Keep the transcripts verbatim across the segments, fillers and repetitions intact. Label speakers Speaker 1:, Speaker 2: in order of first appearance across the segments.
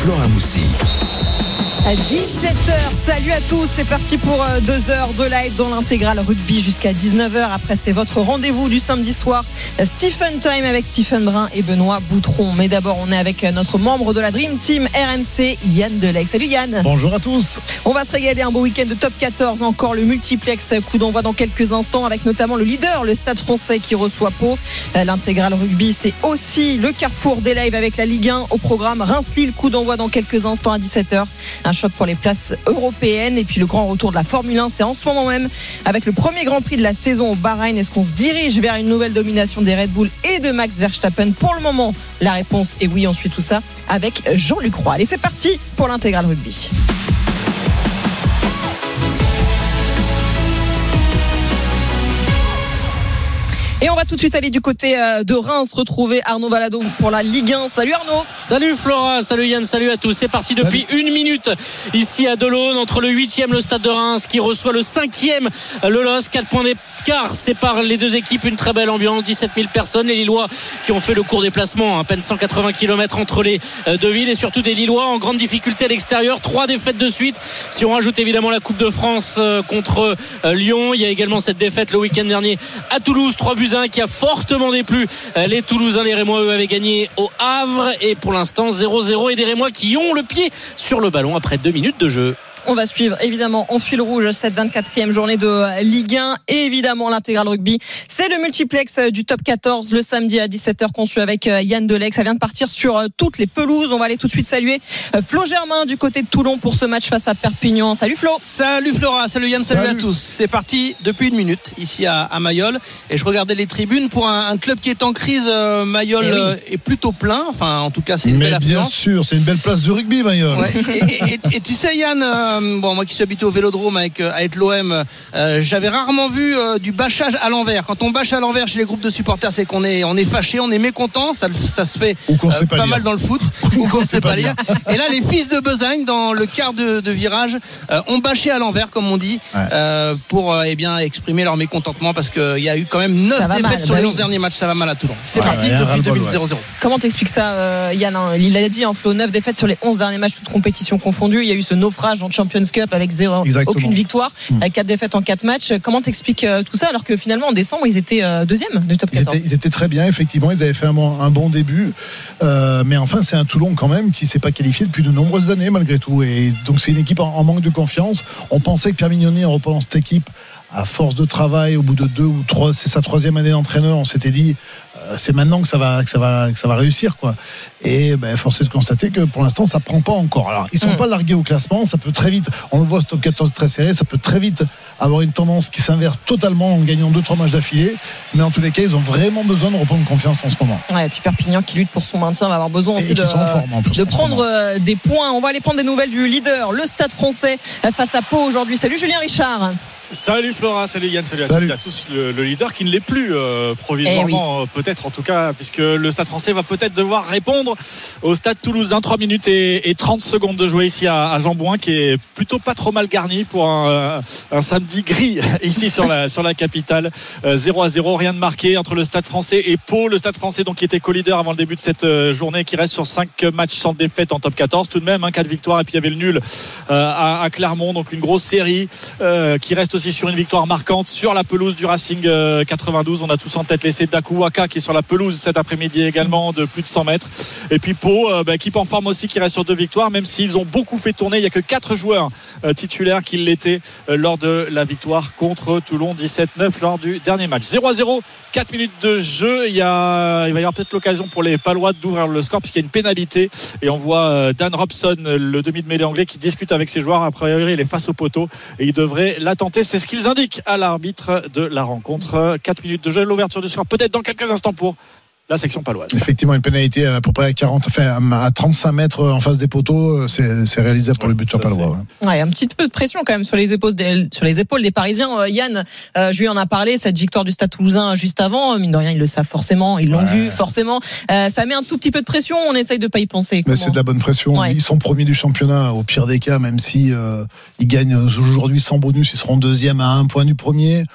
Speaker 1: Flora Moussi.
Speaker 2: À dix-sept heures, salut à tous, c'est parti pour deux heures de live dans l'intégral rugby jusqu'à dix-neuf heures. Après, c'est votre rendez-vous du samedi soir, Stephen Time avec Stephen Brun et Benoît Boutron. Mais d'abord, on est avec notre membre de la Dream Team R M C, Yann Delec. Salut Yann.
Speaker 3: Bonjour à tous.
Speaker 2: On va se régaler, un beau week-end de top quatorze, encore le multiplex, coup d'envoi dans quelques instants avec notamment le leader, le Stade Français qui reçoit Pau. L'intégral rugby, c'est aussi le carrefour des lives avec la Ligue un au programme. Reims-Lille, coup d'envoi dans quelques instants à dix-sept heures. Un choc pour les places européennes. Et puis le grand retour de la Formule un, c'est en ce moment même avec le premier Grand Prix de la saison au Bahreïn. Est-ce qu'on se dirige vers une nouvelle domination des Red Bull et de Max Verstappen? Pour le moment, la réponse est oui. On suit tout ça avec Jean-Luc Roy. Allez, c'est parti pour l'intégral rugby. Et on va tout de suite aller du côté de Reims retrouver Arnaud Valadon pour la Ligue un. Salut Arnaud.
Speaker 4: Salut Flora, salut Yann, salut à tous. C'est parti depuis salut. Une minute ici à Delaune entre le huitième, le Stade de Reims qui reçoit le cinquième, le L O S. quatre points d'écart séparent les deux équipes. Une très belle ambiance, dix-sept mille personnes. Les Lillois qui ont fait le court déplacement, à peine cent quatre-vingts kilomètres entre les deux villes, et surtout des Lillois en grande difficulté à l'extérieur. Trois défaites de suite. Si on rajoute évidemment la Coupe de France contre Lyon, il y a également cette défaite le week-end dernier à Toulouse, trois buts qui a fortement déplu les Toulousains. Les Rémois, eux, avaient gagné au Havre, et pour l'instant zéro zéro, et des Rémois qui ont le pied sur le ballon après deux minutes de jeu.
Speaker 2: On va suivre évidemment en fil rouge cette vingt-quatrième journée de Ligue un et évidemment l'intégral rugby. C'est le multiplex du top quatorze le samedi à dix-sept heures conçu avec Yann Delec. Ça vient de partir sur toutes les pelouses. On va aller tout de suite saluer Flo Germain du côté de Toulon pour ce match face à Perpignan. Salut Flo.
Speaker 5: Salut Flora, salut Yann, salut, salut à tous. C'est parti depuis une minute ici à, à Mayol, et je regardais les tribunes pour un, un club qui est en crise. euh, Mayol oui. euh, est plutôt plein, enfin en tout cas c'est une
Speaker 3: Mais
Speaker 5: belle
Speaker 3: bien
Speaker 5: affluence.
Speaker 3: sûr, c'est une belle place de rugby Mayol.
Speaker 5: Ouais. et, et, et, et tu sais Yann, euh, bon moi qui suis habitué au Vélodrome avec, avec l'O M, euh, j'avais rarement vu euh, du bâchage à l'envers. Quand on bâche à l'envers chez les groupes de supporters, c'est qu'on est, on est fâché, on est mécontent. Ça, ça se fait euh, pas, pas mal dans le foot, ou qu'on ne sait pas lire. Et là, les fils de Besagne, dans le quart de, de virage, euh, ont bâché à l'envers, comme on dit, ouais. euh, pour euh, eh bien, exprimer leur mécontentement, parce qu'il y a eu quand même neuf défaites mal, sur bah les onze oui. derniers matchs. Ça va mal à Toulon. C'est ouais, parti ouais, depuis deux minutes zéro zéro.
Speaker 2: Comment t'expliques ça, euh, Yann? Il l'a dit, en Flo, neuf défaites sur les onze derniers matchs, toutes compétitions confondues. Il y a eu ce naufrage en Champions Cup avec zéro, aucune victoire, mmh. quatre défaites en quatre matchs. Comment t'expliques euh, tout ça, alors que finalement en décembre ils étaient euh, deuxième du top quatorze?
Speaker 3: Ils étaient, ils étaient très bien, effectivement, ils avaient fait un bon, un bon début, euh, mais enfin c'est un Toulon quand même qui ne s'est pas qualifié depuis de nombreuses années malgré tout, et donc c'est une équipe en, en manque de confiance. On pensait que Pierre Mignoni, en reprenant cette équipe, à force de travail, au bout de deux ou trois, c'est sa troisième année d'entraîneur, on s'était dit euh, c'est maintenant que ça va que ça va que ça va réussir quoi. Et ben force est de constater que pour l'instant ça prend pas encore. Alors ils sont mmh. pas largués au classement, ça peut très vite, on le voit ce top quatorze très serré, ça peut très vite avoir une tendance qui s'inverse totalement en gagnant deux trois matchs d'affilée, mais en tous les cas ils ont vraiment besoin de reprendre confiance en ce moment.
Speaker 2: Ouais, et puis Perpignan qui lutte pour son maintien va avoir besoin aussi de,
Speaker 3: forme, en plus,
Speaker 2: de prendre euh, des points. On va aller prendre des nouvelles du leader, le Stade Français face à Pau aujourd'hui. Salut Julien Richard.
Speaker 6: Salut Flora, salut Yann, salut, salut. à toutes et à tous. Le, le leader qui ne l'est plus euh, provisoirement, eh oui. euh, peut-être en tout cas, puisque le Stade Français va peut-être devoir répondre au Stade Toulousain. trois minutes et, et trente secondes de jouer ici à, à Jean-Bouin, qui est plutôt pas trop mal garni pour un, un samedi gris ici sur la, sur la capitale. euh, zéro à zéro, rien de marqué entre le Stade Français et Pau. Le Stade Français donc qui était co-leader avant le début de cette euh, journée, qui reste sur cinq matchs sans défaite en top quatorze tout de même, hein, quatre victoires, et puis il y avait le nul euh, à, à Clermont, donc une grosse série euh, qui reste aussi sur une victoire marquante sur la pelouse du Racing quatre-vingt-douze. On a tous en tête l'essai d'Akuwaka qui est sur la pelouse cet après-midi également de plus de cent mètres. Et puis Pau, euh, bah, équipe en forme aussi, qui reste sur deux victoires, même s'ils ont beaucoup fait tourner. Il n'y a que quatre joueurs euh, titulaires qui l'étaient euh, lors de la victoire contre Toulon dix-sept neuf lors du dernier match. zéro à zéro, quatre minutes de jeu. Il, y a, il va y avoir peut-être l'occasion pour les Palois d'ouvrir le score puisqu'il y a une pénalité, et on voit euh, Dan Robson, le demi de mêlée anglais, qui discute avec ses joueurs. A priori il est face au poteau et il devrait la tenter. C'est ce qu'ils indique à l'arbitre de la rencontre. quatre minutes de jeu, l'ouverture du score peut-être dans quelques instants pour la section paloise.
Speaker 3: Effectivement, une pénalité à peu près à quarante, enfin à trente-cinq mètres en face des poteaux, c'est, c'est réalisable pour ouais, le buteur palois.
Speaker 2: Ouais. Ouais, un petit peu de pression quand même sur les épaules des, sur les épaules des Parisiens. Euh, Yann, euh, je lui en a parlé, cette victoire du Stade Toulousain juste avant, mine de rien ils le savent forcément, ils l'ont ouais. vu forcément. Euh, ça met un tout petit peu de pression, on essaye de pas y penser.
Speaker 3: Mais c'est de la bonne pression. Ouais. Ils sont premiers du championnat au pire des cas, même si euh, ils gagnent aujourd'hui sans bonus, ils seront deuxième à un point du premier.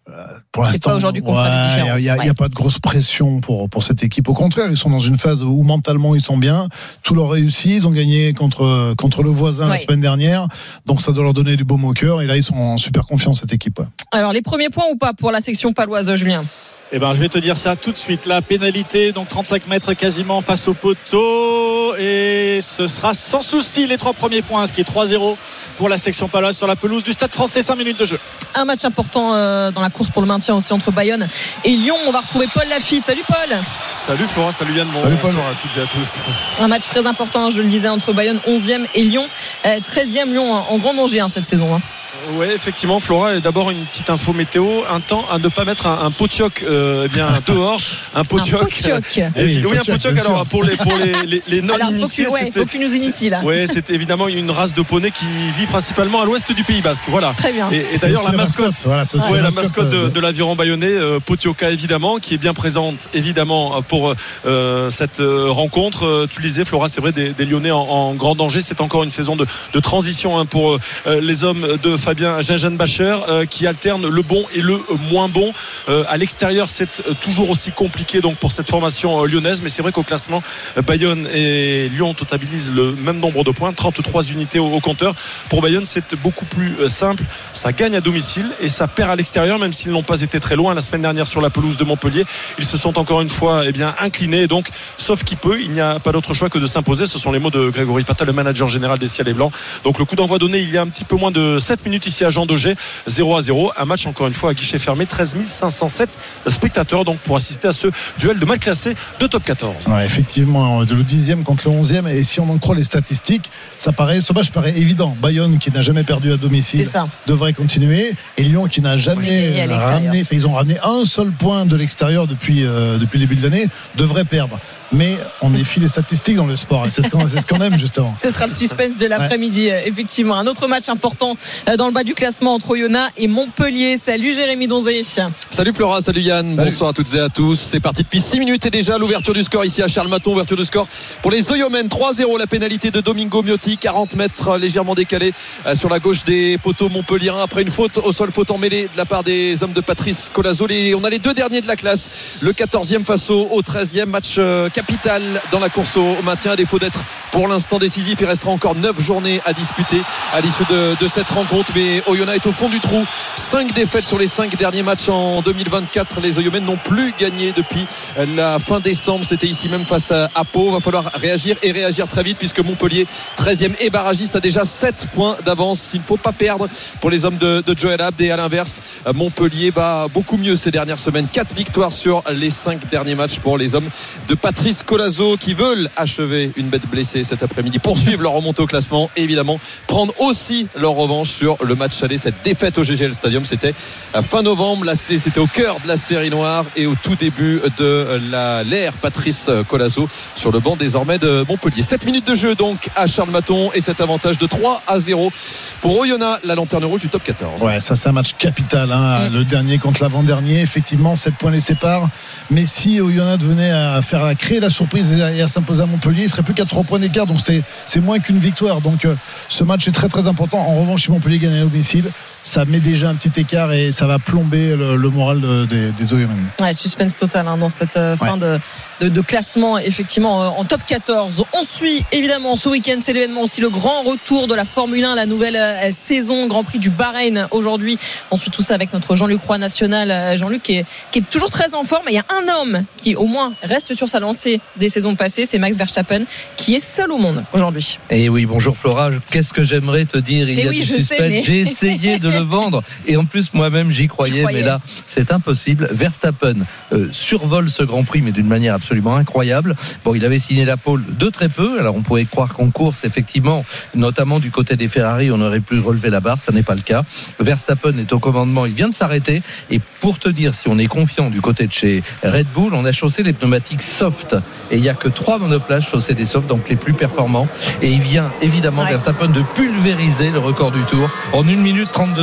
Speaker 3: Pour l'instant,
Speaker 2: c'est pas aujourd'hui qu'on fera la différence.
Speaker 3: Il n'y a,
Speaker 2: ouais.
Speaker 3: a pas de grosse pression pour, pour cette équipe. Au contraire, ils sont dans une phase où mentalement ils sont bien. Tout leur réussit. Ils ont gagné contre, contre le voisin ouais. la semaine dernière. Donc ça doit leur donner du baume au cœur. Et là, ils sont en super confiance, cette équipe. Ouais.
Speaker 2: Alors, les premiers points ou pas pour la section paloise, Julien?
Speaker 6: Eh ben, je vais te dire ça tout de suite. La pénalité, donc trente-cinq mètres quasiment face au poteau. Et ce sera sans souci les trois premiers points, ce qui est trois zéro pour la section paloise sur la pelouse du Stade Français. cinq minutes de jeu.
Speaker 2: Un match important euh, dans la course pour le maintien aussi entre Bayonne et Lyon. On va retrouver Paul Lafitte. Salut Paul.
Speaker 1: Salut Flora, salut Yann. Bon,
Speaker 3: salut Paul.
Speaker 1: Bonsoir à toutes et à tous.
Speaker 2: Un match très important, je le disais, entre Bayonne onzième et Lyon euh, treizième. Lyon en, en grand danger hein, cette saison. Hein.
Speaker 1: Oui, effectivement, Flora. Et d'abord une petite info météo. Un temps à ne pas mettre un, un potioc euh, eh bien dehors. Un potioc.
Speaker 2: Un potioc.
Speaker 1: Euh, oui, oui, un potioc. Alors pour les pour les, les, les non
Speaker 2: alors,
Speaker 1: initiés,
Speaker 2: faut que, ouais, faut que tu nous inities là.
Speaker 1: Oui, c'est évidemment une race de poney qui vit principalement à l'ouest du Pays Basque. Voilà.
Speaker 2: Très bien.
Speaker 1: Et, et d'ailleurs la mascotte, mascotte.
Speaker 3: Voilà, c'est
Speaker 1: ouais,
Speaker 3: la
Speaker 1: la
Speaker 3: mascotte,
Speaker 1: mascotte de,
Speaker 3: euh,
Speaker 1: de l'aviron bayonnais, euh, Potioka évidemment, qui est bien présente évidemment pour euh, cette euh, rencontre. Euh, tu le disais, Flora, c'est vrai, des, des Lyonnais en, en grand danger. C'est encore une saison de, de transition hein, pour euh, les hommes de Fabien Gingenbacher euh, qui alternent le bon et le moins bon. Euh, à l'extérieur, c'est toujours aussi compliqué donc pour cette formation euh, lyonnaise, mais c'est vrai qu'au classement, euh, Bayonne et Lyon totalisent le même nombre de points, trente-trois unités au, au compteur. Pour Bayonne, c'est beaucoup plus euh, simple. Ça gagne à domicile et ça perd à l'extérieur, même s'ils n'ont pas été très loin la semaine dernière sur la pelouse de Montpellier. Ils se sont encore une fois eh bien, inclinés. Donc, sauf qui peut, il n'y a pas d'autre choix que de s'imposer. Ce sont les mots de Grégory Pata, le manager général des Ciels et Blancs. Donc, le coup d'envoi donné il y a un petit peu moins de sept minutes ici à Jean Daugé, zéro à zéro. Un match encore une fois à guichet fermé, treize mille cinq cent sept spectateurs donc pour assister à ce duel de mal classé de top quatorze.
Speaker 3: Ouais, effectivement, de le dixième contre le onzième. Et si on en croit les statistiques, ça paraît, ce match paraît évident. Bayonne, qui n'a jamais perdu à domicile, devrait continuer. Et Lyon, qui n'a jamais oui, ramené, enfin, ils ont ramené un seul point de l'extérieur depuis, euh, depuis le début de l'année, devrait perdre. Mais on défie les statistiques dans le sport et c'est ce qu'on, c'est ce qu'on aime justement.
Speaker 2: Ce sera le suspense de l'après-midi ouais. Effectivement. Un autre match important dans le bas du classement entre Oyonnax et Montpellier. Salut Jérémy Donzé.
Speaker 7: Salut Flora, salut Yann, salut. Bonsoir à toutes et à tous. C'est parti depuis six minutes et déjà l'ouverture du score ici à Charles Maton. Ouverture du score pour les Oyomènes, trois zéro. La pénalité de Domingo Miotti, quarante mètres légèrement décalé sur la gauche des poteaux montpelliérains après une faute au sol, faute en mêlée de la part des hommes de Patrice Colazo. On a les deux derniers de la classe, le quatorzième face au treizième. Match capital dans la course au maintien, à défaut d'être pour l'instant décisif. Il restera encore neuf journées à disputer à l'issue de, de cette rencontre, mais Oyonnax est au fond du trou. cinq défaites sur les cinq derniers matchs en deux mille vingt-quatre. Les Oyomènes n'ont plus gagné depuis la fin décembre. C'était ici même face à Pau. Va falloir réagir et réagir très vite puisque Montpellier, treizième et barragiste, a déjà sept points d'avance. Il ne faut pas perdre pour les hommes de, de Joël Abd. Et à l'inverse, Montpellier va beaucoup mieux ces dernières semaines. quatre victoires sur les cinq derniers matchs pour les hommes de Patrice Colazo, qui veulent achever une bête blessée cet après-midi, poursuivre leur remontée au classement et évidemment prendre aussi leur revanche sur le match aller. Cette défaite au G G L Stadium, c'était à fin novembre. Là, c'était au cœur de la série noire et au tout début de la l'ère Patrice Colazo sur le banc désormais de Montpellier. sept minutes de jeu donc à Charles Maton et cet avantage de trois à zéro pour Oyonnax, la lanterne rouge du top quatorze.
Speaker 3: Ouais, ça c'est un match capital hein. mmh. Le dernier contre l'avant-dernier, effectivement sept points les séparent, mais si Oyonnax venait à faire à créer la surprise et à s'imposer à Montpellier, il serait plus qu'à trois points d'écart, donc c'est, c'est moins qu'une victoire. Donc euh, ce match est très très important. En revanche, si Montpellier gagne à domicile, ça met déjà un petit écart et ça va plomber le, le moral de, de, des Oyonnax.
Speaker 2: Ouais, suspense total hein, dans cette euh, fin ouais. de, de, de classement, effectivement euh, en top quatorze. On suit évidemment ce week-end, c'est l'événement aussi, le grand retour de la Formule un, la nouvelle euh, saison, Grand Prix du Bahreïn aujourd'hui. On suit tout ça avec notre Jean-Luc Roy national. Euh, Jean-Luc qui est, qui est toujours très en forme, mais il y a un homme qui au moins reste sur sa lancée des saisons passées, c'est Max Verstappen qui est seul au monde aujourd'hui.
Speaker 8: Et oui, bonjour Flora, qu'est-ce que j'aimerais te dire, il et y a oui, du suspense, sais, mais... j'ai essayé de le vendre et en plus moi-même j'y croyais, mais là c'est impossible. Verstappen euh, survole ce Grand Prix mais d'une manière absolument incroyable. Bon, il avait signé la pole de très peu, alors on pourrait croire qu'en course effectivement, notamment du côté des Ferrari, on aurait pu relever la barre, ça n'est pas le cas. Verstappen est au commandement, il vient de s'arrêter et pour te dire si on est confiant du côté de chez Red Bull, on a chaussé les pneumatiques soft et il n'y a que trois monoplaces chaussées des softs, donc les plus performants, et il vient évidemment ouais. Verstappen de pulvériser le record du Tour en une minute trente-deux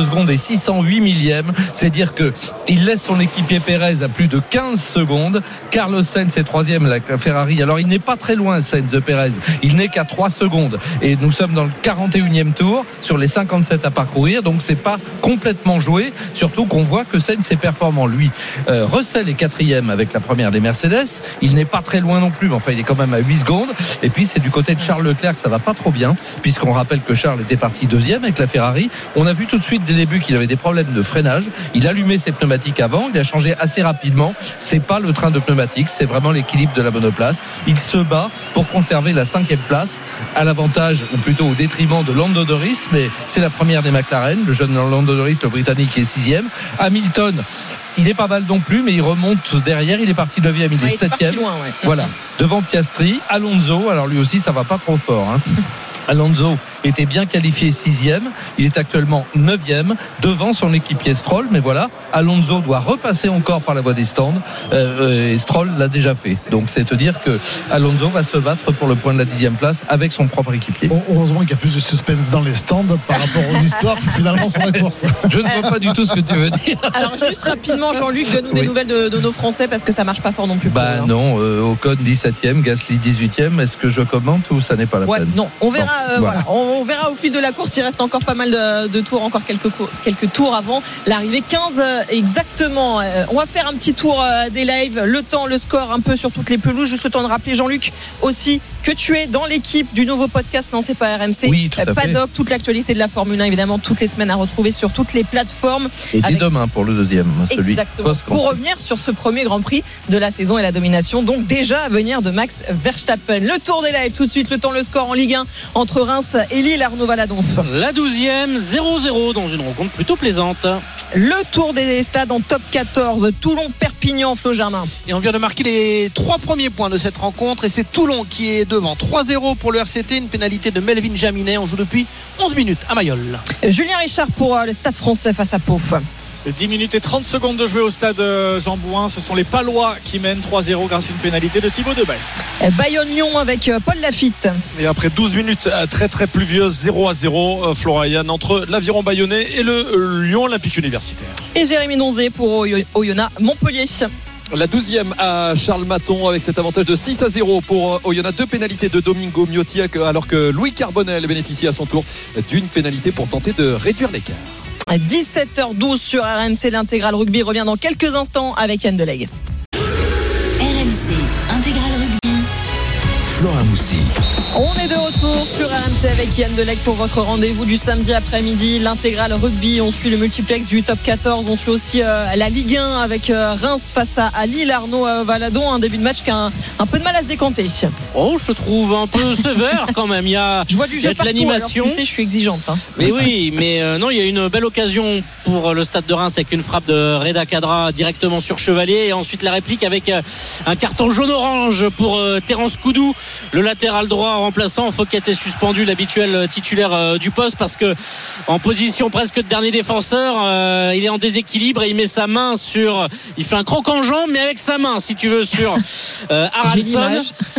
Speaker 8: secondes et six cent huit millièmes. C'est dire qu'il laisse son équipier Pérez à plus de quinze secondes. Carlos Sainz est troisième, la Ferrari. Alors il n'est pas très loin, Sainz, de Pérez. Il n'est qu'à trois secondes. Et nous sommes dans le quarante et unième tour sur les cinquante-sept à parcourir. Donc c'est pas complètement joué. Surtout qu'on voit que Sainz est performant. Lui, euh, Russell est quatrième avec la première des Mercedes. Il n'est pas très loin non plus, mais enfin il est quand même à huit secondes. Et puis c'est du côté de Charles Leclerc que ça va pas trop bien, puisqu'on rappelle que Charles était parti deuxième avec la Ferrari. On a vu tout de suite dès le début qu'il avait des problèmes de freinage. Il allumait ses pneumatiques avant, il a changé assez rapidement. C'est pas le train de pneumatiques, c'est vraiment l'équilibre de la monoplace. Il se bat pour conserver la cinquième place, à l'avantage, ou plutôt au détriment de Lando Norris, mais c'est la première des McLaren. Le jeune Lando Norris, le Britannique, est sixième. Hamilton, il est pas mal non plus, mais il remonte derrière. Il est parti neuvième, il est septième. Ouais. Voilà, devant Piastri. Alonso, alors lui aussi, ça va pas trop fort. Hein. Alonso était bien qualifié sixième, il est actuellement neuvième devant son équipier Stroll, mais voilà, Alonso doit repasser encore par la voie des stands euh, et Stroll l'a déjà fait, donc c'est te dire que Alonso va se battre pour le point de la dixième place avec son propre équipier.
Speaker 3: Heureusement qu'il y a plus de suspense dans les stands par rapport aux histoires que finalement sur la course.
Speaker 8: Je ne vois pas du tout ce que tu veux dire.
Speaker 2: Alors juste rapidement, Jean-Luc, donne-nous oui. des nouvelles de, de nos Français parce que ça marche pas fort non plus.
Speaker 8: Bah pour non, euh, Ocon dix-septième, Gasly dix-huitième, est-ce que je commente ou ça n'est pas la
Speaker 2: ouais,
Speaker 8: peine?
Speaker 2: Non, on verra. Euh, voilà. Voilà. On, on verra au fil de la course. Il reste encore pas mal de, de tours, encore quelques, quelques tours avant l'arrivée. quinze exactement. On va faire un petit tour des lives. Le temps, le score, un peu sur toutes les pelouses. Juste le temps de rappeler, Jean-Luc, aussi que tu es dans l'équipe du nouveau podcast lancé par R M C.
Speaker 8: Oui, tout à
Speaker 2: Paddock, toute l'actualité de la Formule un, évidemment, toutes les semaines à retrouver sur toutes les plateformes.
Speaker 8: Et dès avec... demain pour le deuxième, celui
Speaker 2: exactement. Pour revenir sur ce premier Grand Prix de la saison et la domination, donc déjà à venir de Max Verstappen. Le tour des lives, tout de suite, le temps, le score en Ligue un entre Reims et Lille. Arnaud Valadonf.
Speaker 4: La douzième, zéro zéro dans une rencontre plutôt plaisante.
Speaker 2: Le tour des stades en top quatorze, Toulon-Perpignan, Flo Germain.
Speaker 5: Et on vient de marquer les trois premiers points de cette rencontre et c'est Toulon qui est devant. trois zéro pour le R C T, une pénalité de Melvin Jaminet. On joue depuis onze minutes à Mayol.
Speaker 2: Julien Richard pour le Stade Français face à Pau.
Speaker 6: dix minutes et trente secondes de jouer au stade Jean Bouin. Ce sont les Palois qui mènent trois zéro grâce à une pénalité de Thibaut Debesse.
Speaker 2: Bayonne-Lyon avec Paul Lafitte.
Speaker 1: Et après douze minutes très très pluvieuses, zéro à zéro, Florian, entre l'Aviron Bayonnais et le Lyon Olympique Universitaire.
Speaker 2: Et Jérémy Donzé pour Oyonnax Montpellier.
Speaker 7: La douzième à Charles Maton avec cet avantage de six à zéro pour Oyonnax. Deux pénalités de Domingo Miotti alors que Louis Carbonel bénéficie à son tour d'une pénalité pour tenter de réduire l'écart.
Speaker 2: dix-sept heures douze sur R M C. L'intégral rugby revient dans quelques instants avec Yann Delegue.
Speaker 9: R M C Intégral Rugby. Flora Moussi.
Speaker 2: On est de retour sur R M C avec Yann Delegue pour votre rendez-vous du samedi après-midi. L'intégral rugby, on suit le multiplex du top quatorze. On suit aussi euh, la Ligue un avec euh, Reims face à, à Lille. Arnaud euh, Valadon, un début de match qui a un, un peu de mal à se décanter.
Speaker 4: Oh, je te trouve un peu sévère quand même. Il y a,
Speaker 2: je vois du jeu
Speaker 4: de
Speaker 2: partout,
Speaker 4: l'animation.
Speaker 2: Alors, tu sais, je suis exigeante. Hein.
Speaker 4: Mais oui, mais euh, non, il y a une belle occasion pour le stade de Reims avec une frappe de Reda Kadra directement sur Chevalier. Et ensuite la réplique avec euh, un carton jaune-orange pour euh, Terence Koudou, le latéral droit remplaçant. Fouquet est suspendu, l'habituel titulaire euh, du poste, parce que en position presque de dernier défenseur, euh, il est en déséquilibre et il met sa main sur, il fait un croc en jambe, mais avec sa main, si tu veux, sur euh, Haraldsson.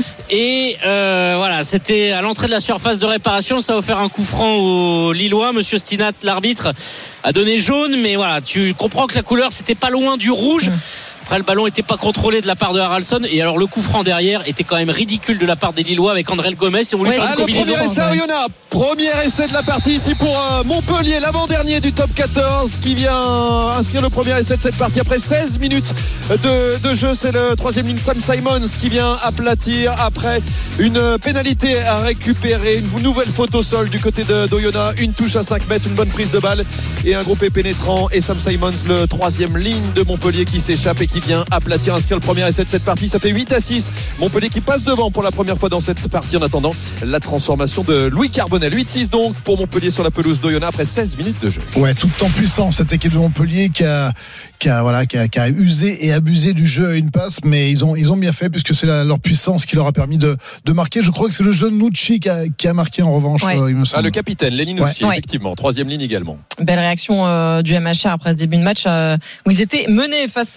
Speaker 4: Et euh, voilà, c'était à l'entrée de la surface de réparation. Ça a offert un coup franc aux Lillois. Monsieur Stinat, l'arbitre, a donné jaune, mais voilà, tu comprends que la couleur, c'était pas loin du rouge. Après, le ballon n'était pas contrôlé de la part de Haraldsson. Et alors, le coup franc derrière était quand même ridicule de la part des Lillois avec André Gomes. Et on voulait
Speaker 7: ouais,
Speaker 4: faire
Speaker 7: ah,
Speaker 4: une combinaison.
Speaker 7: Premier essai, Oyonnax. Premier essai de la partie ici pour euh, Montpellier, l'avant-dernier du top quatorze, qui vient inscrire le premier essai de cette partie. Après seize minutes de, de jeu, c'est le troisième ligne, Sam Simons, qui vient aplatir après une pénalité à récupérer. Une nouvelle faute au sol du côté de, d'Oyonnax. Une touche à cinq mètres, une bonne prise de balle et un groupé pénétrant. Et Sam Simons, le troisième ligne de Montpellier, qui s'échappe et qui vient aplatir, inscrire le premier essai de cette partie. Ça fait huit à six. Montpellier qui passe devant pour la première fois dans cette partie en attendant la transformation de Louis Carbonel. huit six donc pour Montpellier sur la pelouse d'Oyonnax après seize minutes de jeu.
Speaker 3: Ouais, tout en puissance cette équipe de Montpellier qui a, qui a, voilà, qui a, qui a usé et abusé du jeu à une passe, mais ils ont, ils ont bien fait puisque c'est la, leur puissance qui leur a permis de, de marquer. Je crois que c'est le jeune Nucci qui a, qui a marqué en revanche.
Speaker 2: Ouais.
Speaker 3: Euh, il me semble.
Speaker 7: Ah, le capitaine, Lenny Nucci,
Speaker 2: ouais.
Speaker 7: effectivement. Troisième ligne également.
Speaker 2: Belle réaction euh, du M H R après ce début de match euh, où ils étaient menés face à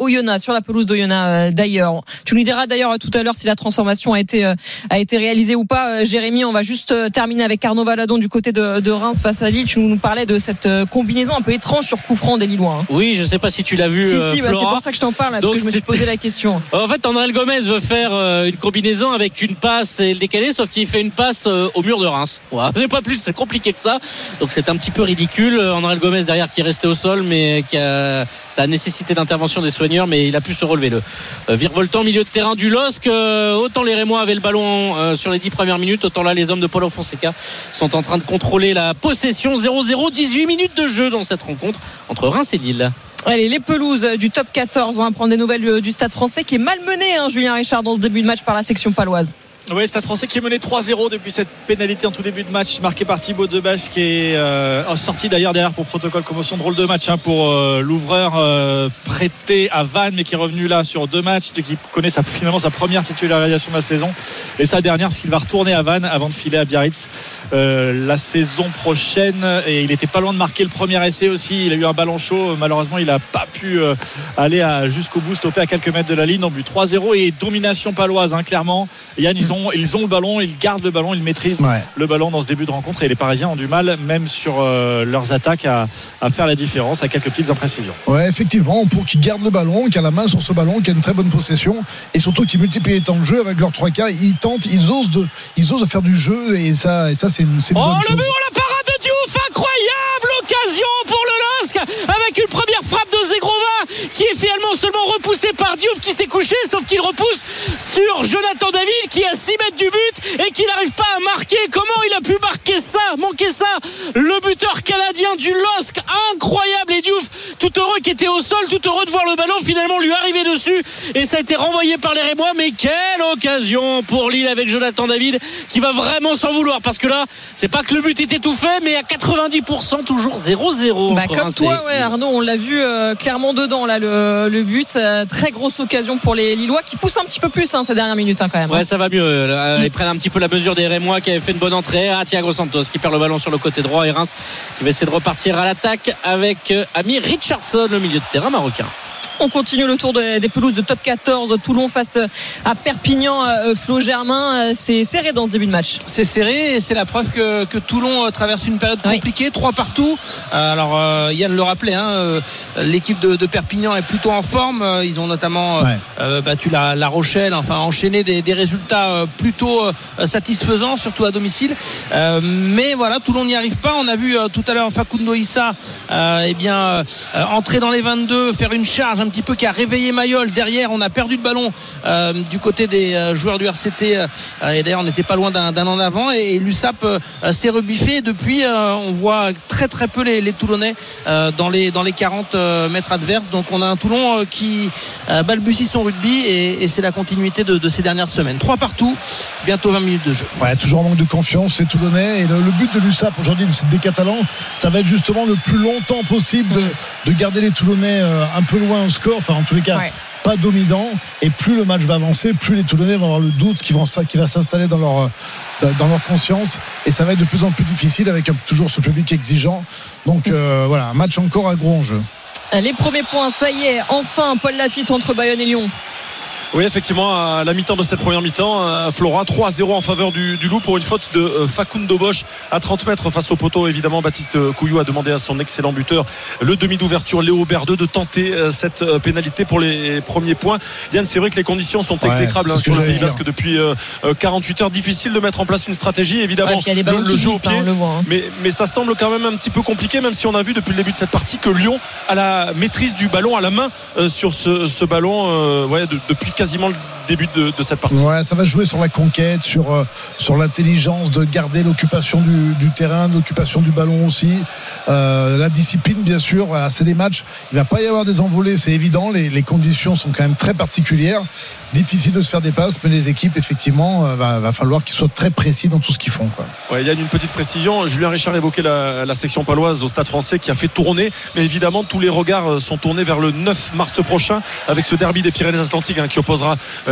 Speaker 2: Oyonnax, sur la pelouse d'Oyonnax d'ailleurs. Tu nous diras d'ailleurs tout à l'heure si la transformation a été a été réalisée ou pas. Jérémy, on va juste terminer avec Arnaud Valadon du côté de, de Reims face à Lille. Tu nous parlais de cette combinaison un peu étrange sur coup franc des Lillois. Hein.
Speaker 4: Oui, je sais pas si tu l'as vu.
Speaker 2: Si,
Speaker 4: euh,
Speaker 2: si, bah, c'est pour ça que je t'en parle, parce Donc, que je me suis posé la question.
Speaker 4: En fait, André Gomez veut faire euh, une combinaison avec une passe et le décalé, sauf qu'il fait une passe euh, au mur de Reims. Voilà. C'est pas plus, c'est compliqué que ça. Donc c'est un petit peu ridicule. André Gomez derrière qui est resté au sol, mais qui a, ça a nécessité l'intervention des soigneurs, mais il a pu se relever. Le euh, virevoltant milieu de terrain du L O S C. Euh, autant les Rémois avaient le ballon euh, sur les dix premières minutes, autant là les hommes de Paulo Fonseca sont en train de contrôler la possession. zéro zéro, dix-huit minutes de jeu dans cette rencontre entre Reims et Lille.
Speaker 2: Allez, les pelouses du top quatorze, on va prendre des nouvelles du Stade Français qui est malmené, hein, Julien Richard, dans ce début de match par la section paloise.
Speaker 6: Oui, Stade Français qui est mené trois zéro depuis cette pénalité en tout début de match marquée par Thibaut Debasque qui est euh, sorti d'ailleurs derrière pour protocole commotion, drôle de match hein, pour euh, l'ouvreur euh, prêté à Vannes mais qui est revenu là sur deux matchs, qui connaît sa, finalement sa première titularisation de la saison et sa dernière parce qu'il va retourner à Vannes avant de filer à Biarritz euh, la saison prochaine et il était pas loin de marquer le premier essai aussi. Il a eu un ballon chaud, malheureusement il a pas pu euh, aller à, jusqu'au bout, stopper à quelques mètres de la ligne. Non but trois zéro et domination paloise hein, clairement. Yann, ils ont Ils ont le ballon, ils gardent le ballon, ils maîtrisent ouais. le ballon dans ce début de rencontre et les Parisiens ont du mal, même sur euh, leurs attaques, à, à faire la différence, à quelques petites imprécisions.
Speaker 3: Ouais, effectivement, pour qu'ils gardent le ballon, qu'ils aient la main sur ce ballon, qu'ils aient une très bonne possession et surtout qu'ils multiplient les temps de jeu avec leurs trois quarts. Ils tentent, ils osent, de, ils osent faire du jeu et ça, et ça c'est une, c'est une
Speaker 4: oh,
Speaker 3: bonne
Speaker 4: le
Speaker 3: chose.
Speaker 4: but, oh, la parade de Diouf, incroyable occasion pour le L O S C avec une première frappe de Zegrova qui est finalement seulement repoussé par Diouf qui s'est couché, sauf qu'il repousse sur Jonathan David qui est à six mètres du but et qui n'arrive pas à marquer. Comment il a pu marquer ça, manquer ça, le buteur canadien du L O S C, incroyable. Et Diouf tout heureux qui était au sol, tout heureux de voir le ballon finalement lui arriver dessus et ça a été renvoyé par les Rémois. Mais quelle occasion pour Lille avec Jonathan David qui va vraiment s'en vouloir parce que là c'est pas que le but était tout fait mais à quatre-vingt-dix pour cent toujours zéro zéro.
Speaker 2: Bah comme toi ouais, Arnaud, on l'a vu euh, clairement dedans là le, le but, euh, très grosse occasion pour les Lillois qui poussent un petit peu plus hein, ces dernières minutes hein, quand même.
Speaker 4: Ouais, ça va mieux, ils prennent un petit peu la mesure des Rémois qui avaient fait une bonne entrée. Ah, Thiago Santos qui perd le ballon sur le côté droit et Reims qui va essayer de repartir à l'attaque avec Amir Richardson, le milieu de terrain marocain.
Speaker 2: On continue le tour des, des pelouses de top quatorze. Toulon face à Perpignan. euh, Flo Germain, euh, c'est serré dans ce début de match.
Speaker 5: C'est serré et c'est la preuve que, que Toulon traverse une période compliquée. Oui. Trois partout. Euh, alors euh, Yann le rappelait, hein, euh, l'équipe de, de Perpignan est plutôt en forme. Euh, ils ont notamment ouais. euh, battu la, la Rochelle, enfin enchaîné des, des résultats plutôt euh, satisfaisants, surtout à domicile. Euh, mais voilà, Toulon n'y arrive pas. On a vu euh, tout à l'heure Facundo Issa euh, eh bien, euh, entrer dans les vingt-deux, faire une charge un petit peu qui a réveillé Mayol. Derrière on a perdu le ballon euh, du côté des euh, joueurs du R C T euh, et d'ailleurs on n'était pas loin d'un, d'un an d'avant et, et l'U S A P euh, s'est rebiffé et depuis euh, on voit très très peu les, les Toulonnais euh, dans, les, dans les quarante euh, mètres adverses. Donc on a un Toulon euh, qui euh, balbutie son rugby et, et c'est la continuité de, de ces dernières semaines. Trois partout, bientôt vingt minutes de jeu.
Speaker 3: Ouais, toujours en manque de confiance ces Toulonnais et le, le but de l'U S A P aujourd'hui des Catalans, ça va être justement le plus longtemps possible de, de garder les Toulonnais euh, un peu loin au score, enfin en tous les cas ouais. pas dominant, et plus le match va avancer, plus les Toulonnais vont avoir le doute qui, vont, qui va s'installer dans leur, dans leur conscience et ça va être de plus en plus difficile avec toujours ce public exigeant. Donc euh, voilà, un match encore à gros enjeu.
Speaker 2: Les premiers points, ça y est, enfin Paul Lafitte entre Bayonne et Lyon.
Speaker 1: Oui, effectivement, à la mi-temps de cette première mi-temps, Flora, trois zéro en faveur du, du Loup pour une faute de Facundo Bosch à trente mètres face au poteau. Évidemment, Baptiste Couillou a demandé à son excellent buteur, le demi d'ouverture Léo Berdeux, de tenter cette pénalité pour les premiers points. Yann, c'est vrai que les conditions sont exécrables ouais, hein, sur le Pays Basque depuis quarante-huit heures. Difficile de mettre en place une stratégie, évidemment,
Speaker 2: ouais, le,
Speaker 1: le jeu au pied.
Speaker 2: Hein, voit, hein.
Speaker 1: mais, mais ça semble quand même un petit peu compliqué, même si on a vu depuis le début de cette partie que Lyon a la maîtrise du ballon, à la main euh, sur ce, ce ballon euh, ouais, de, depuis quasiment le début de, de cette partie.
Speaker 3: Ouais, ça va jouer sur la conquête, sur, euh, sur l'intelligence de garder l'occupation du, du terrain, l'occupation du ballon aussi, euh, la discipline bien sûr. Voilà, c'est des matchs, il ne va pas y avoir des envolées, c'est évident, les, les conditions sont quand même très particulières. Difficile de se faire des passes, mais les équipes, effectivement, euh, va, va falloir qu'ils soient très précis dans tout ce qu'ils font. Quoi.
Speaker 1: Ouais, il y a une petite précision. Julien Richard évoquait la, la section paloise au Stade Français qui a fait tourner, mais évidemment, tous les regards sont tournés vers le neuf mars prochain avec ce derby des Pyrénées-Atlantiques hein, qui opposera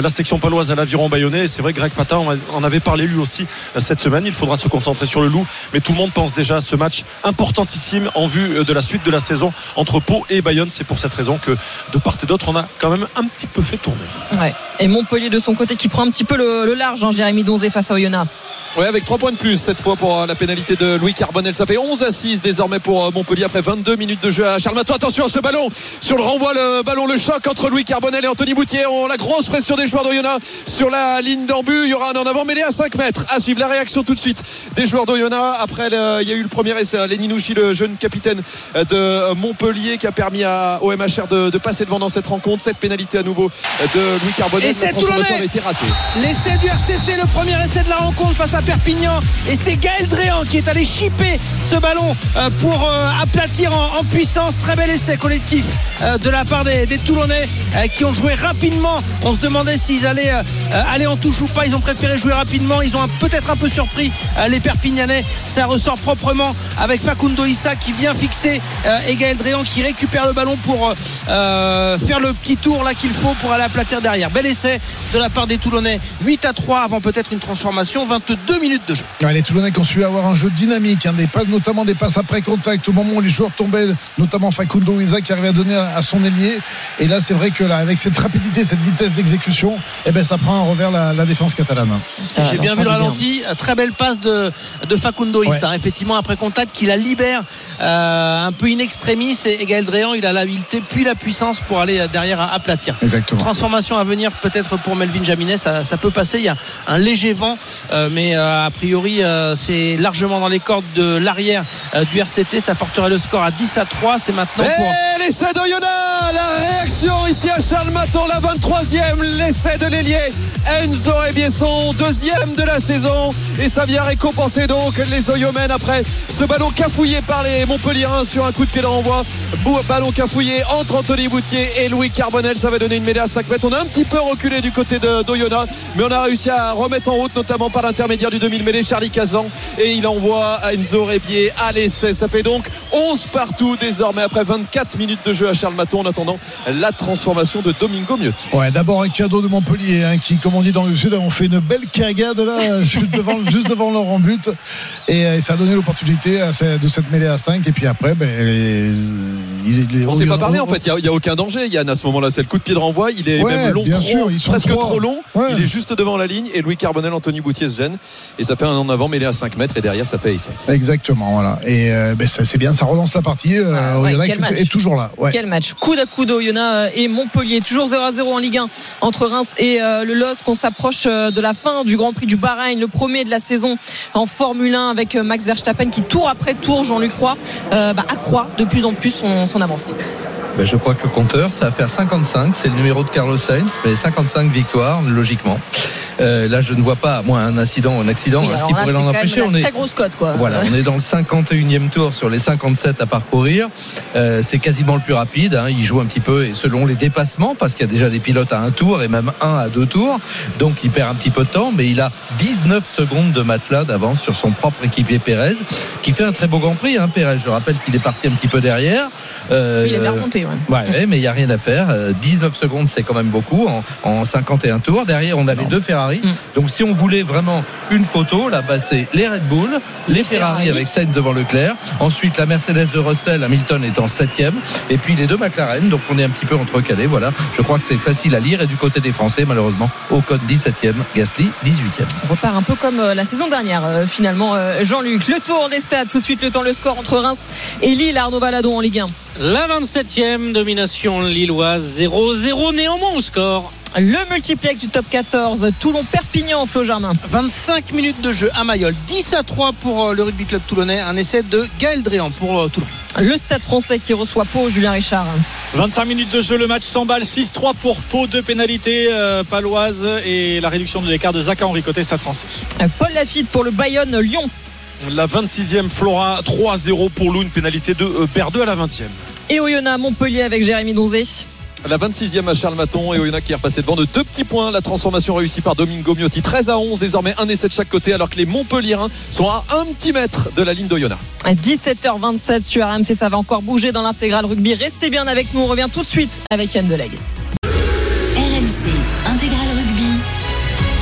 Speaker 1: la section paloise à l'Aviron Bayonnais. Et c'est vrai que Greg Patin en avait parlé lui aussi cette semaine. Il faudra se concentrer sur le Loup, mais tout le monde pense déjà à ce match importantissime en vue de la suite de la saison entre Pau et Bayonne. C'est pour cette raison que de part et d'autre on a quand même un petit peu fait tourner.
Speaker 2: Ouais. Et Montpellier de son côté qui prend un petit peu le, le large, hein, Jérémy Donzé face à Oyonnax.
Speaker 7: Oui, avec trois points de plus cette fois pour la pénalité de Louis Carbonel. Ça fait onze à six désormais pour Montpellier après vingt-deux minutes de jeu à Charles Maton. Attention à ce ballon sur le renvoi, le ballon, le choc entre Louis Carbonel et Anthony Boutier. On la grosse pression des joueurs d'Oyonnax sur la ligne d'en-but. Il y aura un en avant mêlé à cinq mètres. À suivre la réaction tout de suite des joueurs d'Oyonnax. Après, le, il y a eu le premier essai. Lenny Nouchi, le jeune capitaine de Montpellier, qui a permis à O M H R de, de passer devant dans cette rencontre. Cette pénalité à nouveau de Louis Carbonel.
Speaker 5: Et c'est Toulonnais.
Speaker 7: A été ratée.
Speaker 5: L'essai du R C T, le premier essai de la rencontre face à Perpignan. Et c'est Gaël Dréan qui est allé chipper ce ballon pour aplatir en puissance. Très bel essai collectif de la part des, des Toulonnais qui ont joué rapidement. On se demandait s'ils allaient aller en touche ou pas. Ils ont préféré jouer rapidement. Ils ont peut-être un peu surpris les Perpignanais. Ça ressort proprement avec Facundo Issa qui vient fixer et Gaël Dréan qui récupère le ballon pour euh, faire le petit tour là qu'il faut pour aller aplatir derrière. Bel essai de la part des Toulonnais. huit à trois avant peut-être une transformation. vingt-deux minutes de jeu.
Speaker 3: Ouais, les Toulonnais qui ont su avoir un jeu dynamique, hein, des passes, notamment des passes après contact au moment où les joueurs tombaient, notamment Facundo Issa qui arrivait à donner à son ailier. Et là c'est vrai que là, avec cette rapidité, cette vitesse d'exécution, eh ben, ça prend un revers la, la défense catalane.
Speaker 5: Ça, j'ai bien vu le ralenti, bien. Très belle passe de, de Facundo Issa, ouais. Effectivement après contact qui la libère euh, un peu in extremis, et Gaël Dréan il a l'habileté puis la puissance pour aller derrière à aplatir.
Speaker 3: Exactement.
Speaker 5: Transformation à venir peut-être pour Melvin Jaminet, ça, ça peut passer, il y a un léger vent euh, mais euh, a priori euh, c'est largement dans les cordes de l'arrière euh, du R C T. Ça porterait le score à dix à trois. C'est maintenant pour
Speaker 7: et l'essai d'Oyonnax, la réaction ici à Charles Maton, la vingt-troisième, l'essai de l'ailier Enzo Rebiesson, deuxième de la saison, et ça vient récompenser donc les Oyomènes après ce ballon cafouillé par les Montpelliérains sur un coup de pied de renvoi. Ballon cafouillé entre Anthony Boutier et Louis Carbonel. Ça va donner une mêlée à cinq mètres. On a un petit peu reculé du côté de d'Oyonnax, mais on a réussi à remettre en route, notamment par l'intermédiaire du demi-mêlée Charlie Cazan, et il envoie Enzo Rebier à l'essai. Ça fait donc onze partout désormais après vingt-quatre minutes de jeu à Charles Maton, en attendant la transformation de Domingo Miotti.
Speaker 3: Ouais, d'abord un cadeau de Montpellier, hein, qui, comme on dit dans le sud, ont fait une belle cargade là, juste devant, juste devant leur en but, et, et ça a donné l'opportunité à, de cette mêlée à cinq. Et puis après, ben, les,
Speaker 7: les, les, on ne s'est pas parlé en fait. Il n'y a, a aucun danger, Yann, à ce moment-là. C'est le coup de pied de renvoi. Il est
Speaker 3: ouais,
Speaker 7: même long,
Speaker 3: bien
Speaker 7: trop,
Speaker 3: sûr, ils sont
Speaker 7: presque
Speaker 3: trois.
Speaker 7: trop long.
Speaker 3: Ouais.
Speaker 7: Il est juste devant la ligne, et Louis Carbonel, Anthony Boutier se gêne, et ça fait un en avant mêlé à cinq mètres, et derrière ça fait essai.
Speaker 3: Exactement, voilà. Et euh, ben, ça, c'est bien, ça relance la partie. Euh,
Speaker 2: ah, ouais,
Speaker 3: Oyonnax est, est toujours là.
Speaker 2: Ouais. Quel match, coude à coude Oyonnax et Montpellier, toujours zéro à zéro en Ligue un entre Reims et euh, le L O S C. On s'approche de la fin du Grand Prix du Bahreïn, le premier de la saison en Formule un, avec Max Verstappen qui tour après tour, Jean-Luc Roy, euh, bah, accroît de plus en plus son, son avance.
Speaker 8: Ben, je crois que le compteur, ça va faire cinquante-cinq. C'est le numéro de Carlos Sainz, mais cinquante-cinq victoires, logiquement. Euh, là, je ne vois pas, à moins un incident, un accident,
Speaker 2: oui,
Speaker 8: ce qui pourrait l'en empêcher.
Speaker 2: On
Speaker 8: est
Speaker 2: très grosse cote, quoi.
Speaker 8: Voilà, on est dans le cinquante et unième tour sur les cinquante-sept à parcourir. Euh, c'est quasiment le plus rapide. Hein. Il joue un petit peu et selon les dépassements, parce qu'il y a déjà des pilotes à un tour et même un à deux tours. Donc, il perd un petit peu de temps, mais il a dix-neuf secondes de matelas d'avance sur son propre équipier Pérez, qui fait un très beau Grand Prix. Hein, Pérez, je rappelle qu'il est parti un petit peu derrière.
Speaker 2: Euh, il est bien remonté, ouais.
Speaker 8: Ouais, ouais, mais il n'y a rien à faire. Euh, dix-neuf secondes, c'est quand même beaucoup en, en cinquante et un tours. Derrière, on a non. les deux Ferrari. Mm. Donc, si on voulait vraiment une photo, là, bah, c'est les Red Bull, les, les Ferrari, Ferrari avec Sainz devant Leclerc. Ensuite, la Mercedes de Russell, Hamilton est en septième. Et puis, les deux McLaren. Donc, on est un petit peu entrecalés. Voilà. Je crois que c'est facile à lire. Et du côté des Français, malheureusement, Ocon dix-septième, Gasly dix-huitième.
Speaker 2: On repart un peu comme euh, la saison dernière, euh, finalement, euh, Jean-Luc. Le tour des stades, tout de suite, le temps, le score entre Reims et Lille. Arnaud Baladon en Ligue un.
Speaker 4: La vingt-septième domination lilloise, zéro zéro néanmoins au score.
Speaker 2: Le multiplex du top quatorze, Toulon-Perpignan, Flo Germain.
Speaker 5: vingt-cinq minutes de jeu à Mayol, dix à trois pour le rugby club toulonnais. Un essai de Gaël Dréan pour Toulon.
Speaker 2: Le Stade Français qui reçoit Pau, Julien Richard.
Speaker 6: vingt-cinq minutes de jeu, le match s'emballe, six trois pour Pau, deux pénalités euh, paloises et la réduction de l'écart de Zach-Henri côté Stade Français.
Speaker 2: Paul Lafitte pour le Bayonne-Lyon.
Speaker 1: La vingt-sixième, Flora, trois zéro pour Lou, une pénalité de Berdeux à la vingtième.
Speaker 2: Et Oyonnax, Montpellier avec Jérémy Donzé.
Speaker 7: La vingt-sixième à Charles Maton, et Oyonnax qui est repassé devant de deux petits points. La transformation réussie par Domingo Miotti, treize à onze désormais, un essai de chaque côté, alors que les Montpelliérains sont à un petit mètre de la ligne d'Oyonnax.
Speaker 2: À dix-sept heures vingt-sept sur R M C, ça va encore bouger dans l'intégral rugby. Restez bien avec nous, on revient tout de suite avec Yann Delegue.
Speaker 9: R M C intégral rugby.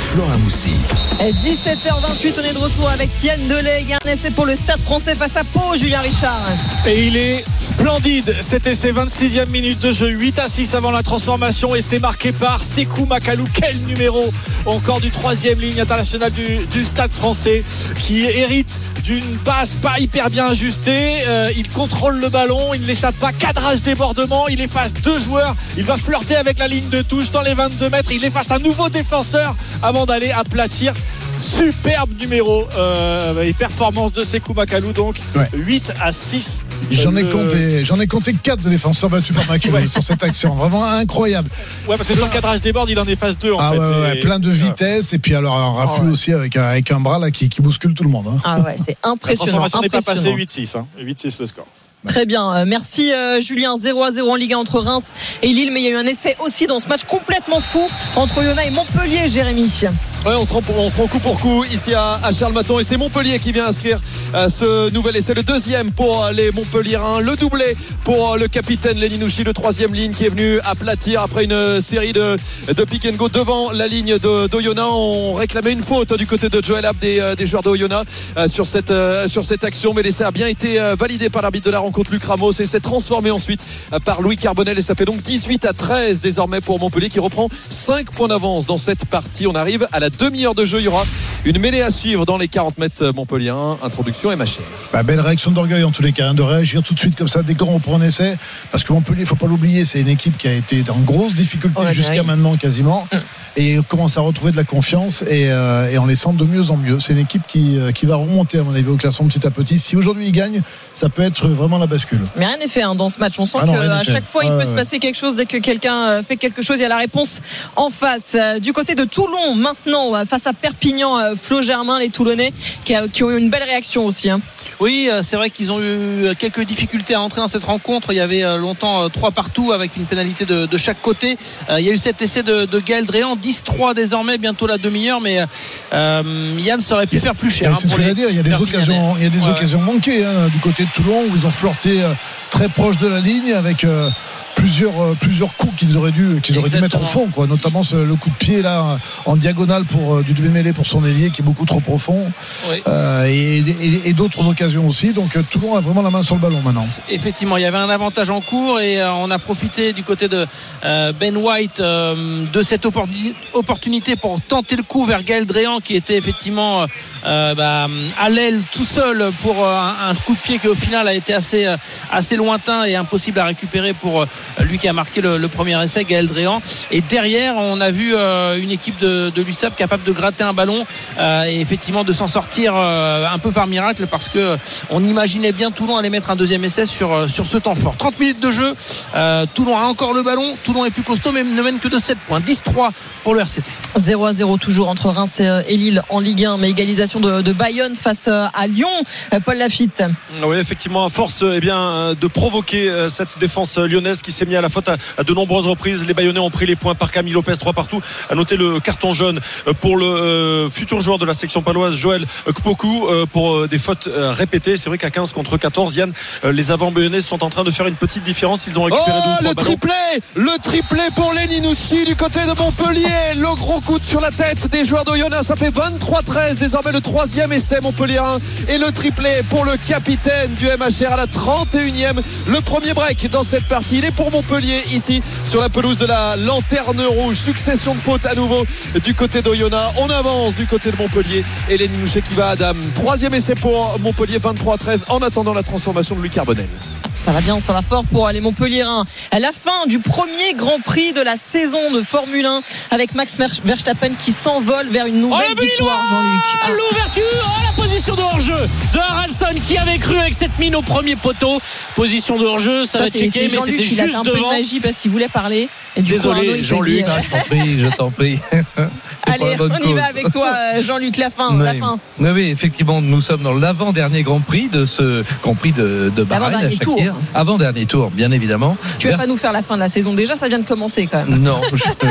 Speaker 9: Florent Moussi.
Speaker 2: dix-sept heures vingt-huit, on est de retour avec Yann Delay. Un essai pour le Stade Français face à Pau, Julien Richard.
Speaker 6: Et il est splendide. Cet essai, vingt-sixième minute de jeu, huit à six avant la transformation. Et c'est marqué par Sékou Makalou. Quel numéro encore du troisième ligne internationale du, du Stade Français, qui hérite d'une passe pas hyper bien ajustée. Euh, il contrôle le ballon, il ne l'échappe pas. Cadrage, débordement, il efface deux joueurs. Il va flirter avec la ligne de touche dans les vingt-deux mètres. Il efface un nouveau défenseur avant d'aller aplatir. Superbe numéro euh, et performance de Sékou Makalou, donc ouais. huit à six.
Speaker 3: J'en ai, le... compté, j'en ai compté quatre de défenseurs battus par Makalou ouais. sur cette action, vraiment incroyable.
Speaker 6: Ouais, parce que sur le cadrage des bords, il en efface deux en
Speaker 3: ah
Speaker 6: fait.
Speaker 3: Ouais, ouais, et... Plein de vitesse, et puis alors un raffut oh, ouais. aussi avec un, avec un bras là, qui, qui bouscule tout le monde. Hein.
Speaker 2: Ah ouais, c'est impressionnant.
Speaker 6: La transformation n'est pas passée huit six, hein. huit six le score.
Speaker 2: Très bien, merci euh, Julien. Zéro à zéro en Ligue un entre Reims et Lille, mais il y a eu un essai aussi dans ce match complètement fou entre Oyonnax et Montpellier, Jérémy.
Speaker 7: Ouais, on se rend, on se rend coup pour coup ici à, à Charles-Maton, et c'est Montpellier qui vient inscrire euh, ce nouvel essai, le deuxième pour les Montpelliérains, le doublé pour le capitaine Lenny Nouchi, le troisième ligne qui est venu aplatir après une série de, de pick and go devant la ligne de, d'Oyonnax. On réclamait une faute du côté de Joel Ab des, euh, des joueurs d'Oyonnax euh, sur, cette, euh, sur cette action, mais l'essai a bien été euh, validé par l'arbitre de la rencontre, Luc Ramos, et s'est transformé ensuite euh, par Louis Carbonel, et ça fait donc dix-huit à treize désormais pour Montpellier qui reprend cinq points d'avance dans cette partie. On arrive à la demi-heure de jeu, il y aura une mêlée à suivre dans les quarante mètres Montpellier. Introduction et ma chère.
Speaker 3: Bah, belle réaction d'orgueil en tous les cas, hein, de réagir tout de suite comme ça dès qu'on prend un essai, parce que Montpellier, il ne faut pas l'oublier, c'est une équipe qui a été dans grosses difficultés ouais, jusqu'à oui. maintenant quasiment, mmh. et commence à retrouver de la confiance, et, euh, et on les sent de mieux en mieux. C'est une équipe qui, euh, qui va remonter à mon avis au classement petit à petit. Si aujourd'hui ils gagnent, ça peut être vraiment la bascule.
Speaker 2: Mais rien n'est fait hein, dans ce match. On sent ah qu'à chaque fois il ah, peut ouais. se passer quelque chose. Dès que quelqu'un fait quelque chose, il y a la réponse en face. Du côté de Toulon maintenant, face à Perpignan, Flo Germain, les Toulonnais qui, a, qui ont eu une belle réaction aussi hein.
Speaker 5: Oui, c'est vrai qu'ils ont eu quelques difficultés à entrer dans cette rencontre. Il y avait longtemps trois partout avec une pénalité de, de chaque côté. Il y a eu cet essai de, de Gaël Dréan, dix trois désormais, bientôt la demi-heure, mais euh, Yann, ça aurait pu faire plus cher.
Speaker 3: Hein, c'est ce que je veux dire, il y a des occasions, il y a des ouais. occasions manquées hein, du côté de Toulon où ils ont flirté euh, très proche de la ligne avec euh, plusieurs, euh, plusieurs coups qu'ils auraient dû, qu'ils auraient dû mettre au fond, quoi. Notamment ce, le coup de pied là en diagonale pour euh, du demi-mêlée pour son ailier qui est beaucoup trop profond, oui. euh, et, et, et d'autres occasions aussi. Donc euh, Toulon a vraiment la main sur le ballon maintenant.
Speaker 5: Effectivement, il y avait un avantage en cours, et euh, on a profité du côté de euh, Ben White euh, de cette opportunité pour tenter le coup vers Gaël Dréan qui était effectivement euh, bah, à l'aile tout seul pour euh, un, un coup de pied qui au final a été assez, euh, assez lointain et impossible à récupérer pour euh, lui qui a marqué le, le premier essai, Gaël Dréan. Et derrière on a vu euh, une équipe de, de l'U S A P capable de gratter un ballon euh, et effectivement de s'en sortir euh, un peu par miracle, parce que on imaginait bien Toulon aller mettre un deuxième essai sur, sur ce temps fort. Trente minutes de jeu, euh, Toulon a encore le ballon, Toulon est plus costaud mais ne mène que de sept points, dix trois pour le R C T.
Speaker 2: Zéro à zéro toujours entre Reims et Lille en Ligue un, mais égalisation de, de Bayonne face à Lyon. Paul Lafitte.
Speaker 1: Oui, effectivement, à force eh bien, de provoquer cette défense lyonnaise qui s'est mise à la faute à, à de nombreuses reprises. Les Bayonnais ont pris les points par Camille Lopez, trois partout. À noter le carton jaune pour le euh, futur joueur de la section paloise, Joël Kpoku, euh, pour euh, des fautes euh, répétées. C'est vrai qu'à quinze contre quatorze, Yann, euh, les avants bayonnais sont en train de faire une petite différence. Ils ont récupéré
Speaker 7: oh,
Speaker 1: deux
Speaker 7: le triplé, le triplé pour Lenny Nouchi du côté de Montpellier. Le gros coup sur la tête des joueurs d'Oyonnax. Ça fait vingt-trois treize, désormais le troisième essai montpelliérain, et le triplé pour le capitaine du M H R à la trente et unième. Le premier break dans cette partie, il est pour Montpellier ici sur la pelouse de la Lanterne Rouge. Succession de fautes à nouveau du côté d'Oyonnax. On avance du côté de Montpellier et Lenny Nouchi qui va à dame. Troisième essai pour Montpellier, vingt-trois treize, en attendant la transformation de Louis Carbonel.
Speaker 2: Ça va bien, ça va fort pour les Montpelliérains. À la fin du premier Grand Prix de la saison de Formule un, avec Max Verstappen qui s'envole vers une nouvelle oh, victoire, Jean-Luc.
Speaker 4: Ah. L'ouverture, oh, la position de hors-jeu de Haralson qui avait cru avec cette mine au premier poteau. Position de hors-jeu, ça, ça va checker, mais c'était juste devant. Il a un peu de
Speaker 2: magie parce qu'il voulait parler. Et du
Speaker 4: Désolé, coup, Jean-Luc.
Speaker 8: Je t'en prie, je t'en prie.
Speaker 2: Allez, on y cause. va avec toi, Jean-Luc, la fin.
Speaker 8: Oui.
Speaker 2: La fin.
Speaker 8: Oui, oui, effectivement, nous sommes dans l'avant-dernier Grand Prix de ce Grand Prix de, de Bahreïn à Shakir. Tour. Avant-dernier tour, bien évidemment.
Speaker 2: Tu vas Vers... pas nous faire la fin de la saison déjà, ça vient de commencer quand même.
Speaker 8: Non, je,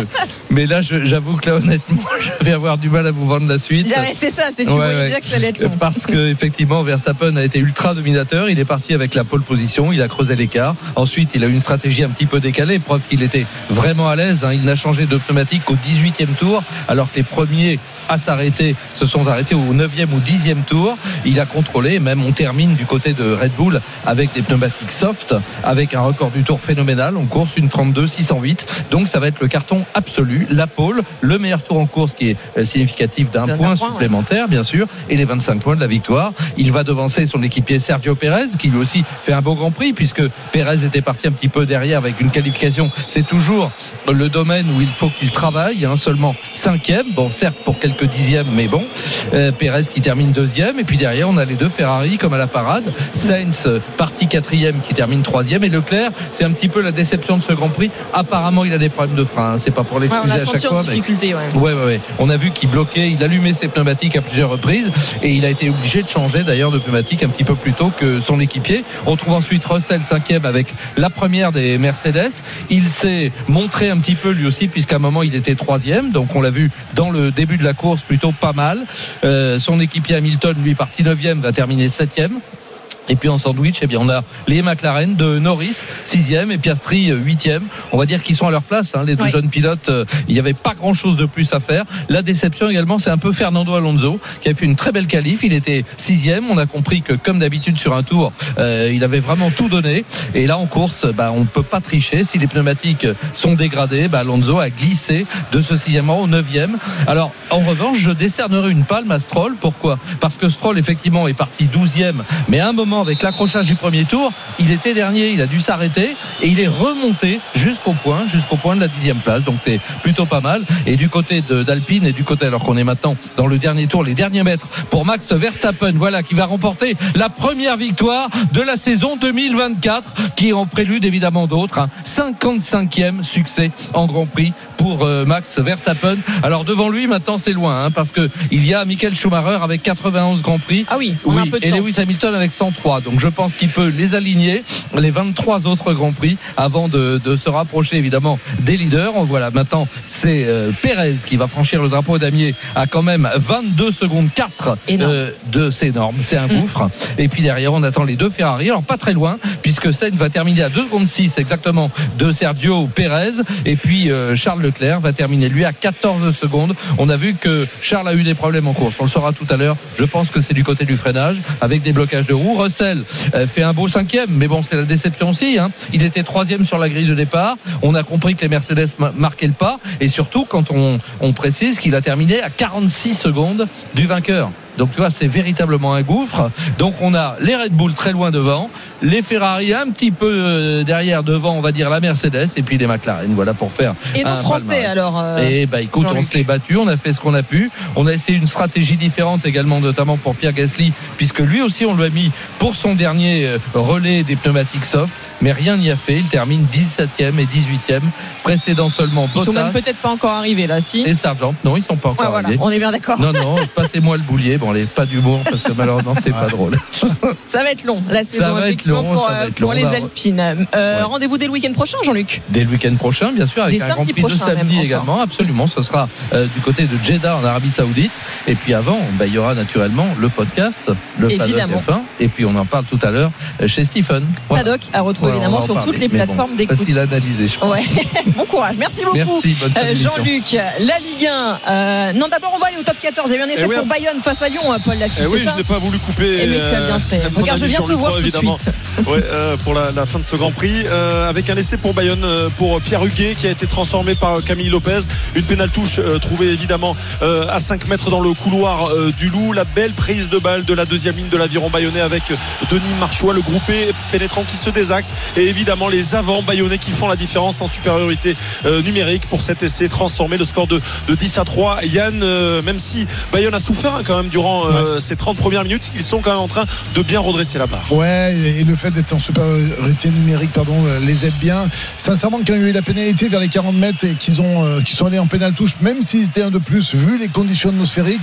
Speaker 8: Mais là, je, j'avoue que là, honnêtement, je vais avoir du mal à vous vendre la suite.
Speaker 2: Ouais, c'est ça, c'est tu ouais, voyais ouais. déjà que ça allait être long.
Speaker 8: Parce que effectivement, Verstappen a été ultra dominateur. Il est parti avec la pole position, il a creusé l'écart. Ensuite, il a eu une stratégie un petit peu décalée, preuve qu'il était vraiment à l'aise. Hein. Il n'a changé de pneumatique qu'au dix-huitième tour, alors que les premiers à s'arrêter se sont arrêtés au neuvième ou dixième tour. Il a contrôlé, même on termine du côté de Red Bull avec des pneumatiques soft, avec un record du tour phénoménal en course, une trente-deux six cent huit. Donc ça va être le carton absolu, la pole, le meilleur tour en course qui est significatif d'un point, point supplémentaire ouais. bien sûr, et les vingt-cinq points de la victoire. Il va devancer son équipier Sergio Pérez, qui lui aussi fait un beau Grand Prix, puisque Pérez était parti un petit peu derrière avec une qualification. C'est toujours le domaine où il faut qu'il travaille, hein, seulement cinquième, bon certes pour quelques dixième, mais bon, euh, Pérez qui termine deuxième, et puis derrière on a les deux Ferrari comme à la parade. Sainz parti quatrième qui termine troisième, et Leclerc, c'est un petit peu la déception de ce Grand Prix. Apparemment il a des problèmes de frein, hein. C'est pas pour l'excuser
Speaker 2: ouais,
Speaker 8: à chaque fois,
Speaker 2: difficulté,
Speaker 8: mais... ouais. Ouais, ouais, ouais. On a vu qu'il bloquait, il allumait ses pneumatiques à plusieurs reprises, et il a été obligé de changer d'ailleurs de pneumatique un petit peu plus tôt que son équipier. On trouve ensuite Russell cinquième avec la première des Mercedes. Il s'est montré un petit peu lui aussi, puisqu'à un moment il était troisième, donc on l'a vu dans le début de la course plutôt pas mal. Euh, son équipier Hamilton, lui, parti neuvième, va terminer septième. Et puis en sandwich, eh bien, on a les McLaren de Norris, sixième, et Piastri, huitième. On va dire qu'ils sont à leur place, hein, les deux oui. jeunes pilotes. Euh, il n'y avait pas grand-chose de plus à faire. La déception également, c'est un peu Fernando Alonso, qui a fait une très belle qualif. Il était sixième. On a compris que, comme d'habitude sur un tour, euh, il avait vraiment tout donné. Et là, en course, bah, on ne peut pas tricher. Si les pneumatiques sont dégradés, bah, Alonso a glissé de ce sixième rang au neuvième. Alors, en revanche, je décernerai une palme à Stroll. Pourquoi ? Parce que Stroll, effectivement, est parti douzième, mais à un moment, avec l'accrochage du premier tour, il était dernier, il a dû s'arrêter et il est remonté jusqu'au point, jusqu'au point de la dixième place. Donc c'est plutôt pas mal. Et du côté de, d'Alpine et du côté, alors qu'on est maintenant dans le dernier tour, les derniers mètres pour Max Verstappen, voilà, qui va remporter la première victoire de la saison deux mille vingt-quatre, qui est en prélude évidemment d'autres. Hein. cinquante-cinquième succès en Grand Prix pour euh, Max Verstappen. Alors devant lui maintenant c'est loin, hein, parce que il y a Michael Schumacher avec quatre-vingt-onze Grands Prix.
Speaker 2: Ah oui, on
Speaker 8: oui,
Speaker 2: a un peu de
Speaker 8: et
Speaker 2: temps.
Speaker 8: Lewis Hamilton avec cent trois. Donc je pense qu'il peut les aligner, les vingt-trois autres Grands Prix, avant de, de se rapprocher évidemment des leaders. On voit là maintenant, c'est euh, Pérez qui va franchir le drapeau damier à quand même vingt-deux secondes quatre euh, de, c'est énorme, c'est un gouffre. Mmh. Et puis derrière on attend les deux Ferrari, alors pas très loin, puisque Sainz va terminer à deux secondes six exactement de Sergio Pérez, et puis euh, Charles Leclerc va terminer lui à quatorze secondes. On a vu que Charles a eu des problèmes en course, on le saura tout à l'heure. Je pense que c'est du côté du freinage avec des blocages de roues. Russell fait un beau cinquième, mais bon, c'est la déception aussi, hein. Il était troisième sur la grille de départ. On a compris que les Mercedes marquaient le pas, et surtout quand on, on précise qu'il a terminé à quarante-six secondes du vainqueur. Donc tu vois, c'est véritablement un gouffre. Donc on a les Red Bull très loin devant, les Ferrari un petit peu derrière devant, on va dire la Mercedes, et puis les McLaren. Voilà pour faire.
Speaker 2: Et nos Français alors euh,
Speaker 8: Et bah écoute, on s'est battu, on a fait ce qu'on a pu. On a essayé une stratégie différente également, notamment pour Pierre Gasly, puisque lui aussi on lui a mis pour son dernier relais des pneumatiques soft, mais rien n'y a fait. Il termine dix-septième et dix-huitième, précédent seulement Bottas.
Speaker 2: Ils sont même peut-être pas encore arrivés là, si.
Speaker 8: Et Sargent, non, ils sont pas encore
Speaker 2: ouais,
Speaker 8: arrivés.
Speaker 2: Voilà, on est bien d'accord.
Speaker 8: Non, non, passez-moi le boulier. Bon, allez, pas d'humour parce que malheureusement c'est pas drôle.
Speaker 2: Ça va être long la saison,
Speaker 8: ça va
Speaker 2: effectivement,
Speaker 8: être long,
Speaker 2: pour,
Speaker 8: ça va être
Speaker 2: pour
Speaker 8: long.
Speaker 2: les Alpines. Euh,
Speaker 8: ouais.
Speaker 2: Rendez-vous dès le week-end prochain, Jean-Luc.
Speaker 8: Dès le week-end prochain, bien sûr, avec Des un Grand Prix de samedi également. Absolument, ce sera euh, du côté de Jeddah en Arabie Saoudite. Et puis avant, bah, il y aura naturellement le podcast, le Paddock F un. Et puis on en parle tout à l'heure chez Stephen.
Speaker 2: Voilà. Paddock à retrouver voilà, évidemment sur
Speaker 8: parler,
Speaker 2: toutes les plateformes bon, d'écoute.
Speaker 8: Facile à analyser, je crois.
Speaker 2: Ouais. Bon courage, merci beaucoup.
Speaker 8: Merci, bonne
Speaker 2: euh, Jean-Luc, la Ligue un. Euh, non, d'abord on va aller au top quatorze. Il y a eu un essai eh oui, pour Bayonne face à Lyon, Paul Lafitte.
Speaker 1: Eh oui, ça je n'ai pas voulu couper.
Speaker 2: Eh mais tu as bien fait. Euh, Regarde, je viens te le voir tout de suite.
Speaker 1: Ouais, euh, pour la, la fin de ce Grand Prix, euh, avec un essai pour Bayonne, euh, pour Pierre Huguet, qui a été transformé par Camille Lopez. Une pénale touche euh, trouvée évidemment euh, à cinq mètres dans le couloir euh, du Loup. La belle prise de balle de la deuxième ligne de l'aviron bayonnais avec Denis Marchois, le groupé pénétrant qui se désaxe, et évidemment les avants bayonnais qui font la différence en supériorité euh, numérique pour cet essai transformé. Le score de, de dix à trois. Yann, euh, même si Bayonne a souffert hein, quand même durant euh, ouais. ces trente premières minutes, ils sont quand même en train de bien redresser la barre.
Speaker 3: Ouais, et le fait d'être en supériorité numérique, pardon, les aide bien. Sincèrement, quand il y a eu la pénalité vers les quarante mètres et qu'ils ont, euh, qu'ils sont allés en pénale touche, même s'ils étaient un de plus, vu les conditions atmosphériques,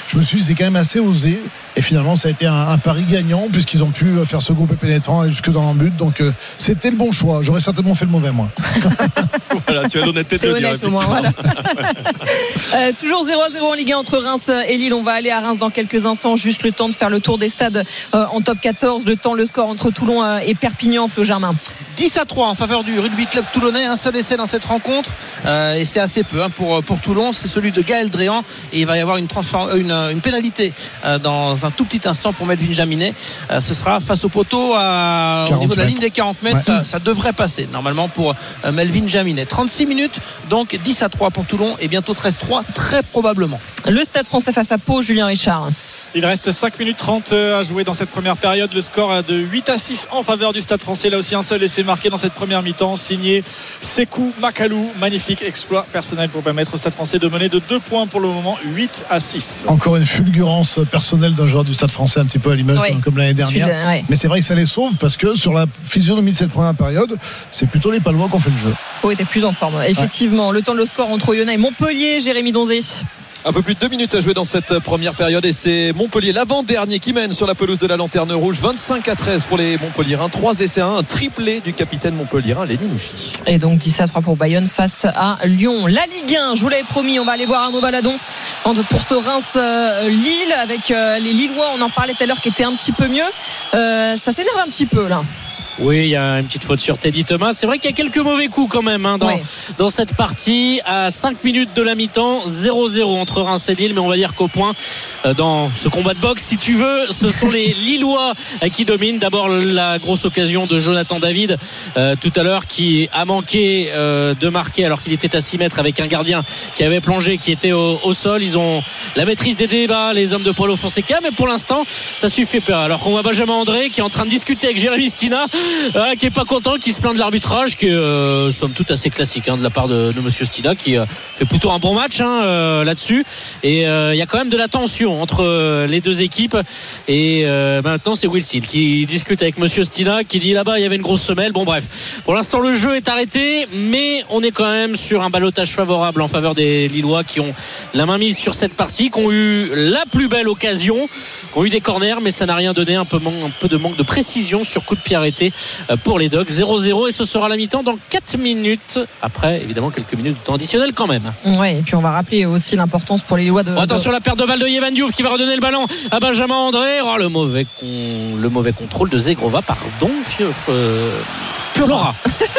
Speaker 3: je me suis dit c'est quand même assez osé. Et finalement, ça a été un, un pari gagnant puisqu'ils ont pu faire ce groupe pénétrant et jusque dans l'embut. Donc euh, c'était le bon choix. J'aurais certainement fait le mauvais moi.
Speaker 1: Voilà, tu as l'honnêteté de le dire.
Speaker 2: Moins, voilà. euh, toujours zéro à zéro en Ligue un entre Reims et Lille. On va aller à Reims dans quelques instants. Juste le temps de faire le tour des stades euh, en top quatorze. Le temps, le score entre Toulon euh, et Perpignan, Flo Germain.
Speaker 5: dix à trois en faveur du rugby club toulonnais. Un seul essai dans cette rencontre euh, et c'est assez peu hein, pour, pour Toulon. C'est celui de Gaël Dréan et il va y avoir une, transform... une, une pénalité euh, dans un tout petit instant pour Melvin Jaminet. Euh, ce sera face au poteau à, au niveau de la ligne des quarante mètres. Ouais. Ça, ça devrait passer normalement pour euh, Melvin Jaminet. trente-six minutes, donc dix à trois pour Toulon et bientôt treize à trois très probablement.
Speaker 2: Le Stade Français face à Pau, Julien Richard.
Speaker 6: Il reste cinq minutes trente à jouer dans cette première période. Le score est de huit à six en faveur du Stade Français. Là aussi un seul essai marqué dans cette première mi-temps, signé Sekou Makalou. Magnifique exploit personnel pour permettre au Stade Français de mener de deux points pour le moment, huit à six.
Speaker 3: Encore une fulgurance personnelle d'un joueur du Stade Français, un petit peu à l'image oui. comme l'année dernière. De, ouais. Mais c'est vrai que ça les sauve parce que sur la physionomie de cette première période, c'est plutôt les Palois qui ont fait le jeu.
Speaker 2: Oui, t'es plus en forme. Effectivement, ouais. Le temps de le score entre Oyonnax et Montpellier, Jérémy Donzé.
Speaker 7: Un peu plus de deux minutes à jouer dans cette première période et c'est Montpellier, l'avant-dernier, qui mène sur la pelouse de la Lanterne Rouge. vingt-cinq à treize pour les Montpelliérains. trois essais à un, un triplé du capitaine montpelliérain, Lenny Nouchi.
Speaker 2: Et donc dix à trois pour Bayonne face à Lyon. La Ligue un, je vous l'avais promis, on va aller voir Arnaud Baladon pour ce Reims-Lille avec les Lillois. On en parlait tout à l'heure qui était un petit peu mieux. Euh, ça s'énerve un petit peu là.
Speaker 4: Oui, il y a une petite faute sur Teddy Thomas. C'est vrai qu'il y a quelques mauvais coups quand même hein, dans, ouais. dans cette partie. À cinq minutes de la mi-temps, zéro zéro entre Reims et Lille. Mais on va dire qu'au point, euh, dans ce combat de boxe, si tu veux, ce sont les Lillois qui dominent. D'abord, la grosse occasion de Jonathan David euh, tout à l'heure qui a manqué euh, de marquer alors qu'il était à six mètres avec un gardien qui avait plongé, qui était au, au sol. Ils ont la maîtrise des débats, les hommes de Paulo Fonseca. Mais pour l'instant, ça suffit pas. Alors qu'on voit Benjamin André qui est en train de discuter avec Jérémy Stina. Euh, qui est pas content, qui se plaint de l'arbitrage, qui est euh, somme toute assez classique hein, de la part de, de Monsieur Stina, qui euh, fait plutôt un bon match hein, euh, là-dessus. Et il euh, y a quand même de la tension entre euh, les deux équipes. Et euh, maintenant c'est Will Seal qui discute avec Monsieur Stina, qui dit là-bas il y avait une grosse semelle. Bon bref, pour l'instant le jeu est arrêté, mais on est quand même sur un ballottage favorable en faveur des Lillois qui ont la main mise sur cette partie, qui ont eu la plus belle occasion, qui ont eu des corners, mais ça n'a rien donné. Un peu, un peu de manque de précision sur coup de pied arrêté pour les Dogs. Zéro zéro et ce sera la mi-temps dans quatre minutes. Après, évidemment, quelques minutes de temps additionnel quand même.
Speaker 2: Ouais, et puis on va rappeler aussi l'importance pour les Lillois de.
Speaker 4: Oh, attention, la perte de balle de Yvan Diouf qui va redonner le ballon à Benjamin André. Oh, le mauvais, con... le mauvais contrôle de Zegrova, pardon, Fieuf. Euh... Flora.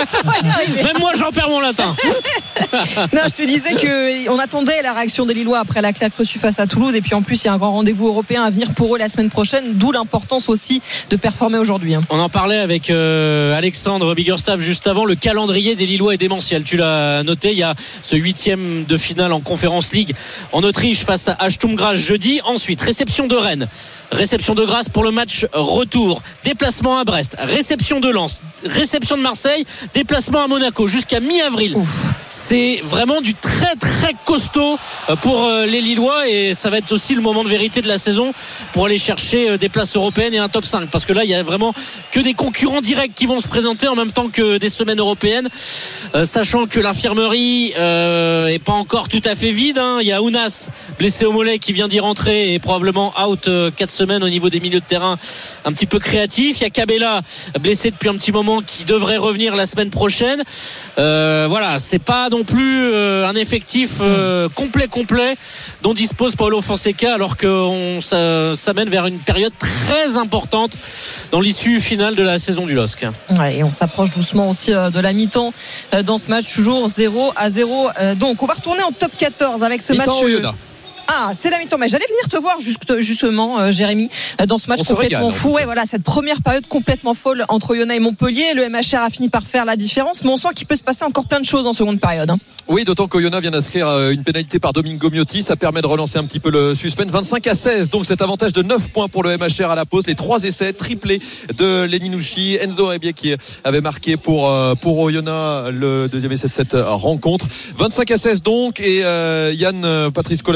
Speaker 4: Même moi j'en perds mon latin.
Speaker 2: Non, je te disais qu'on attendait la réaction des Lillois après la claque reçue face à Toulouse, et puis en plus il y a un grand rendez-vous européen à venir pour eux la semaine prochaine, d'où l'importance aussi de performer aujourd'hui.
Speaker 4: On en parlait avec euh, Alexandre Biggerstaff juste avant. Le calendrier des Lillois est démentiel, tu l'as noté. Il y a ce huitième de finale en Conference League en Autriche face à Sturm Graz jeudi. Ensuite réception de Rennes, réception de Grasse pour le match retour, déplacement à Brest, réception de Lens, réception de Marseille, déplacement à Monaco jusqu'à mi-avril. Ouf. C'est vraiment du très très costaud pour les Lillois, et ça va être aussi le moment de vérité de la saison pour aller chercher des places européennes et un top cinq, parce que là il y a vraiment que des concurrents directs qui vont se présenter en même temps que des semaines européennes, euh, sachant que l'infirmerie euh, est pas encore tout à fait vide hein. Il y a Ounas blessé au mollet qui vient d'y rentrer et probablement out euh, quatre semaines au niveau des milieux de terrain un petit peu créatifs. Il y a Cabella blessé depuis un petit moment qui devrait revenir la semaine prochaine. Euh, voilà, c'est pas non plus euh, un effectif euh, complet complet dont dispose Paulo Fonseca, alors qu'on s'amène vers une période très importante dans l'issue finale de la saison du L O S C.
Speaker 2: Ouais, et on s'approche doucement aussi euh, de la mi-temps euh, dans ce match, toujours zéro à zéro. Euh, donc on va retourner en top quatorze avec ce
Speaker 7: mi-temps
Speaker 2: match. Ah, c'est la mi-temps. Mais j'allais venir te voir juste, justement, euh, Jérémy, dans ce match on complètement fou. Ouais, voilà, cette première période complètement folle entre Oyonnax et Montpellier. Le M H R a fini par faire la différence, mais on sent qu'il peut se passer encore plein de choses en seconde période. Hein.
Speaker 7: Oui, d'autant qu'Oyonnax vient d'inscrire une pénalité par Domingo Miotti. Ça permet de relancer un petit peu le suspense. vingt-cinq à seize, donc cet avantage de neuf points pour le M H R à la pause. Les trois essais triplés de Lenny Nouchi, Enzo Rebier qui avait marqué pour, pour Oyonnax le deuxième essai de cette rencontre. vingt-cinq à seize donc, et euh, Yann Patrice Colazo parlait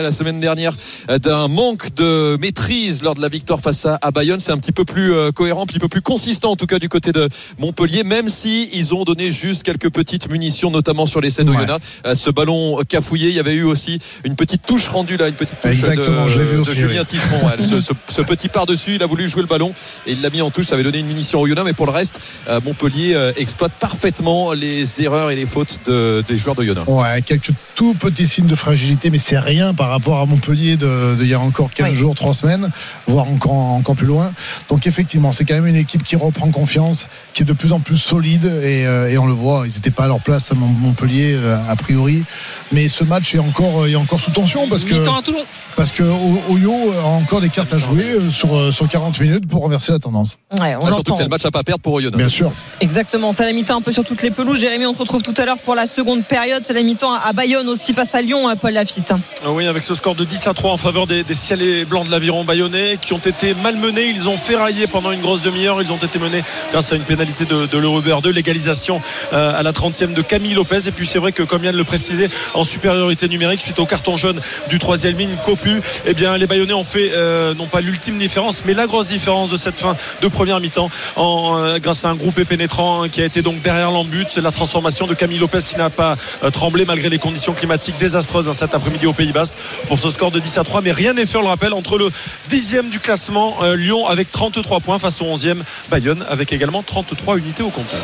Speaker 7: la semaine dernière d'un manque de maîtrise lors de la victoire face à, à Bayonne. C'est un petit peu plus euh, cohérent, un petit peu plus consistant en tout cas du côté de Montpellier, même si ils ont donné juste quelques petites munitions, notamment sur l'essai d'Oyonnax. Ouais. Euh, ce ballon cafouillé, il y avait eu aussi une petite touche rendue là, une petite touche
Speaker 3: Exactement,
Speaker 7: de,
Speaker 3: je l'ai vu
Speaker 7: de
Speaker 3: aussi,
Speaker 7: Julien
Speaker 3: oui.
Speaker 7: Tisserand. Ouais, ce, ce, ce petit par-dessus, il a voulu jouer le ballon et il l'a mis en touche. Ça avait donné une munition au Oyonnax, mais pour le reste, euh, Montpellier euh, exploite parfaitement les erreurs et les fautes de, des joueurs d'Oyonnax.
Speaker 3: Ouais, quelques tout petits signes de fragilité, mais c'est rien par rapport à Montpellier de, de il y a encore quinze oui. jours, trois semaines, voire encore, encore plus loin. Donc effectivement, c'est quand même une équipe qui reprend confiance, qui est de plus en plus solide et, euh, et on le voit, ils n'étaient pas à leur place à Montpellier euh, a priori, mais ce match est encore, est encore sous tension parce que parce que Oyo a encore des cartes à jouer sur, sur quarante minutes pour renverser la tendance.
Speaker 2: Ouais, on
Speaker 7: ah, surtout que c'est le match à pas perdre pour Oyonnax.
Speaker 3: Bien sûr.
Speaker 2: Exactement, c'est la mi-temps un peu sur toutes les pelouses. Jérémy, on se retrouve tout à l'heure pour la seconde période. C'est la mi-temps à Bayonne aussi face à Lyon, Paul Lafitte.
Speaker 1: Oui, avec ce score de dix à trois en faveur des, des ciels et blancs de l'Aviron bayonnais qui ont été malmenés. Ils ont ferraillé pendant une grosse demi-heure. Ils ont été menés grâce à une pénalité de, de l'Eurobeur deux, l'égalisation euh, à la trentième de Camille Lopez. Et puis c'est vrai que, comme Yann le précisait, en supériorité numérique suite au carton jaune du troisième ligne Copu, eh bien les Bayonnais ont fait euh, non pas l'ultime différence, mais la grosse différence de cette fin de première mi-temps en, euh, grâce à un groupé pénétrant hein, qui a été donc derrière l'embut. C'est la transformation de Camille Lopez qui n'a pas euh, tremblé malgré les conditions climatiques désastreuses hein, cet après-midi au Pays Basque pour ce score de dix à trois. Mais rien n'est fait, on le rappelle, entre le dixième du classement euh, Lyon avec trente-trois points face au onzième Bayonne avec également trente-trois unités au compteur.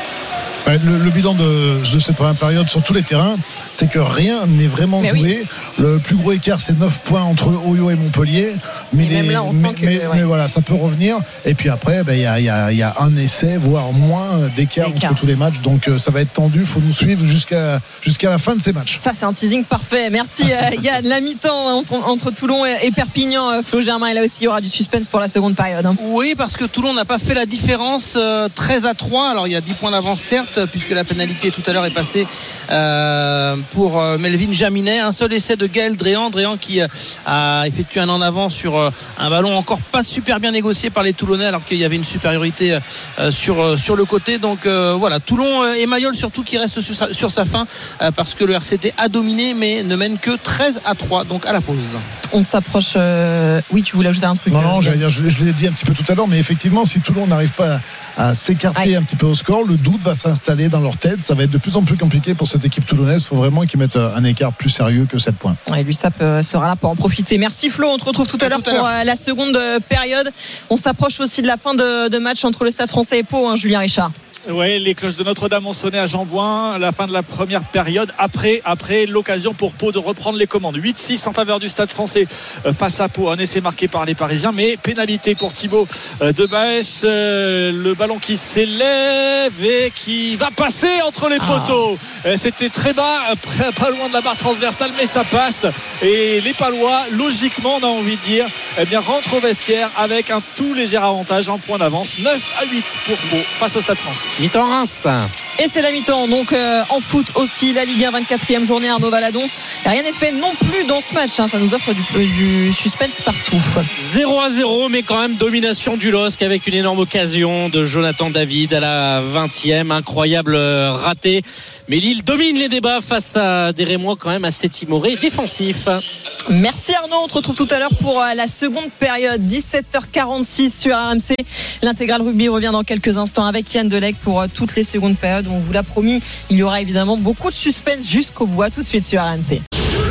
Speaker 3: Le, le bilan de, de cette première période sur tous les terrains, c'est que rien n'est vraiment mais joué. Oui. Le plus gros écart, c'est neuf points entre Oyo et Montpellier. Mais,
Speaker 2: et les, même là, on
Speaker 3: mais,
Speaker 2: sent que,
Speaker 3: mais,
Speaker 2: ouais.
Speaker 3: mais voilà, ça peut revenir. Et puis après, il ben, y, a, y, a, y a un essai, voire moins d'écart entre tous les matchs. Donc ça va être tendu. Il faut nous suivre jusqu'à, jusqu'à la fin de ces matchs.
Speaker 2: Ça, c'est un teasing parfait. Merci euh, Yann. La mi-temps entre, entre Toulon et, et Perpignan. Euh, Flo Germain, et là aussi, il y aura du suspense pour la seconde période. Hein.
Speaker 5: Oui, parce que Toulon n'a pas fait la différence. Euh, treize à trois. Alors il y a dix points d'avance, certes, puisque la pénalité tout à l'heure est passé euh, pour euh, Melvin Jaminet. Un seul essai de Gaël Dréan Dréan qui euh, a effectué un en avant sur euh, un ballon encore pas super bien négocié par les Toulonnais alors qu'il y avait une supériorité euh, sur, euh, sur le côté. Donc euh, voilà, Toulon euh, et Mayol surtout qui reste sur sa, sur sa fin euh, parce que le R C T a dominé mais ne mène que treize à trois, donc à la pause.
Speaker 2: On s'approche euh... oui, tu voulais ajouter un truc?
Speaker 3: Non, non, j'allais dire, je, je l'ai dit un petit peu tout à l'heure, mais effectivement si Toulon n'arrive pas à, à s'écarter Aïe. un petit peu au score, le doute va s'installer dans leur tête. Ça va être de plus en plus compliqué pour cette équipe toulonnaise. Il faut vraiment qu'ils mettent un écart plus sérieux que sept points.
Speaker 2: Et lui, ça peut, sera là pour en profiter. Merci Flo. On te retrouve tout à l'heure tout à pour l'heure. la seconde période. On s'approche aussi de la fin de, de match entre le Stade Français et Pau, hein, Julien Richard.
Speaker 6: Oui, les cloches de Notre-Dame ont sonné à Jean-Bouin, la fin de la première période. Après, après l'occasion pour Pau de reprendre les commandes. huit six en faveur du Stade Français face à Pau. Un essai marqué par les Parisiens, mais pénalité pour Thibaut de Baès. Le ballon qui s'élève et qui va passer entre les poteaux. Ah. C'était très bas, pas loin de la barre transversale, mais ça passe. Et les Palois, logiquement, on a envie de dire, eh bien, rentrent au vestiaire avec un tout léger avantage, un point d'avance. neuf à huit pour Pau face au Stade Français.
Speaker 4: Mi-temps Reims.
Speaker 2: Et c'est la mi-temps, donc euh, en foot aussi, la Ligue un, vingt-quatrième journée, Arnaud Valadon. Rien n'est fait non plus dans ce match, hein. Ça nous offre du, du suspense partout.
Speaker 4: zéro à zéro, mais quand même domination du L O S C avec une énorme occasion de Jonathan David à la vingtième, incroyable raté. Mais Lille domine les débats face à des Rémois quand même assez timorés et défensifs.
Speaker 2: Merci Arnaud, on te retrouve tout à l'heure pour la seconde période, dix-sept heures quarante-six sur R M C. L'intégral rugby revient dans quelques instants avec Yann Delec pour toutes les secondes périodes. On vous l'a promis, il y aura évidemment beaucoup de suspense jusqu'au bout. À tout de suite sur R M C.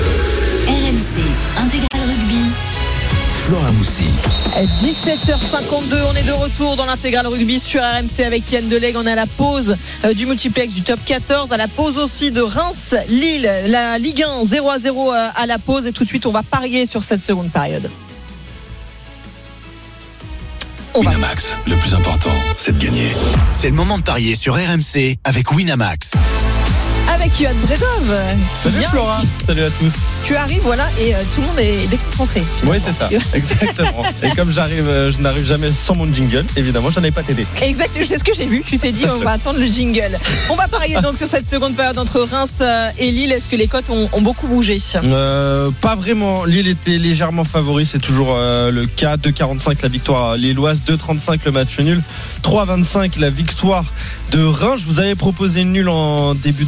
Speaker 9: R M C Intégral Rugby. Flora Moussi.
Speaker 2: dix-sept heures cinquante-deux, on est de retour dans l'intégral rugby sur R M C avec Yann Delec. On est à la pause du multiplex du top quatorze, à la pause aussi de Reims-Lille, la Ligue un, zéro à zéro à la pause. Et tout de suite, on va parier sur cette seconde période.
Speaker 10: Winamax, le plus important, c'est de gagner. C'est le moment de parier sur R M C avec Winamax.
Speaker 2: Avec Yoann Bredov.
Speaker 11: Salut vient. Flora, salut à tous.
Speaker 2: Tu arrives, voilà, et euh, tout le monde est déconcentré.
Speaker 11: Oui, c'est ça, exactement. Et comme j'arrive, euh, je n'arrive jamais sans mon jingle, évidemment, je n'en ai pas t'aider.
Speaker 2: Exact, c'est ce que j'ai vu. Tu t'es dit, on va attendre le jingle. On va parier donc sur cette seconde période entre Reims et Lille. Est-ce que les cotes ont, ont beaucoup bougé?
Speaker 11: euh, Pas vraiment. Lille était légèrement favori, c'est toujours euh, le cas. deux quarante-cinq la victoire lilloise, deux trente-cinq le match nul, trois vingt-cinq la victoire de Reims. Je vous avais proposé une nulle en début de, de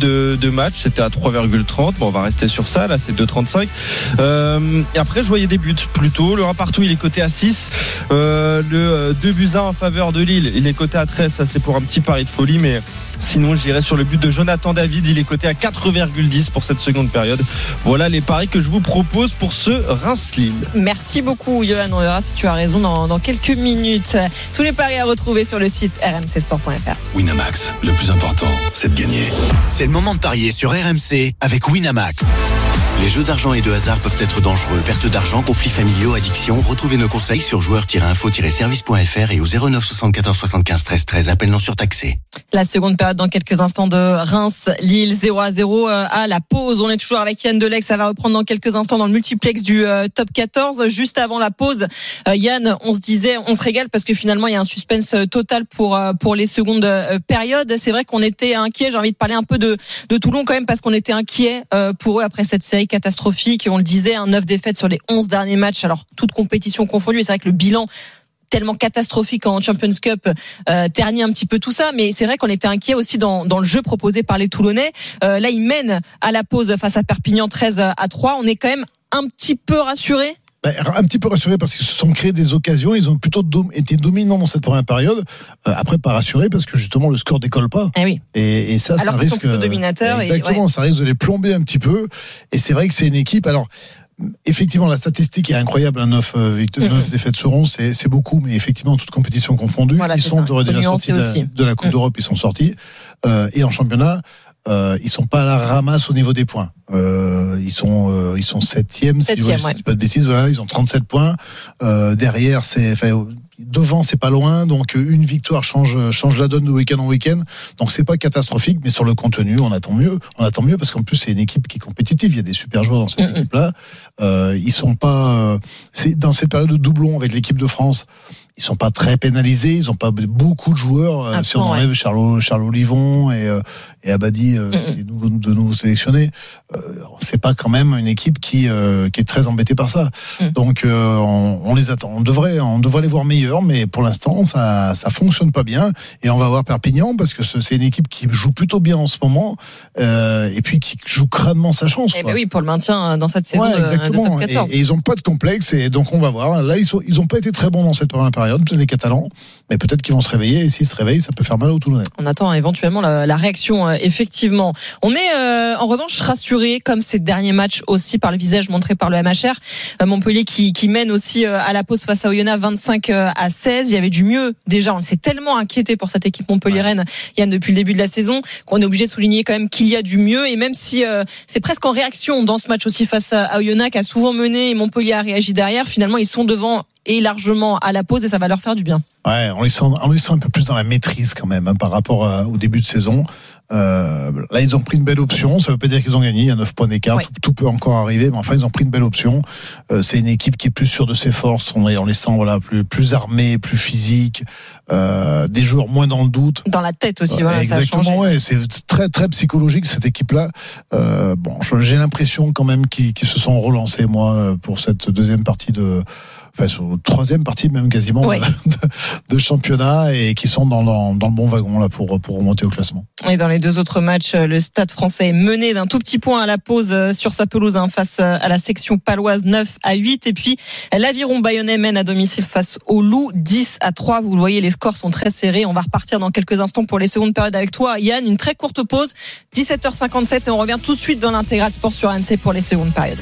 Speaker 11: deux matchs, c'était à trois virgule trente. Bon, on va rester sur ça. Là, c'est deux virgule trente-cinq. Euh, et après, je voyais des buts plutôt. Le un partout, il est coté à six. Euh, le deux buts à un en faveur de Lille, il est coté à treize. Ça, c'est pour un petit pari de folie, mais sinon, j'irai sur le but de Jonathan David. Il est coté à quatre virgule dix pour cette seconde période. Voilà les paris que je vous propose pour ce Reims-Lille.
Speaker 2: Merci beaucoup, Johan. On verra si tu as raison dans, dans quelques minutes. Tous les paris à retrouver sur le site r m c sport point f r.
Speaker 10: Winamax, le plus important, c'est de gagner. C'est le moment de parier sur R M C avec Winamax. Les jeux d'argent et de hasard peuvent être dangereux. Perte d'argent, conflits familiaux, addiction. Retrouvez nos conseils sur joueurs tiret info tiret service point f r et au zéro neuf soixante-quatorze soixante-quinze treize treize. Appel non surtaxé.
Speaker 2: La seconde période dans quelques instants de Reims-Lille, zéro à zéro à la pause. On est toujours avec Yann Delec. Ça va reprendre dans quelques instants dans le multiplex du euh, top quatorze. Juste avant la pause, euh, Yann, on se disait, on se régale parce que finalement, il y a un suspense total pour, euh, pour les secondes euh, périodes. C'est vrai qu'on était inquiet. J'ai envie de parler un peu de, de Toulon quand même parce qu'on était inquiet euh, pour eux après cette série catastrophique. On le disait, un neuf défaites sur les onze derniers matchs. Alors, toute compétition confondue. Et c'est vrai que le bilan tellement catastrophique en Champions Cup euh, ternit un petit peu tout ça, mais c'est vrai qu'on était inquiet aussi dans, dans le jeu proposé par les Toulonnais. Euh, là, ils mènent à la pause face à Perpignan treize à trois. On est quand même un petit peu rassurés.
Speaker 3: Ben, un petit peu rassurés parce qu'ils se sont créés des occasions, ils ont plutôt dom- été dominants dans cette première période. Euh, après, pas rassurés parce que justement le score décolle pas.
Speaker 2: Eh oui.
Speaker 3: Et, et ça,
Speaker 2: alors
Speaker 3: ça
Speaker 2: qu'ils
Speaker 3: risque.
Speaker 2: sont plutôt dominateurs.
Speaker 3: Exactement,
Speaker 2: et, ouais.
Speaker 3: ça risque de les plomber un petit peu. Et c'est vrai que c'est une équipe. Alors, effectivement, la statistique est incroyable. Un neuf mm-hmm. défaites sur onze, c'est, c'est beaucoup, mais effectivement, toute compétition confondue, voilà, ils sont de, déjà sortis de, de la Coupe mm. d'Europe, ils sont sortis. Euh, et en championnat, euh, ils sont pas à la ramasse au niveau des points. Euh, ils sont euh, ils sont septième, si je ne dis pas de bêtises. Voilà, ils ont trente-sept points. Euh, derrière, c'est enfin, devant, c'est pas loin. Donc une victoire change change la donne de week-end en week-end. Donc c'est pas catastrophique, mais sur le contenu, on attend mieux. On attend mieux parce qu'en plus c'est une équipe qui est compétitive. Il y a des super joueurs dans cette mm-hmm. équipe-là. Euh, ils sont pas. Euh, c'est dans cette période de doublon avec l'équipe de France. Ils sont pas très pénalisés, ils ont pas beaucoup de joueurs. Euh, si on enlève ouais. Charles, Charles Olivon et, euh, et Abadi, euh, mm-hmm. les nouveaux, de nouveaux sélectionnés, euh, c'est pas quand même une équipe qui euh, qui est très embêtée par ça. Mm. Donc euh, on, on les attend, on devrait on devrait les voir meilleurs, mais pour l'instant ça ça fonctionne pas bien. Et on va voir Perpignan parce que c'est une équipe qui joue plutôt bien en ce moment euh, et puis qui joue crânement sa chance.
Speaker 2: Et ben oui, pour le maintien dans cette saison ouais, de, de top quatorze.
Speaker 3: Et, et ils ont pas de complexe et donc on va voir. Là ils sont ils ont pas été très bons dans cette première période. Les Catalans, mais peut-être qu'ils vont se réveiller et s'ils se réveillent, ça peut faire mal aux Toulonnais.
Speaker 2: On attend éventuellement la, la réaction, euh, effectivement. On est euh, en revanche rassuré, comme ces derniers matchs aussi, par le visage montré par le M H R. Euh, Montpellier qui, qui mène aussi euh, à la pause face à Oyonnax vingt-cinq à seize. Il y avait du mieux déjà. On s'est tellement inquiété pour cette équipe montpelliéraine, Yann, depuis le début de la saison, qu'on est obligé de souligner quand même qu'il y a du mieux. Et même si euh, c'est presque en réaction dans ce match aussi face à Oyonnax, qui a souvent mené et Montpellier a réagi derrière, finalement ils sont devant et largement à la pause et ça va leur faire du bien.
Speaker 3: Ouais, on les sent, on les sent un peu plus dans la maîtrise quand même hein, par rapport à, au début de saison. Euh, là, ils ont pris une belle option. Ça veut pas dire qu'ils ont gagné. Il y a neuf points d'écart. Ouais. Tout, tout peut encore arriver, mais enfin, ils ont pris une belle option. Euh, c'est une équipe qui est plus sûre de ses forces. On, est, on les sent voilà plus plus armés, plus physiques, euh, des joueurs moins dans le doute.
Speaker 2: Dans la tête aussi, voilà.
Speaker 3: Exactement. Ça a changé. Ouais, c'est très très psychologique cette équipe-là. Euh, bon, j'ai l'impression quand même qu'ils, qu'ils se sont relancés moi pour cette deuxième partie de. Enfin, sur la troisième partie même quasiment ouais. de, de championnat et qui sont dans, dans, dans le bon wagon là pour, pour remonter au classement.
Speaker 2: Et dans les deux autres matchs, le Stade Français est mené d'un tout petit point à la pause sur sa pelouse hein, face à la section paloise neuf à huit. Et puis l'Aviron Bayonnais mène à domicile face au Loup dix à trois. Vous le voyez, les scores sont très serrés. On va repartir dans quelques instants pour les secondes périodes avec toi, Yann. Une très courte pause, dix-sept heures cinquante-sept et on revient tout de suite dans l'intégral sport sur R M C pour les secondes périodes.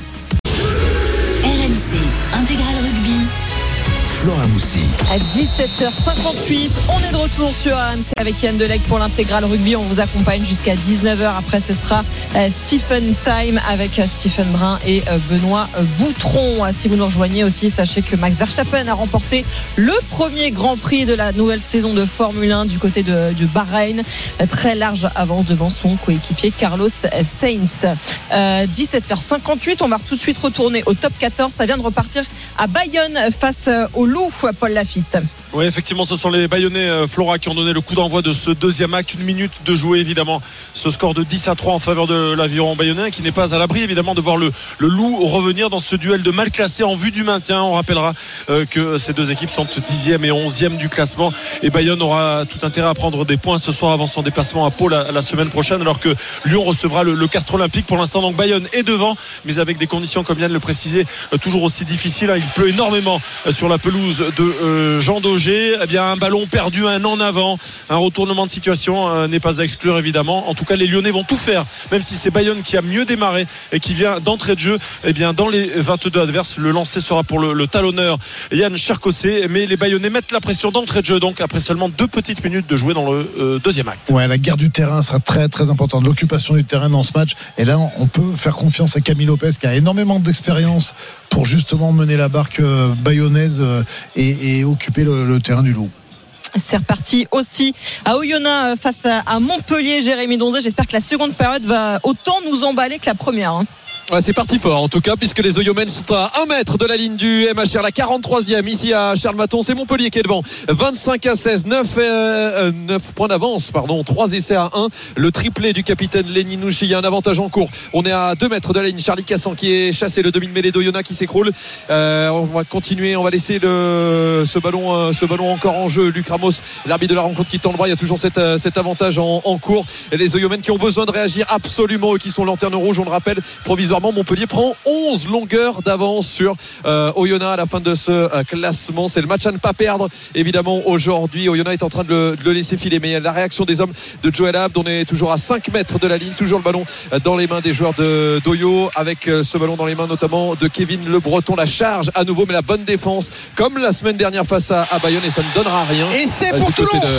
Speaker 9: R M C Intégral Rugby.
Speaker 10: Flora Moussi.
Speaker 2: À dix-sept heures cinquante-huit, on est de retour sur R M C avec Yann Delec pour l'intégral rugby. On vous accompagne jusqu'à dix-neuf heures. Après, ce sera Stephen Time avec Stephen Brun et Benoît Boutron. Si vous nous rejoignez aussi, sachez que Max Verstappen a remporté le premier Grand Prix de la nouvelle saison de Formule un du côté de, de Bahreïn. Très large avance devant son coéquipier Carlos Sainz. Euh, dix-sept heures cinquante-huit, on va tout de suite retourner au top quatorze. Ça vient de repartir à Bayonne face au Loup loup, Paul Lafitte.
Speaker 1: Oui, effectivement, ce sont les Bayonnais Flora qui ont donné le coup d'envoi de ce deuxième acte. Une minute de jouer, évidemment. Ce score de dix à trois en faveur de l'Aviron bayonnais, qui n'est pas à l'abri, évidemment, de voir le, le loup revenir dans ce duel de mal classé en vue du maintien. On rappellera euh, que ces deux équipes sont dixième et onzième du classement. Et Bayonne aura tout intérêt à prendre des points ce soir avant son déplacement à Pau la, la semaine prochaine, alors que Lyon recevra le, le Castres Olympique. Pour l'instant, donc Bayonne est devant, mais avec des conditions, comme Yann le précisait, euh, toujours aussi difficiles. Il pleut énormément euh, sur la pelouse de euh, Jean Daugé. Eh bien, un ballon perdu, un en avant, un retournement de situation euh, n'est pas à exclure, évidemment. En tout cas, les Lyonnais vont tout faire, même si c'est Bayonne qui a mieux démarré et qui vient d'entrée de jeu. Eh bien, dans les vingt-deux adverses, le lancer sera pour le, le talonneur Yann Cherkossé, mais les Bayonnais mettent la pression d'entrée de jeu, donc après seulement deux petites minutes de jouer dans le euh, deuxième acte.
Speaker 3: Ouais, la guerre du terrain sera très très importante, l'occupation du terrain dans ce match. Et là, on peut faire confiance à Camille Lopez, qui a énormément d'expérience pour justement mener la barque euh, bayonnaise euh, et, et occuper le, le terrain du loup.
Speaker 2: C'est reparti aussi à Oyonnax face à Montpellier. Jérémy Donzé, j'espère que la seconde période va autant nous emballer que la première, hein.
Speaker 7: Ouais, c'est parti fort en tout cas, puisque les Oyomens sont à un mètre de la ligne du M H R, la quarante-troisième ici à Charles-Maton. C'est Montpellier qui est devant, vingt-cinq à seize, neuf, euh, neuf points d'avance, pardon, trois essais à un. Le triplé du capitaine Lenny Nouchi, il y a un avantage en cours. On est à deux mètres de la ligne. Charlie Cassan qui est chassé, le demi-mêlée d'Oyonnax qui s'écroule. Euh, on va continuer, on va laisser le, ce, ballon, euh, ce ballon encore en jeu. Luc Ramos, l'arbitre de la rencontre, qui tend le bras. Il y a toujours cet, euh, cet avantage en, en cours. Et les Oyomens qui ont besoin de réagir absolument, eux qui sont lanterne rouge, on le rappelle, provisoirement. Montpellier prend onze longueurs d'avance sur euh, Oyonnax à la fin de ce euh, classement. C'est le match à ne pas perdre évidemment aujourd'hui. Oyonnax est en train de le, de le laisser filer, mais il y a la réaction des hommes de Joël Abd. On est toujours à cinq mètres de la ligne, toujours le ballon dans les mains des joueurs de d'Oyo, avec euh, ce ballon dans les mains notamment de Kevin Le Breton. La charge à nouveau, mais la bonne défense comme la semaine dernière face à, à Bayonne, et ça ne donnera rien.
Speaker 5: Et c'est euh, pour Toulon de...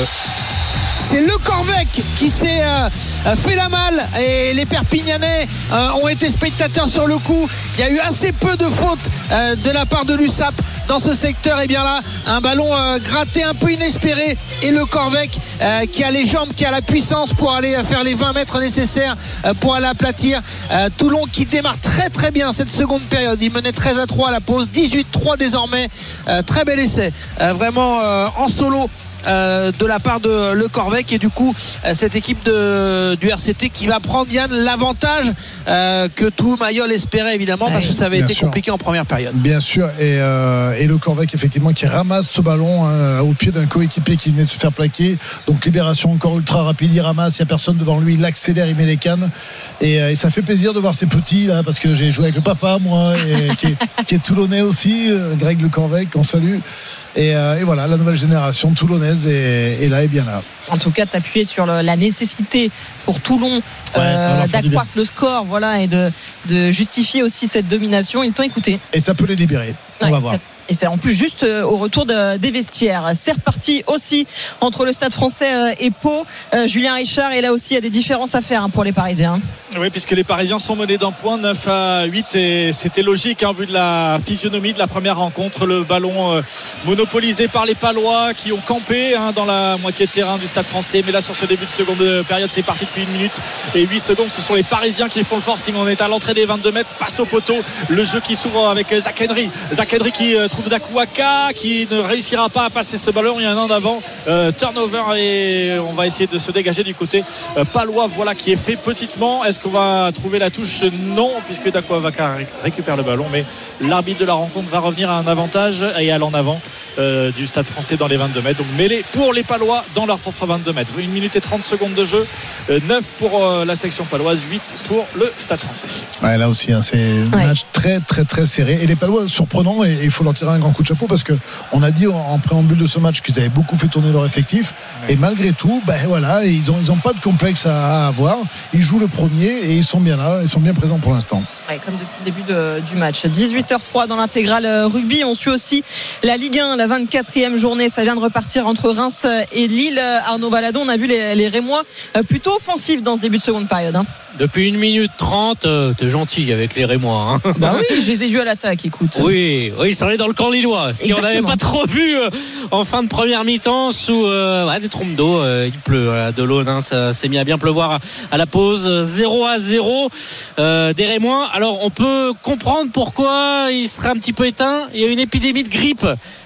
Speaker 5: C'est Le Corvec qui s'est euh, fait la malle, et les Perpignanais euh, ont été spectateurs sur le coup. Il y a eu assez peu de fautes euh, de la part de l'U S A P dans ce secteur. Et bien là, un ballon euh, gratté un peu inespéré, et Le Corvec euh, qui a les jambes, qui a la puissance pour aller faire les vingt mètres nécessaires euh, pour aller aplatir euh, Toulon, qui démarre très très bien cette seconde période. Il menait treize à trois à la pause, dix-huit trois désormais. Euh, très bel essai, euh, vraiment euh, en solo Euh, de la part de Le Corvec, et du coup euh, cette équipe de, du R C T qui va prendre, Yann, l'avantage euh, que tout Mayol espérait évidemment, parce que ça avait
Speaker 3: Bien
Speaker 5: été
Speaker 3: sûr.
Speaker 5: compliqué en première période.
Speaker 3: Bien sûr, et, euh, et Le Corvec effectivement qui ramasse ce ballon hein, au pied d'un coéquipier qui venait de se faire plaquer. Donc libération encore ultra rapide, il ramasse, il n'y a personne devant lui, il accélère, il met les cannes, et, euh, et ça fait plaisir de voir ces petits là, parce que j'ai joué avec le papa moi, et, qui, est, qui est toulonnais aussi, euh, Greg Le Corvec, qu'on salue. Et, euh, et voilà, la nouvelle génération toulonnaise est, est là et bien là.
Speaker 2: En tout cas, t'appuyer sur le, la nécessité pour Toulon
Speaker 3: ouais,
Speaker 2: euh, d'accroître le score, voilà, et de, de justifier aussi cette domination. Ils t'ont écouté.
Speaker 3: Et ça peut les libérer. On
Speaker 2: ouais,
Speaker 3: va voir.
Speaker 2: Ça... Et c'est en plus juste au retour de, des vestiaires. C'est reparti aussi entre le Stade Français et Pau. Euh, Julien Richard, et là aussi il y a des différences à faire hein, pour les Parisiens.
Speaker 6: Oui, puisque les Parisiens sont menés d'un point, neuf à huit, et c'était logique en hein, vue de la physionomie de la première rencontre. Le ballon euh, monopolisé par les Palois qui ont campé hein, dans la moitié de terrain du Stade Français. Mais là, sur ce début de seconde période, c'est parti depuis une minute et huit secondes. Ce sont les Parisiens qui font le forcing. On est à l'entrée des vingt-deux mètres face au poteau. Le jeu qui s'ouvre avec Zach Henry. Zach Henry qui euh, trouve Dakuaka, qui ne réussira pas à passer ce ballon. Il y a un an d'avant, euh, turnover, et on va essayer de se dégager du côté euh, palois. Voilà qui est fait petitement. Est-ce qu'on va trouver la touche? Non, puisque Dakuaka récupère le ballon, mais l'arbitre de la rencontre va revenir à un avantage et à l'en avant euh, du Stade Français dans les vingt-deux mètres. Donc mêlée pour les Palois dans leur propre vingt-deux mètres. Une minute et trente secondes de jeu, euh, neuf pour euh, la section paloise, huit pour le Stade Français.
Speaker 3: Ouais, là aussi hein, c'est un ouais. match très très très serré, et les Palois surprenants, et il faut leur tirer un grand coup de chapeau, parce que on a dit en préambule de ce match qu'ils avaient beaucoup fait tourner leur effectif, ouais. et malgré tout ben voilà, ils ont ils ont pas de complexe à, à avoir. Ils jouent le premier et ils sont bien là, ils sont bien présents pour l'instant.
Speaker 2: Ouais, comme depuis le début de, du match. dix-huit heures trois dans l'intégrale rugby. On suit aussi la Ligue un, la vingt-quatrième journée. Ça vient de repartir entre Reims et Lille. Arnaud Valadon, on a vu les, les Rémois plutôt offensifs dans ce début de seconde période. Hein.
Speaker 4: Depuis une minute trente, euh, t'es gentil avec les Rémois. Hein.
Speaker 2: Bah oui, je les ai vus à l'attaque, écoute.
Speaker 4: Oui, oui, ça allait dans le camp lillois. Ce qu'on n'avait pas trop vu euh, en fin de première mi-temps sous euh, ouais, des trompes d'eau. Euh, il pleut à de l'eau, hein, ça s'est mis à bien pleuvoir à, à la pause. zéro à zéro euh, des Rémois. Alors on peut comprendre pourquoi il serait un petit peu éteint. Il y a une épidémie de grippe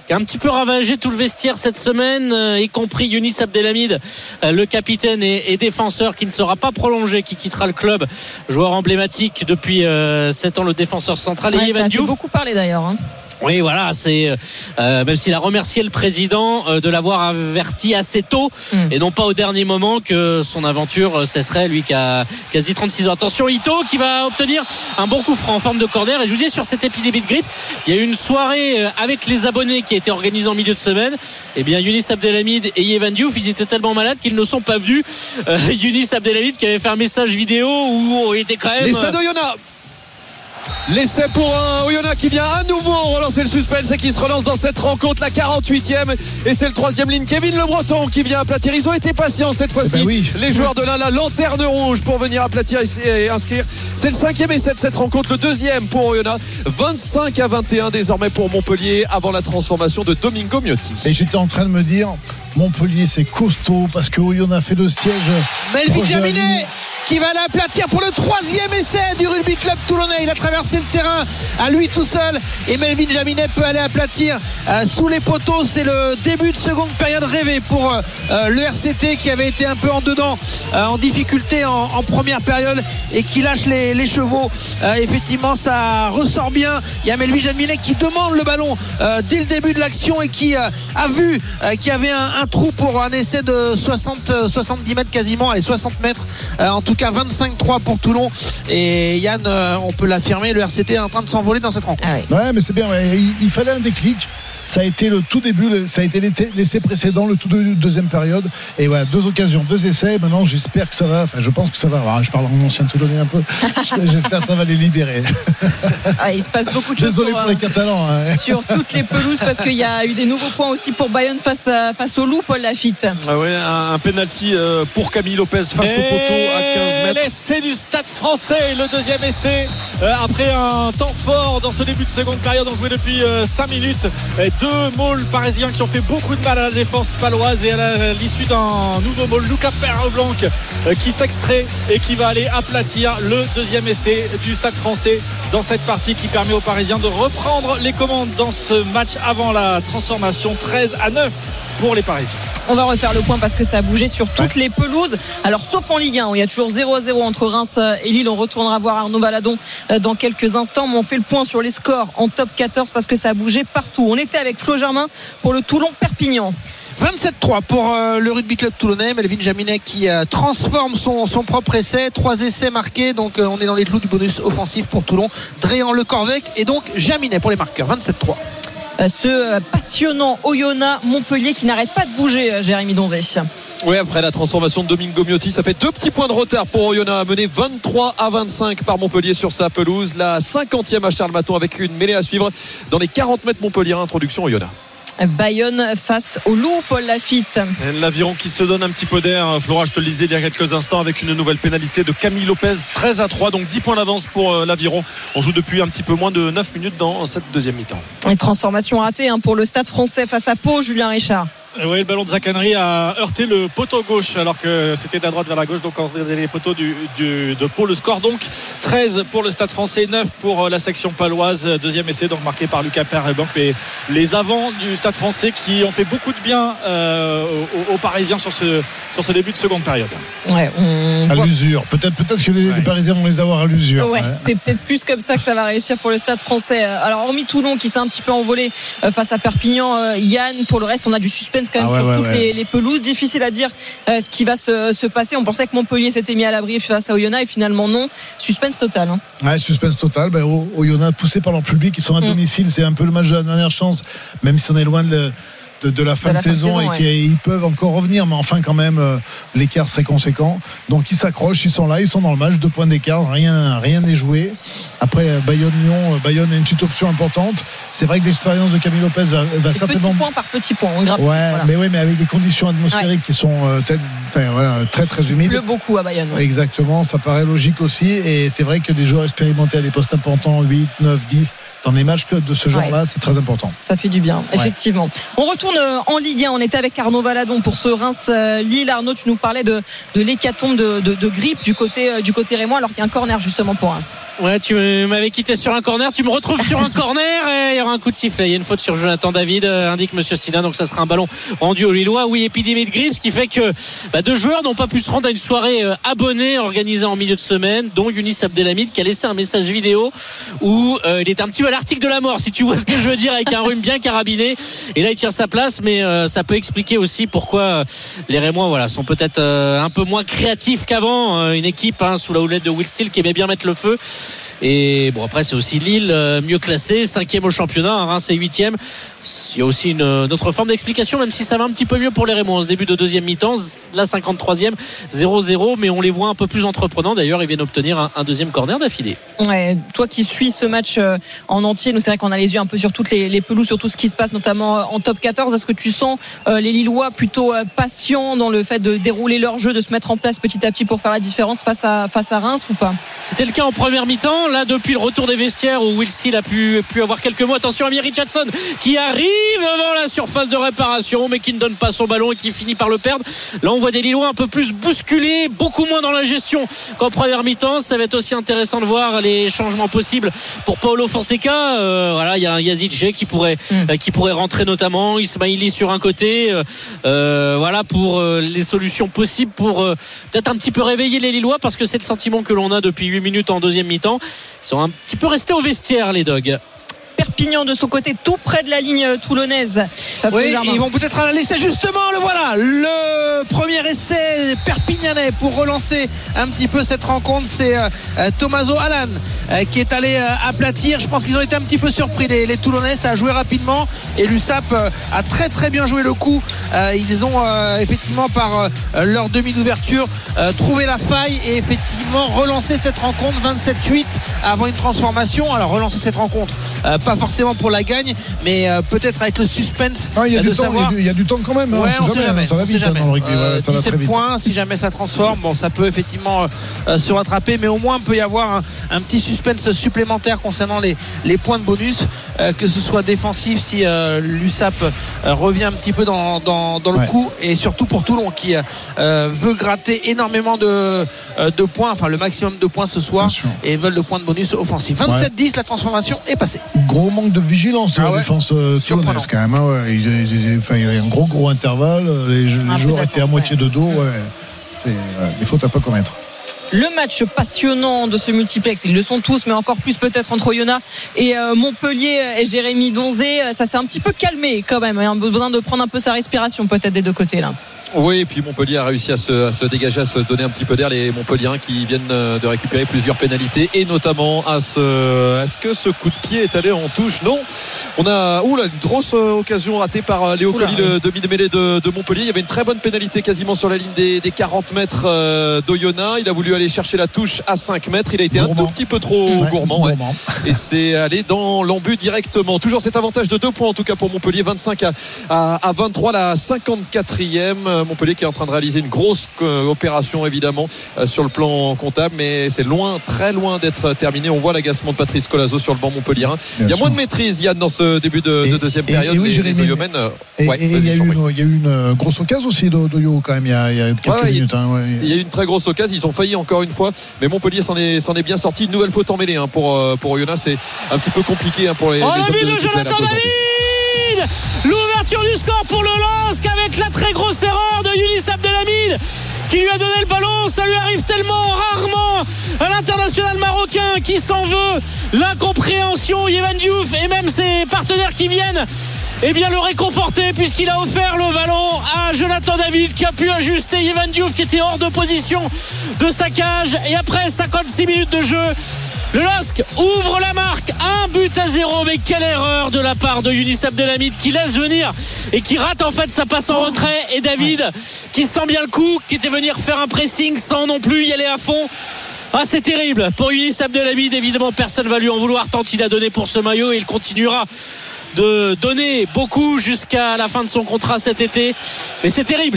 Speaker 4: qui a un petit peu ravagé tout le vestiaire cette semaine, y compris Younis Abdelhamid, le capitaine et, et défenseur qui ne sera pas prolongé, qui quittera le club, joueur emblématique depuis euh, sept ans, le défenseur central.
Speaker 2: Ouais,
Speaker 4: et Evan
Speaker 2: Diouf, beaucoup parlé d'ailleurs, hein.
Speaker 4: Oui, voilà, c'est euh, même s'il a remercié le président euh, de l'avoir averti assez tôt mm. et non pas au dernier moment que son aventure cesserait, lui qui a quasi trente-six ans. Attention, Ito qui va obtenir un bon coup franc en forme de corner. Et je vous dis, sur cette épidémie de grippe, il y a eu une soirée avec les abonnés qui a été organisée en milieu de semaine. Et bien, Younis Abdelhamid et Evan Diouf, ils étaient tellement malades qu'ils ne sont pas venus. Euh, Younis Abdelhamid qui avait fait un message vidéo où il était quand même.
Speaker 7: L'essai d'Oyonnax. L'essai pour un Oyonnax qui vient à nouveau relancer le suspense et qui se relance dans cette rencontre, la quarante-huitième, et c'est le troisième ligne, Kevin Le Breton, qui vient aplatir. Ils ont été patients cette fois-ci, eh ben oui. Les joueurs de la, la lanterne rouge, pour venir aplatir et, et inscrire. C'est le cinquième essai de cette rencontre, le deuxième pour Oyonnax. Vingt-cinq à vingt et un désormais pour Montpellier, avant la transformation de Domingo Miotti.
Speaker 3: Et j'étais en train de me dire, Montpellier c'est costaud parce que Oyonnax fait le siège.
Speaker 5: Melvin Jaminet qui va l'aplatir pour le troisième essai du Rugby Club Toulonnais. Il a traversé le terrain à lui tout seul et Melvin Jaminet peut aller aplatir euh, sous les poteaux. C'est le début de seconde période rêvée pour euh, le R C T qui avait été un peu en dedans, euh, en difficulté en, en première période et qui lâche les, les chevaux. Euh, effectivement, ça ressort bien. Il y a Melvin Jaminet qui demande le ballon euh, dès le début de l'action et qui euh, a vu euh, qu'il y avait un, un trou pour un essai de soixante, soixante-dix mètres quasiment, allez soixante mètres, euh, en tout cas vingt-cinq trois pour Toulon. Et Yann, euh, on peut l'affirmer, le R C T est en train de s'envoler dans cette rencontre.
Speaker 3: Ah oui. Ouais, mais c'est bien, ouais. il, il fallait un déclic. Ça a été le tout début, ça a été l'essai précédent, le tout de deuxième période. Et voilà, deux occasions, deux essais. Maintenant, j'espère que ça va. Enfin, je pense que ça va. Alors, je parle en ancien Toulonnais un peu. J'espère que ça va les libérer.
Speaker 2: Ah, il se passe beaucoup de choses.
Speaker 3: Désolé pour, pour les Catalans. Hein.
Speaker 2: Sur toutes les pelouses, parce qu'il y a eu des nouveaux points aussi pour Bayonne face, à, face au Loup, Paul Lafitte.
Speaker 1: Ah ouais, un, un penalty pour Camille Lopez face et au poteau à quinze mètres.
Speaker 6: L'essai du Stade Français, le deuxième essai euh, après un temps fort dans ce début de seconde période. On jouait depuis euh, cinq minutes. Et deux mauls parisiens qui ont fait beaucoup de mal à la défense paloise, et à l'issue d'un nouveau maul, Lucas Perreblanc euh, qui s'extrait et qui va aller aplatir le deuxième essai du Stade Français dans cette partie, qui permet aux Parisiens de reprendre les commandes dans ce match avant la transformation. Treize à neuf pour les Parisiens.
Speaker 2: On va refaire le point parce que ça a bougé sur toutes ouais. les pelouses. Alors sauf en Ligue un où il y a toujours zéro à zéro entre Reims et Lille. On retournera voir Arnaud Valadon dans quelques instants, mais on fait le point sur les scores en top quatorze parce que ça a bougé partout. On était avec Flo Germain pour le Toulon-Perpignan.
Speaker 5: vingt-sept trois pour euh, le Rugby Club Toulonnais. Melvin Jaminet qui euh, transforme son, son propre essai. Trois essais marqués, donc euh, on est dans les clous du bonus offensif pour Toulon. Dréan Le Corvec et donc Jaminet pour les marqueurs. vingt-sept trois.
Speaker 2: Ce passionnant Oyonnax Montpellier qui n'arrête pas de bouger, Jérémy Donzé.
Speaker 7: Oui, après la transformation de Domingo Miotti, ça fait deux petits points de retard pour Oyonnax, mené vingt-trois à vingt-cinq par Montpellier sur sa pelouse. La cinquantième à Charles Maton avec une mêlée à suivre dans les quarante mètres Montpellier. Introduction Oyonnax.
Speaker 2: Bayonne face au Loup, Paul Lafitte.
Speaker 1: L'Aviron qui se donne un petit peu d'air. Flora, je te le disais il y a quelques instants, avec une nouvelle pénalité de Camille Lopez, treize à trois, donc dix points d'avance pour l'Aviron. On joue depuis un petit peu moins de neuf minutes dans cette deuxième mi-temps.
Speaker 2: Une transformation ratée hein, pour le Stade Français face à Pau, Julien Richard.
Speaker 6: Oui, le ballon de Zakanri a heurté le poteau gauche alors que c'était de la droite vers la gauche, donc on les poteaux du, du, de Pau. Le score donc treize pour le Stade Français, neuf pour la section paloise. Deuxième essai donc marqué par Lucas Perreblanc. Les, les avants du Stade Français qui ont fait beaucoup de bien euh, aux, aux Parisiens sur ce, sur ce début de seconde période.
Speaker 2: Ouais, on
Speaker 3: à
Speaker 2: voit...
Speaker 3: l'usure. Peut-être, peut-être que les, ouais. les Parisiens vont les avoir à l'usure.
Speaker 2: Ouais, ouais. C'est peut-être plus comme ça que ça va réussir pour le Stade Français. Alors hormis Toulon qui s'est un petit peu envolé face à Perpignan, Yann, pour le reste on a du suspense quand même ah ouais, sur ouais, toutes ouais. Les, les pelouses. Difficile à dire euh, ce qui va se, se passer. On pensait que Montpellier s'était mis à l'abri face à Oyonnax et finalement non. Suspense total. Hein.
Speaker 3: Ouais, suspense total. Ben, Oyonnax poussé par leur public, ils sont à mmh. domicile. C'est un peu le match de la dernière chance, même si on est loin de le... De, de la fin de, de, la saison, fin de saison et ouais. qu'ils peuvent encore revenir, mais enfin quand même euh, l'écart serait conséquent. Donc ils s'accrochent, ils sont là, ils sont dans le match, deux points d'écart, rien rien n'est joué. Après Bayonne-Lyon, Bayonne a une petite option importante. C'est vrai que l'expérience de Camille Lopez va, va certainement
Speaker 2: petit point par petit point. On grappe,
Speaker 3: ouais,
Speaker 2: voilà.
Speaker 3: mais oui, mais avec des conditions atmosphériques ouais. qui sont euh, tel, enfin, voilà, très très humides.
Speaker 2: Il pleut beaucoup à Bayonne. Ouais.
Speaker 3: Exactement, ça paraît logique aussi. Et c'est vrai que des joueurs expérimentés à des postes importants, huit, neuf, dix, dans des matchs de ce genre-là, ouais. c'est très important.
Speaker 2: Ça fait du bien, ouais. effectivement. On retourne retourne en Ligue un. On était avec Arnaud Valadon pour ce Reims-Lille. Arnaud, tu nous parlais de, de l'hécatombe de, de, de grippe du côté, du côté rémois, alors qu'il y a un corner justement pour Reims.
Speaker 4: Ouais, tu m'avais quitté sur un corner, tu me retrouves sur un corner et il y aura un coup de sifflet. Il y a une faute sur Jonathan David, euh, indique Monsieur Sina, donc ça sera un ballon rendu aux Lillois. Oui, épidémie de grippe, ce qui fait que bah, deux joueurs n'ont pas pu se rendre à une soirée euh, abonnée organisée en milieu de semaine, dont Younis Abdelhamid qui a laissé un message vidéo où euh, il était un petit peu à l'article de la mort, si tu vois ce que je veux dire, avec un rhume bien carabiné. Et là, il tient sa place, mais euh, ça peut expliquer aussi pourquoi euh, les Rémois voilà, sont peut-être euh, un peu moins créatifs qu'avant. Euh, une équipe hein, sous la houlette de Will Steele qui aimait bien mettre le feu. Et bon, après c'est aussi Lille euh, mieux classé, cinquième au championnat, Reims est huitième. Il y a aussi une, une autre forme d'explication, même si ça va un petit peu mieux pour les Rémois en ce début de deuxième mi-temps. La cinquante-troisième, zéro zéro, mais on les voit un peu plus entreprenants. D'ailleurs, ils viennent obtenir un, un deuxième corner d'affilée.
Speaker 2: Ouais, toi qui suis ce match euh, en entier, nous c'est vrai qu'on a les yeux un peu sur toutes les, les pelouses, sur tout ce qui se passe, notamment euh, en top quatorze. Est-ce que tu sens euh, les Lillois plutôt euh, patients dans le fait de dérouler leur jeu, de se mettre en place petit à petit pour faire la différence face à, face à Reims ou pas?
Speaker 4: C'était le cas en première mi-temps. Là, depuis le retour des vestiaires où Will Steele a pu, pu avoir quelques mots. Attention à Amir Richardson qui arrive devant la surface de réparation, mais qui ne donne pas son ballon et qui finit par le perdre. Là, on voit des Lillois un peu plus bousculés, beaucoup moins dans la gestion qu'en première mi-temps. Ça va être aussi intéressant de voir les changements possibles pour Paulo Fonseca. Euh, voilà, il y a un Yazid G qui pourrait, mm. euh, qui pourrait rentrer notamment. Ismaili sur un côté. Euh, euh, voilà pour euh, les solutions possibles pour euh, peut-être un petit peu réveiller les Lillois, parce que c'est le sentiment que l'on a depuis huit minutes en deuxième mi-temps. Ils sont un petit peu restés au vestiaire, les Dogs.
Speaker 2: Perpignan de son côté, tout près de la ligne toulonnaise.
Speaker 5: Oui, ils vont peut-être la laisser justement. Le voilà, le premier essai perpignanais pour relancer un petit peu cette rencontre. C'est euh, Tommaso Alan euh, qui est allé euh, aplatir. Je pense qu'ils ont été un petit peu surpris, les, les Toulonnais. Ça a joué rapidement et l'U S A P euh, a très très bien joué le coup. Euh, ils ont euh, effectivement par euh, leur demi d'ouverture euh, trouvé la faille et effectivement relancé cette rencontre vingt-sept huit avant une transformation. Alors relancer cette rencontre euh, pas forcément pour la gagne, mais euh, peut-être avec le suspense.
Speaker 3: Ah, il y a
Speaker 5: de
Speaker 3: du temps,
Speaker 5: savoir.
Speaker 3: il y a du temps quand même.
Speaker 5: Ouais,
Speaker 3: hein,
Speaker 5: on sait jamais.
Speaker 3: Ça va vite hein, dans le rugby.
Speaker 5: Euh,
Speaker 3: ouais, ça va très vite.
Speaker 5: dix-sept points, si jamais ça transforme, bon, ça peut effectivement euh, se rattraper, mais au moins il peut y avoir un, un petit suspense supplémentaire concernant les, les points de bonus, euh, que ce soit défensif si euh, l'U S A P euh, revient un petit peu dans, dans, dans le ouais. coup, et surtout pour Toulon qui euh, veut gratter énormément de, euh, de points, enfin le maximum de points ce soir, et veulent le point de bonus offensif. vingt-sept dix, ouais. La transformation est passée.
Speaker 3: Gros manque de vigilance de ah la ouais. défense euh, toulonnaise quand même. Hein, ouais. il, il, il, enfin, il y a un gros gros intervalle. Les, les ah, joueurs étaient à moitié de dos. Ouais. C'est ouais, des fautes à pas commettre.
Speaker 2: Le match passionnant de ce multiplex, ils le sont tous, mais encore plus peut-être entre Oyonnax et euh, Montpellier et Jérémy Donzé. Ça s'est un petit peu calmé quand même. Il y a besoin de prendre un peu sa respiration peut-être des deux côtés là.
Speaker 7: Oui, et puis Montpellier a réussi à se, à se dégager, à se donner un petit peu d'air. Les Montpelliérains qui viennent de récupérer plusieurs pénalités, et notamment à ce, est-ce que ce coup de pied est allé en touche? Non. On a, oula, une grosse occasion ratée par Léo Colli, le demi de mêlée de, de Montpellier. Il y avait une très bonne pénalité quasiment sur la ligne des, des quarante mètres d'Oyonnax. Il a voulu aller chercher la touche à cinq mètres. Il a été gourmand. un tout petit peu trop ouais, gourmand, ouais. gourmand. Et c'est allé dans l'embut directement. Toujours cet avantage de deux points en tout cas pour Montpellier, vingt-cinq à, à, à vingt-trois, la cinquante-quatrième. Montpellier qui est en train de réaliser une grosse euh, opération évidemment euh, sur le plan comptable, mais c'est loin, très loin d'être terminé. On voit l'agacement de Patrice Colazo sur le banc montpelliérain. Il y a sûr. moins de maîtrise, Yann, dans ce début de, et, de deuxième et, période. Et, oui, les, les Oyomènes, euh,
Speaker 3: et, ouais, et il, y a eu une, il y a eu une grosse occasion aussi d'Oyo quand même il y a, il y a quelques ouais, minutes.
Speaker 7: Il,
Speaker 3: hein, ouais.
Speaker 7: il y a eu une très grosse occasion. Ils ont failli encore une fois, mais Montpellier s'en est, s'en est bien sorti. Une nouvelle faute en mêlée hein, pour, pour Oyonnax. C'est un petit peu compliqué hein, pour les.
Speaker 4: Oh,
Speaker 7: les
Speaker 4: le but de Jonathan David, l'ouverture du score pour le L O S C avec la très grosse erreur de Younis Abdelhamid qui lui a donné le ballon. Ça lui arrive tellement rarement à l'international marocain qui s'en veut. L'incompréhension, Yvan Diouf et même ses partenaires qui viennent eh bien le réconforter, puisqu'il a offert le ballon à Jonathan David qui a pu ajuster Yvan Diouf qui était hors de position de sa cage. Et après cinquante-six minutes de jeu, le L O S C ouvre la marque, un but à zéro. Mais quelle erreur de la part de Younis Abdelhamid qui laisse venir et qui rate en fait sa passe en retrait, et David qui sent bien le coup, qui était venir faire un pressing sans non plus y aller à fond. Ah, c'est terrible pour Younis Abdelhamid. Évidemment personne ne va lui en vouloir tant il a donné pour ce maillot, et il continuera de donner beaucoup jusqu'à la fin de son contrat cet été, mais c'est terrible.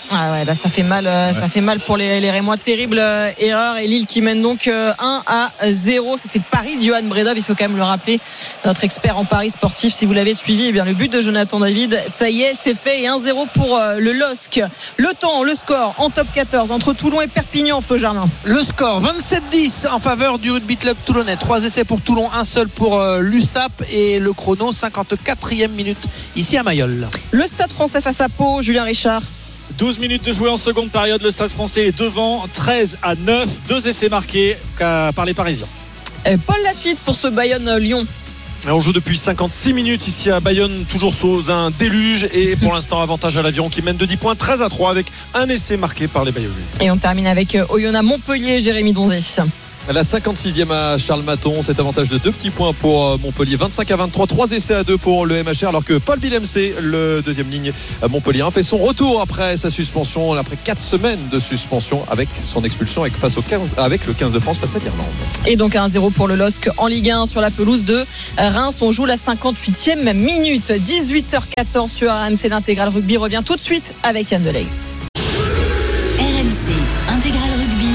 Speaker 2: Ah ouais, là ça fait mal, ouais. ça fait mal pour les, les Rémois. Terrible euh, erreur et Lille qui mène donc euh, un à zéro. C'était le pari de Johan Bredov, il faut quand même le rappeler, notre expert en paris sportif. Si vous l'avez suivi, eh bien le but de Jonathan David, ça y est, c'est fait, et un zéro pour euh, le L O S C. Le temps, le score en top quatorze entre Toulon et Perpignan, Flo Germain.
Speaker 5: Le score vingt-sept dix en faveur du rugby club toulonnais. Trois essais pour Toulon, un seul pour euh, l'U S A P, et le chrono cinquante-quatrième minute ici à Mayol.
Speaker 2: Le Stade Français face à Pau, Julien Richard.
Speaker 6: douze minutes de jouer en seconde période. Le Stade Français est devant treize à neuf. Deux essais marqués par les Parisiens.
Speaker 2: Et Paul Lafitte pour ce Bayonne-Lyon.
Speaker 1: On joue depuis cinquante-six minutes ici à Bayonne, toujours sous un déluge, et pour l'instant avantage à l'Aviron qui mène de dix points, treize à trois, avec un essai marqué par les Bayonnais.
Speaker 2: Et on termine avec Oyonnax Montpellier, Jérémy Donzé.
Speaker 7: La cinquante-sixième à Charles Maton, cet avantage de deux petits points pour Montpellier, vingt-cinq à vingt-trois, trois essais à deux pour le M H R, alors que Paul Villemc, le deuxième ligne à Montpellier, fait son retour après sa suspension, après quatre semaines de suspension, avec son expulsion avec, face au quinze, avec le quinze de France face à l'Irlande.
Speaker 2: Et donc un zéro pour le L O S C en Ligue un sur la pelouse de Reims. On joue la cinquante-huitième minute, dix-huit heures quatorze sur R M C. L'intégral rugby revient tout de suite avec Yann Delay.
Speaker 9: R M C Intégral Rugby,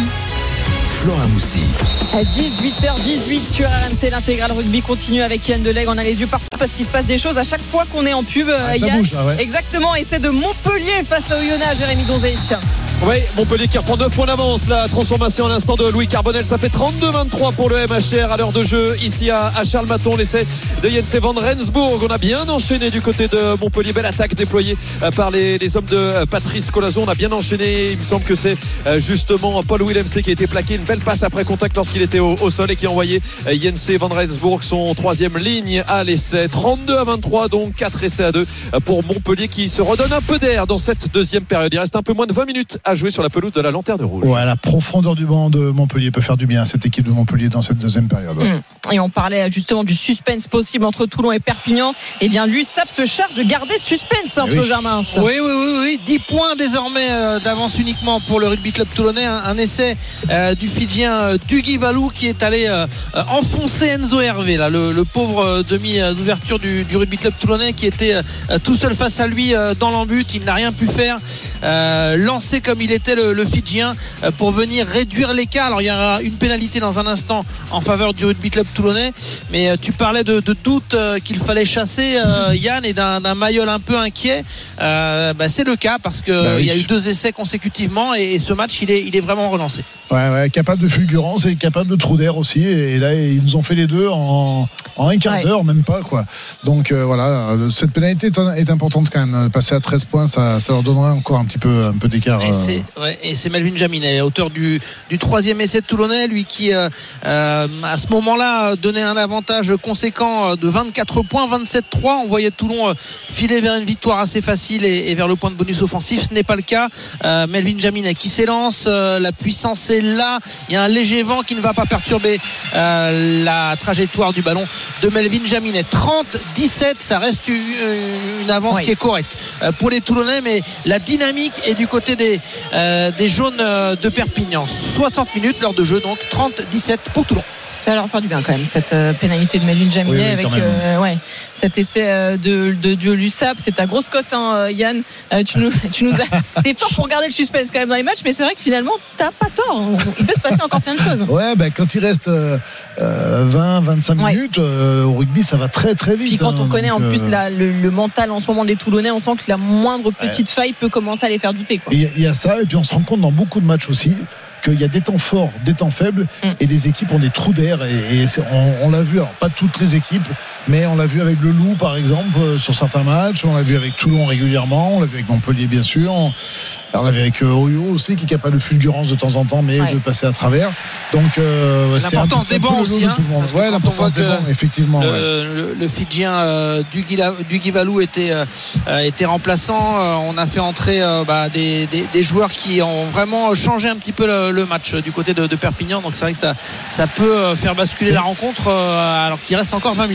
Speaker 10: Florent Moussi.
Speaker 2: À dix-huit heures dix-huit sur R M C, l'intégral rugby continue avec Yann Delay. On a les yeux partout parce qu'il se passe des choses à chaque fois qu'on est en pub.
Speaker 3: Ah, ça
Speaker 2: Yann,
Speaker 3: bouge, là, ouais.
Speaker 2: Exactement, et c'est de Montpellier face à Oyonnax, Jérémy Donzé.
Speaker 7: Oui, Montpellier qui reprend neuf points d'avance. La transformation à l'instant de Louis Carbonel, ça fait trente-deux vingt-trois pour le M H R à l'heure de jeu ici à, à Charles Maton. L'essai de Jens van Rensburg. On a bien enchaîné du côté de Montpellier. Belle attaque déployée par les, les hommes de Patrice Colazo. On a bien enchaîné. Il me semble que c'est justement Paul Willemse qui a été plaqué. Une belle passe après contact lorsqu'il était au, au sol et qui a envoyé Jens van Rensburg son troisième ligne à l'essai. trente-deux à vingt-trois, donc quatre essais à deux pour Montpellier qui se redonne un peu d'air dans cette deuxième période. Il reste un peu moins de vingt minutes à jouer sur la pelouse de la Lanterne Rouge.
Speaker 3: Ouais, la profondeur du banc de Montpellier peut faire du bien à cette équipe de Montpellier dans cette deuxième période. Ouais.
Speaker 2: Mmh. Et on parlait justement du suspense possible entre Toulon et Perpignan. Eh bien, l'U S A P se charge de garder ce suspense, hein,
Speaker 3: oui.
Speaker 2: Germain.
Speaker 5: Oui, oui, oui, oui. dix points désormais euh, d'avance uniquement pour le rugby club toulonnais. Un, un essai euh, du Fidjien euh, Dugi Valou qui est allé euh, enfoncer Enzo Hervé, là, le, le pauvre euh, demi d'ouverture du, du rugby club toulonnais qui était euh, tout seul face à lui euh, dans l'embut. Il n'a rien pu faire. Euh, lancé comme il était le, le Fidjien euh, pour venir réduire l'écart. Alors il y aura une pénalité dans un instant en faveur du rugby club toulonnais, mais euh, tu parlais de, de doutes euh, qu'il fallait chasser, euh, Yann, et d'un, d'un Mayol un peu inquiet. Euh, bah, c'est le cas parce qu'il bah oui. y a eu deux essais consécutivement et, et ce match il est, il est vraiment relancé.
Speaker 3: Ouais, ouais, capable de fulgurance et capable de trou d'air aussi, et là ils nous ont fait les deux en, en un quart ouais. d'heure, même pas quoi. Donc euh, voilà, cette pénalité est, est importante quand même. Passer à treize points, ça, ça leur donnera encore un petit peu, un peu d'écart.
Speaker 5: Et c'est, ouais, et c'est Melvin Jaminet, auteur du, du troisième essai de Toulonnais, lui qui euh, euh, à ce moment-là donnait un avantage conséquent de vingt-quatre points, vingt-sept trois. On voyait Toulon filer vers une victoire assez facile et, et vers le point de bonus offensif. Ce n'est pas le cas. euh, Melvin Jaminet qui s'élance, euh, la puissance est là, il y a un léger vent qui ne va pas perturber euh, la trajectoire du ballon de Melvin Jaminet. Trente dix-sept, ça reste une, une avance oui. qui est correcte euh, pour les Toulonnais, mais la dynamique est du côté des, euh, des jaunes de Perpignan. Soixante minutes, l'heure de jeu, donc trente dix-sept pour Toulon.
Speaker 2: Ça va leur faire du bien quand même, cette euh, pénalité de Melvin Jaminet, oui, oui, avec euh, ouais, cet essai euh, de, de, de l'U S A P. C'est ta grosse cote, hein, Yann. Euh, tu, nous, tu nous as... T'es fort pour garder le suspense quand même dans les matchs, mais c'est vrai que finalement, t'as pas tort. Il peut se passer encore plein de choses.
Speaker 3: Ouais, bah, quand il reste euh, vingt à vingt-cinq ouais. minutes, euh, au rugby, ça va très très vite.
Speaker 2: Puis quand
Speaker 3: hein,
Speaker 2: on connaît
Speaker 3: donc,
Speaker 2: en plus
Speaker 3: euh...
Speaker 2: la, le, le mental en ce moment des Toulonnais, on sent que la moindre petite ouais. faille peut commencer à les faire douter.
Speaker 3: Il y, y a ça, et puis on se rend compte dans beaucoup de matchs aussi qu'il y a des temps forts, des temps faibles, mm. et des équipes ont des trous d'air, et, et on, on l'a vu, alors pas toutes les équipes, mais on l'a vu avec le Loup par exemple sur certains matchs, on l'a vu avec Toulon régulièrement, on l'a vu avec Montpellier bien sûr, on, on l'a vu avec euh, Oyo aussi qui est capable de fulgurance de temps en temps, mais ouais. de passer à travers. Donc euh,
Speaker 5: l'importance
Speaker 3: c'est un,
Speaker 5: des bancs aussi, hein,
Speaker 3: ouais, l'importance des bancs, effectivement.
Speaker 5: Le,
Speaker 3: ouais.
Speaker 5: le, le Fidjien euh, Dugi Valou était euh, était remplaçant. Euh, on a fait entrer euh, bah, des, des, des joueurs qui ont vraiment changé un petit peu le, le match du côté de, de Perpignan. Donc c'est vrai que ça ça peut faire basculer la rencontre euh, alors qu'il reste encore vingt minutes.
Speaker 3: Mais l'U S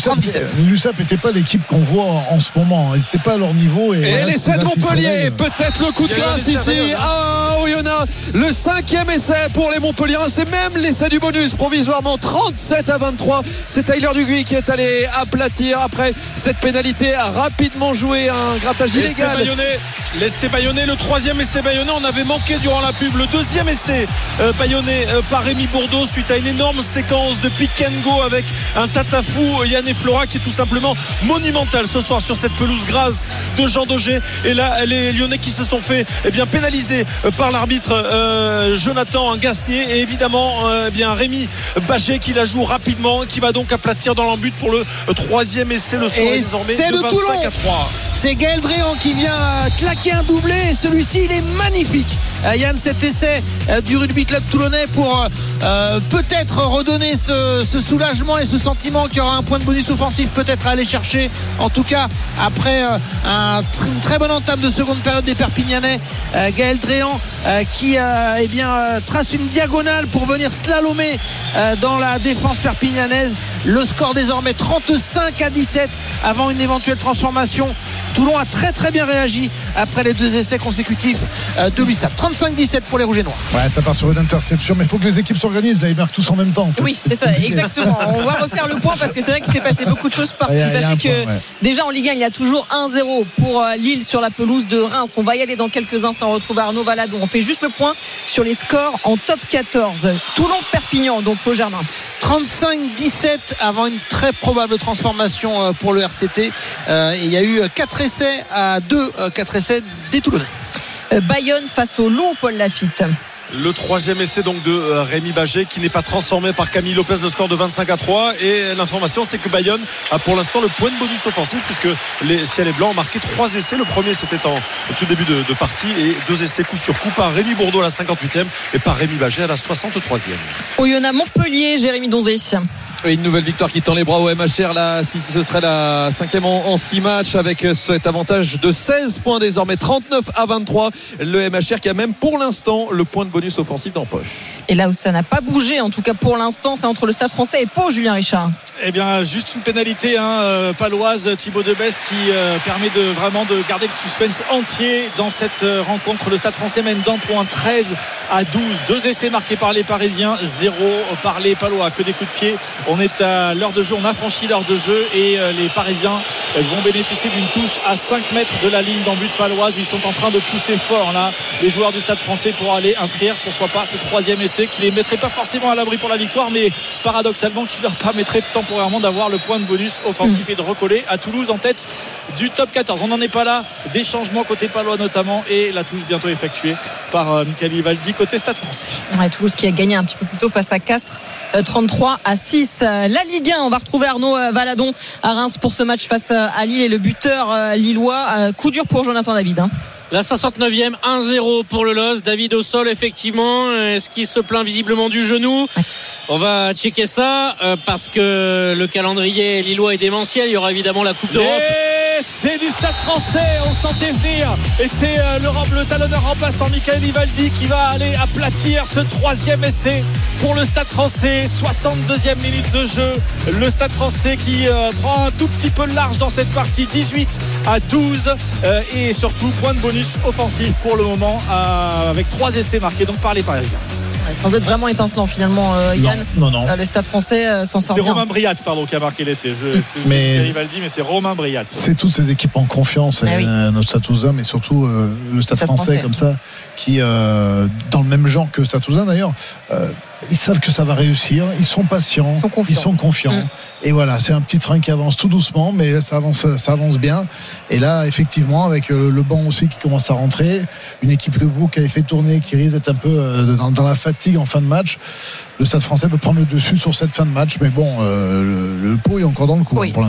Speaker 3: L'U S A P n'était pas l'équipe qu'on voit en ce moment. Ils n'étaient pas à leur niveau. Et,
Speaker 7: et
Speaker 3: voilà,
Speaker 7: l'essai de Montpellier, peut-être le coup de grâce ici. Ah, Oyonnax, le cinquième essai pour les Montpelliérains. C'est même l'essai du bonus provisoirement. trente-sept à vingt-trois. C'est Tyler Duguay qui est allé aplatir après cette pénalité. A rapidement joué un grattage illégal.
Speaker 1: L'essai bayonnais, le troisième essai bayonnais. On avait manqué durant la pub. Le deuxième essai euh, bayonnais euh, par Rémi Bourdeau suite à une énorme séquence de pick and go avec un tatafou Yann et Flora qui est tout simplement monumental ce soir sur cette pelouse grasse de Jean Daugé. Et là les Lyonnais qui se sont fait eh bien pénaliser par l'arbitre euh, Jonathan Gasnier et évidemment euh, eh bien Rémi Bagé qui la joue rapidement, qui va donc aplatir dans l'embut pour le troisième essai. Le score
Speaker 5: et
Speaker 1: est désormais
Speaker 5: c'est
Speaker 1: de
Speaker 5: le
Speaker 1: vingt-cinq
Speaker 5: Toulon
Speaker 1: à trois.
Speaker 5: C'est Gaël Dréan qui vient claquer un doublé et celui-ci il est magnifique. euh, Yann, cet essai euh, du rugby club toulonnais pour euh, peut-être redonner ce, ce soulagement et ce sentiment qu'il y aura un point de bonus offensif peut-être à aller chercher, en tout cas après euh, un, une très bonne entame de seconde période des Perpignanais. euh, Gaël Dréan euh, qui euh, eh bien, euh, trace une diagonale pour venir slalomer euh, dans la défense perpignanaise. Le score désormais trente-cinq à dix-sept avant une éventuelle transformation. Toulon a très très bien réagi après les deux essais consécutifs de l'U S A P. trente-cinq dix-sept pour les Rouges et Noirs.
Speaker 3: Ouais, ça part sur une interception, mais il faut que les équipes s'organisent. Là, ils marquent tous en même temps. En fait.
Speaker 2: Oui, c'est ça, exactement. On va refaire le point parce que c'est vrai qu'il s'est passé beaucoup de choses partout. Sachez que point, ouais. déjà en Ligue un, il y a toujours un zéro pour Lille sur la pelouse de Reims. On va y aller dans quelques instants. On retrouve Arnaud Valadon. On fait juste le point sur les scores en top quatorze. Toulon-Perpignan, donc Flo Germain.
Speaker 5: trente-cinq dix-sept avant une très probable transformation pour le R C T. Euh, il y a eu quatre essais à deux, quatre essais des Toulonnais.
Speaker 2: Euh, Bayonne face au Loup, Paul Lafitte.
Speaker 1: Le troisième essai donc de Rémi Bagé qui n'est pas transformé par Camille Lopez, le score de vingt-cinq à trois. Et l'information c'est que Bayonne a pour l'instant le point de bonus offensif puisque les Ciel et Blancs ont marqué trois essais. Le premier c'était en au tout début de, de partie et deux essais coup sur coup par Rémi Bourdeau à la cinquante-huitième et par Rémi Bagé à la soixante-troisième.
Speaker 2: Oyonnax Montpellier, Jérémy Donzé.
Speaker 7: Et une nouvelle victoire qui tend les bras au M H R là, si ce serait la cinquième en, en six matchs avec cet avantage de seize points désormais, trente-neuf à vingt-trois. Le M H R qui a même pour l'instant le point de bonus offensif dans poche.
Speaker 2: Et là où ça n'a pas bougé, en tout cas pour l'instant, c'est entre le Stade Français et Pau, Julien Richard.
Speaker 6: Eh bien, juste une pénalité hein, euh, paloise, Thibaut Debesse qui euh, permet de vraiment de garder le suspense entier dans cette euh, rencontre. Le Stade Français mène d'un point, treize à douze. Deux essais marqués par les Parisiens, zéro par les Palois, que des coups de pied. On est à l'heure de jeu, on a franchi l'heure de jeu et euh, les Parisiens euh, vont bénéficier d'une touche à cinq mètres de la ligne d'en-but paloise. Ils sont en train de pousser fort là, les joueurs du Stade Français pour aller inscrire, pourquoi pas, ce troisième essai qui les mettrait pas forcément à l'abri pour la victoire, mais paradoxalement qui leur permettrait temporairement d'avoir le point de bonus offensif et de recoller à Toulouse en tête du top quatorze. On n'en est pas là, des changements côté palois notamment et la touche bientôt effectuée par euh, Michael Vivaldi côté Stade Français.
Speaker 2: Ouais, Toulouse qui a gagné un petit peu plus tôt face à Castres, euh, trente-trois à six. La Ligue un, on va retrouver Arnaud Valadon à Reims pour ce match face à Lille et le buteur euh, lillois. Euh, coup dur pour Jonathan David. Hein.
Speaker 4: La soixante-neuvième, un zéro pour le L O S. David au sol, effectivement. Est-ce qu'il se plaint visiblement du genou? On va checker ça euh, parce que le calendrier lillois est démentiel. Il y aura évidemment la Coupe d'Europe.
Speaker 6: Et c'est du Stade Français, on sentait venir. Et c'est euh, l'Europe, le talonneur remplaçant Michael Vivaldi qui va aller aplatir ce troisième essai pour le Stade Français. soixante-deuxième minute de jeu. Le Stade Français qui euh, prend un tout petit peu large dans cette partie, dix-huit à douze. Euh, et surtout, point de bonus offensif pour le moment euh, avec trois essais marqués donc par les Parisiens.
Speaker 2: Sans être vraiment étincelant finalement, euh, Yann.
Speaker 3: Non, non, non.
Speaker 2: Euh, le Stade Français euh, s'en sort
Speaker 6: c'est
Speaker 2: bien.
Speaker 6: Romain Briat pardon, qui a marqué l'essai. Je, c'est, mais, Rivaldi, mais c'est Romain Briat.
Speaker 3: C'est toutes ces équipes en confiance, ah, oui. euh, notre Stade Toulousain, mais surtout euh, le Stade, Stade français, français comme ça, qui euh, dans le même genre que le Stade Toulousain d'ailleurs. Euh, ils savent que ça va réussir, ils sont patients, ils sont confiants, ils sont confiants. Mmh. Et voilà, c'est un petit train qui avance tout doucement, mais ça avance, ça avance bien. Et là, effectivement, avec le banc aussi qui commence à rentrer, une équipe que vous qui avait fait tourner, qui risque d'être un peu dans, dans la fatigue en fin de match, le Stade Français peut prendre le dessus sur cette fin de match, mais bon, euh, le, le pot est encore dans le coup oui. pour l'instant.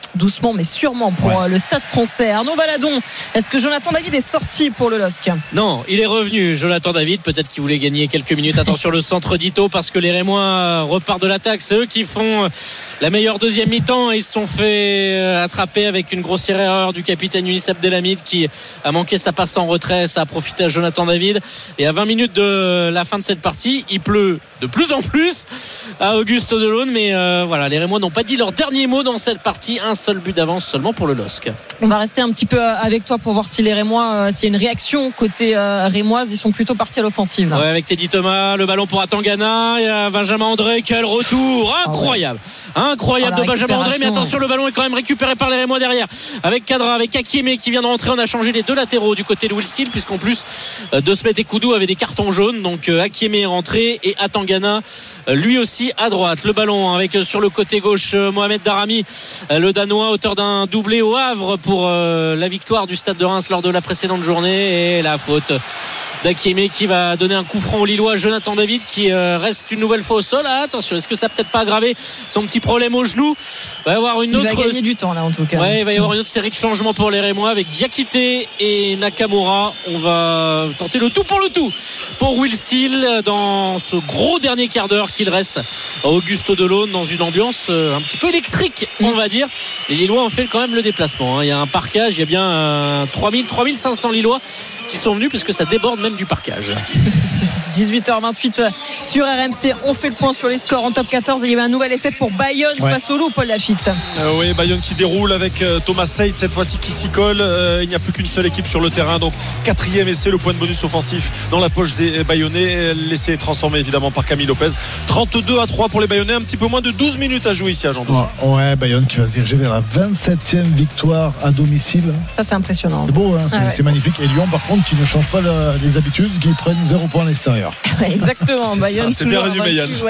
Speaker 2: doucement mais sûrement pour ouais. le Stade Français. Arnaud Valadon, est-ce que Jonathan David est sorti pour le L O S C?
Speaker 4: Non, il est revenu. Jonathan David, peut-être qu'il voulait gagner quelques minutes. Attention le centre d'Ito parce que les Rémois repartent de l'attaque. C'est eux qui font la meilleure deuxième mi-temps. Ils se sont fait attraper avec une grossière erreur du capitaine Younis Abdelhamid qui a manqué sa passe en retrait. Ça a profité à Jonathan David. Et à vingt minutes de la fin de cette partie, il pleut de plus en plus à Auguste Delaune. Mais euh, voilà, les Rémois n'ont pas dit leur dernier mot dans cette partie. Un seul but d'avance seulement pour le L O S C.
Speaker 2: On va rester un petit peu avec toi pour voir si les Rémois, euh, s'il y a une réaction côté euh, rémoise. Ils sont plutôt partis à l'offensive là.
Speaker 4: Ouais, avec Teddy Thomas, le ballon pour Atangana, il y a Benjamin André, quel retour incroyable, ah ouais. incroyable oh, de Benjamin André. Mais attention, le ballon est quand même récupéré par les Rémois derrière avec Kadra, avec Akieme qui vient de rentrer. On a changé les deux latéraux du côté de Will Steele puisqu'en plus euh, De Smet et Koudou avaient des cartons jaunes. Donc euh, Akieme est rentré et Atangana euh, lui aussi à droite. Le ballon avec euh, sur le côté gauche euh, Mohamed Darami, euh, le Danois, auteur d'un doublé au Havre pour euh, la victoire du Stade de Reims lors de la précédente journée. Et la faute d'Akieme qui va donner un coup franc au Lillois. Jonathan David qui euh, reste une nouvelle fois au sol. Ah, attention, est-ce que ça peut-être pas aggravé son petit problème au genou? Il va y avoir une
Speaker 2: il
Speaker 4: autre.
Speaker 2: Il va gagner du temps là en tout cas.
Speaker 4: Ouais, il va y avoir une autre série de changements pour les Rémois avec Diakité et Nakamura. On va tenter le tout pour le tout pour Will Steele dans ce gros dernier quart d'heure qu'il reste à Auguste Delaune dans une ambiance un petit peu électrique, on va dire. Les Lillois ont fait quand même le déplacement. Il y a un parquage, il y a bien trois mille, trois mille cinq cents Lillois qui sont venus puisque ça déborde même du parquage.
Speaker 2: dix-huit heures vingt-huit sur R M C. On fait le point sur les scores en top quatorze. Et il y a eu un nouvel essai pour Bayonne ouais. face au Loup, Paul Lafitte.
Speaker 1: Euh, oui, Bayonne qui déroule avec euh, Thomas Seyd cette fois-ci qui s'y colle. Euh, il n'y a plus qu'une seule équipe sur le terrain. Donc quatrième essai, le point de bonus offensif dans la poche des Bayonnais. L'essai est transformé évidemment par Camille Lopez. trente-deux à trois pour les Bayonnais. Un petit peu moins de douze minutes à jouer ici à Jean Dosé.
Speaker 3: Ouais, ouais, Bayonne qui va se diriger vers la vingt-septième victoire à domicile.
Speaker 2: Ça c'est impressionnant.
Speaker 3: C'est beau, hein, c'est, ah ouais. c'est magnifique. Et Lyon par contre qui ne change pas la, les habitudes, qui prennent zéro point à l'extérieur.
Speaker 2: Exactement.
Speaker 1: c'est
Speaker 2: Bayonne.
Speaker 1: Ça, c'est bien résumé Yann.
Speaker 2: Ouais.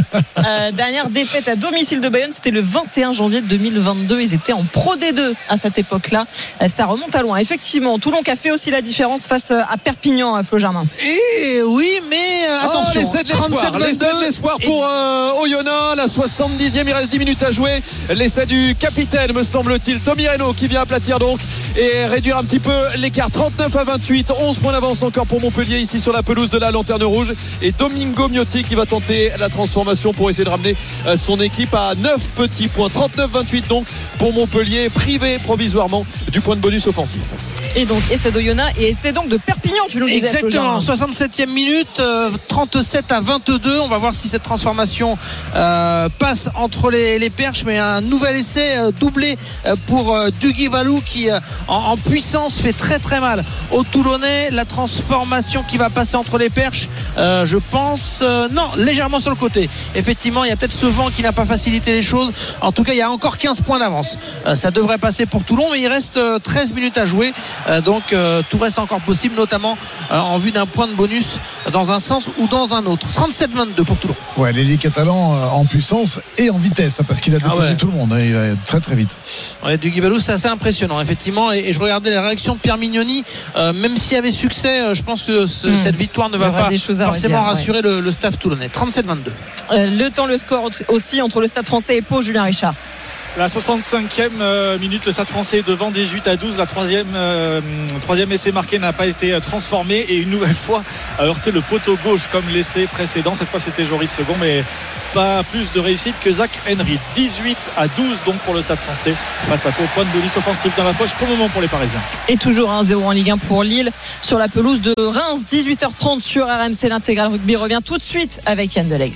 Speaker 2: euh, dernière défaite à domicile de Bayonne, c'était le vingt et un janvier deux mille vingt-deux. Ils étaient en Pro D deux à cette époque-là. Ça remonte à loin. Effectivement, Toulon qui a fait aussi la différence face à Perpignan, à Flo Germain.
Speaker 5: Et oui, mais euh,
Speaker 7: oh,
Speaker 5: attention.
Speaker 7: L'essai de l'espoir, l'essai de l'espoir pour euh, Oyonnax, la soixante-dixième, il reste dix minutes à jouer. L'essai du capitaine, me semble-t-il, Tommy Reynaud qui vient aplatir donc et réduire un petit peu l'écart. Trente-neuf à vingt-huit, onze points d'avance encore pour Montpellier ici sur la pelouse de la Lanterne Rouge. Et Domingo Miotti qui va tenter la transformation pour essayer de ramener son équipe à neuf petits points. trente-neuf vingt-huit donc pour Montpellier, privé provisoirement du point de bonus offensif.
Speaker 2: Et donc essai d'Oyonnax et essai donc de Perpignan, tu nous disais.
Speaker 5: Exactement, soixante-septième minute, euh, trente-sept à vingt-deux. On va voir si cette transformation euh, passe entre les, les perches, mais un nouvel essai euh, doublé euh, pour euh, Duguy Valou qui euh, en, en puissance fait très très mal aux Toulonnais. La transformation qui va passer entre les perches, euh, je pense euh, non, légèrement sur le côté. Effectivement, il y a peut-être ce vent qui n'a pas facilité les choses. En tout cas, il y a encore quinze points d'avance. Euh, ça devrait passer pour Toulon, mais il reste euh, treize minutes à jouer. Euh, donc euh, tout reste encore possible, notamment euh, en vue d'un point de bonus dans un sens ou dans un autre. trente-sept vingt-deux pour Toulon.
Speaker 3: Ouais, l'ailier catalan euh, en puissance et en vitesse, parce qu'il a déposé ah ouais. tout le monde, hein, il va très très vite.
Speaker 5: Ouais, Duguy Valou, c'est assez impressionnant effectivement, et, et je regardais la réaction de Pierre Mignoni, euh, même s'il y avait succès, euh, je pense que ce, mmh. cette victoire ne va pas forcément dire, rassurer ouais. le, le staff toulonnais. trente-sept vingt-deux.
Speaker 2: Euh, le temps, le score aussi entre le Stade Français et Pau. Julien Richard.
Speaker 6: La soixante-cinquième minute, le Stade Français est devant dix-huit à douze. La troisième, euh, troisième essai marqué n'a pas été transformé et une nouvelle fois a heurté le poteau gauche comme l'essai précédent. Cette fois c'était Joris Second, mais pas plus de réussite que Zach Henry. dix-huit à douze donc pour le Stade Français face à Pau. Point de bonus offensif dans la poche pour le moment pour les Parisiens.
Speaker 2: Et toujours un zéro en Ligue un pour Lille sur la pelouse de Reims. dix-huit heures trente sur R M C. L'intégral rugby revient tout de suite avec Yann Delegue.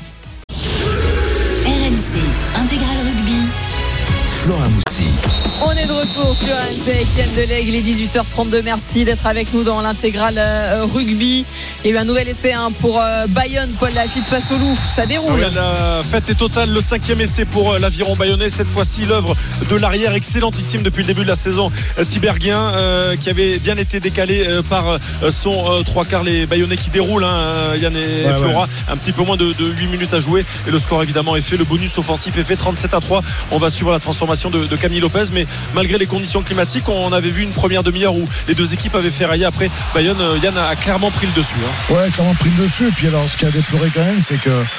Speaker 9: R M C Intégral Rugby.
Speaker 10: Flora Moussi.
Speaker 2: On est de retour sur R M C avec Yann Delegue. Il est dix-huit heures trente-deux. Merci d'être avec nous dans l'intégral euh, rugby. Il y a eu un nouvel essai hein, pour euh, Bayonne, Paul Lafitte face au Loup. Ça déroule.
Speaker 1: Oui, la fête est totale. Le cinquième essai pour euh, l'aviron bayonnais. Cette fois-ci, l'œuvre de l'arrière excellentissime depuis le début de la saison. Euh, Tiberghien euh, qui avait bien été décalé euh, par euh, son euh, trois quarts. Les Bayonnais qui déroulent. Hein, Yann et ouais, Flora. Ouais. Un petit peu moins de, de huit minutes à jouer. Et le score évidemment est fait. Le bonus offensif est fait. trente-sept à trois. On va suivre la transformation de, de Camille Lopez. Mais malgré les conditions climatiques, on avait vu une première demi-heure où les deux équipes avaient ferraillé. Après, Bayonne, Yann a clairement pris le dessus. Hein.
Speaker 3: Ouais, clairement pris le dessus. Et puis alors, ce qui a déploré quand même, c'est que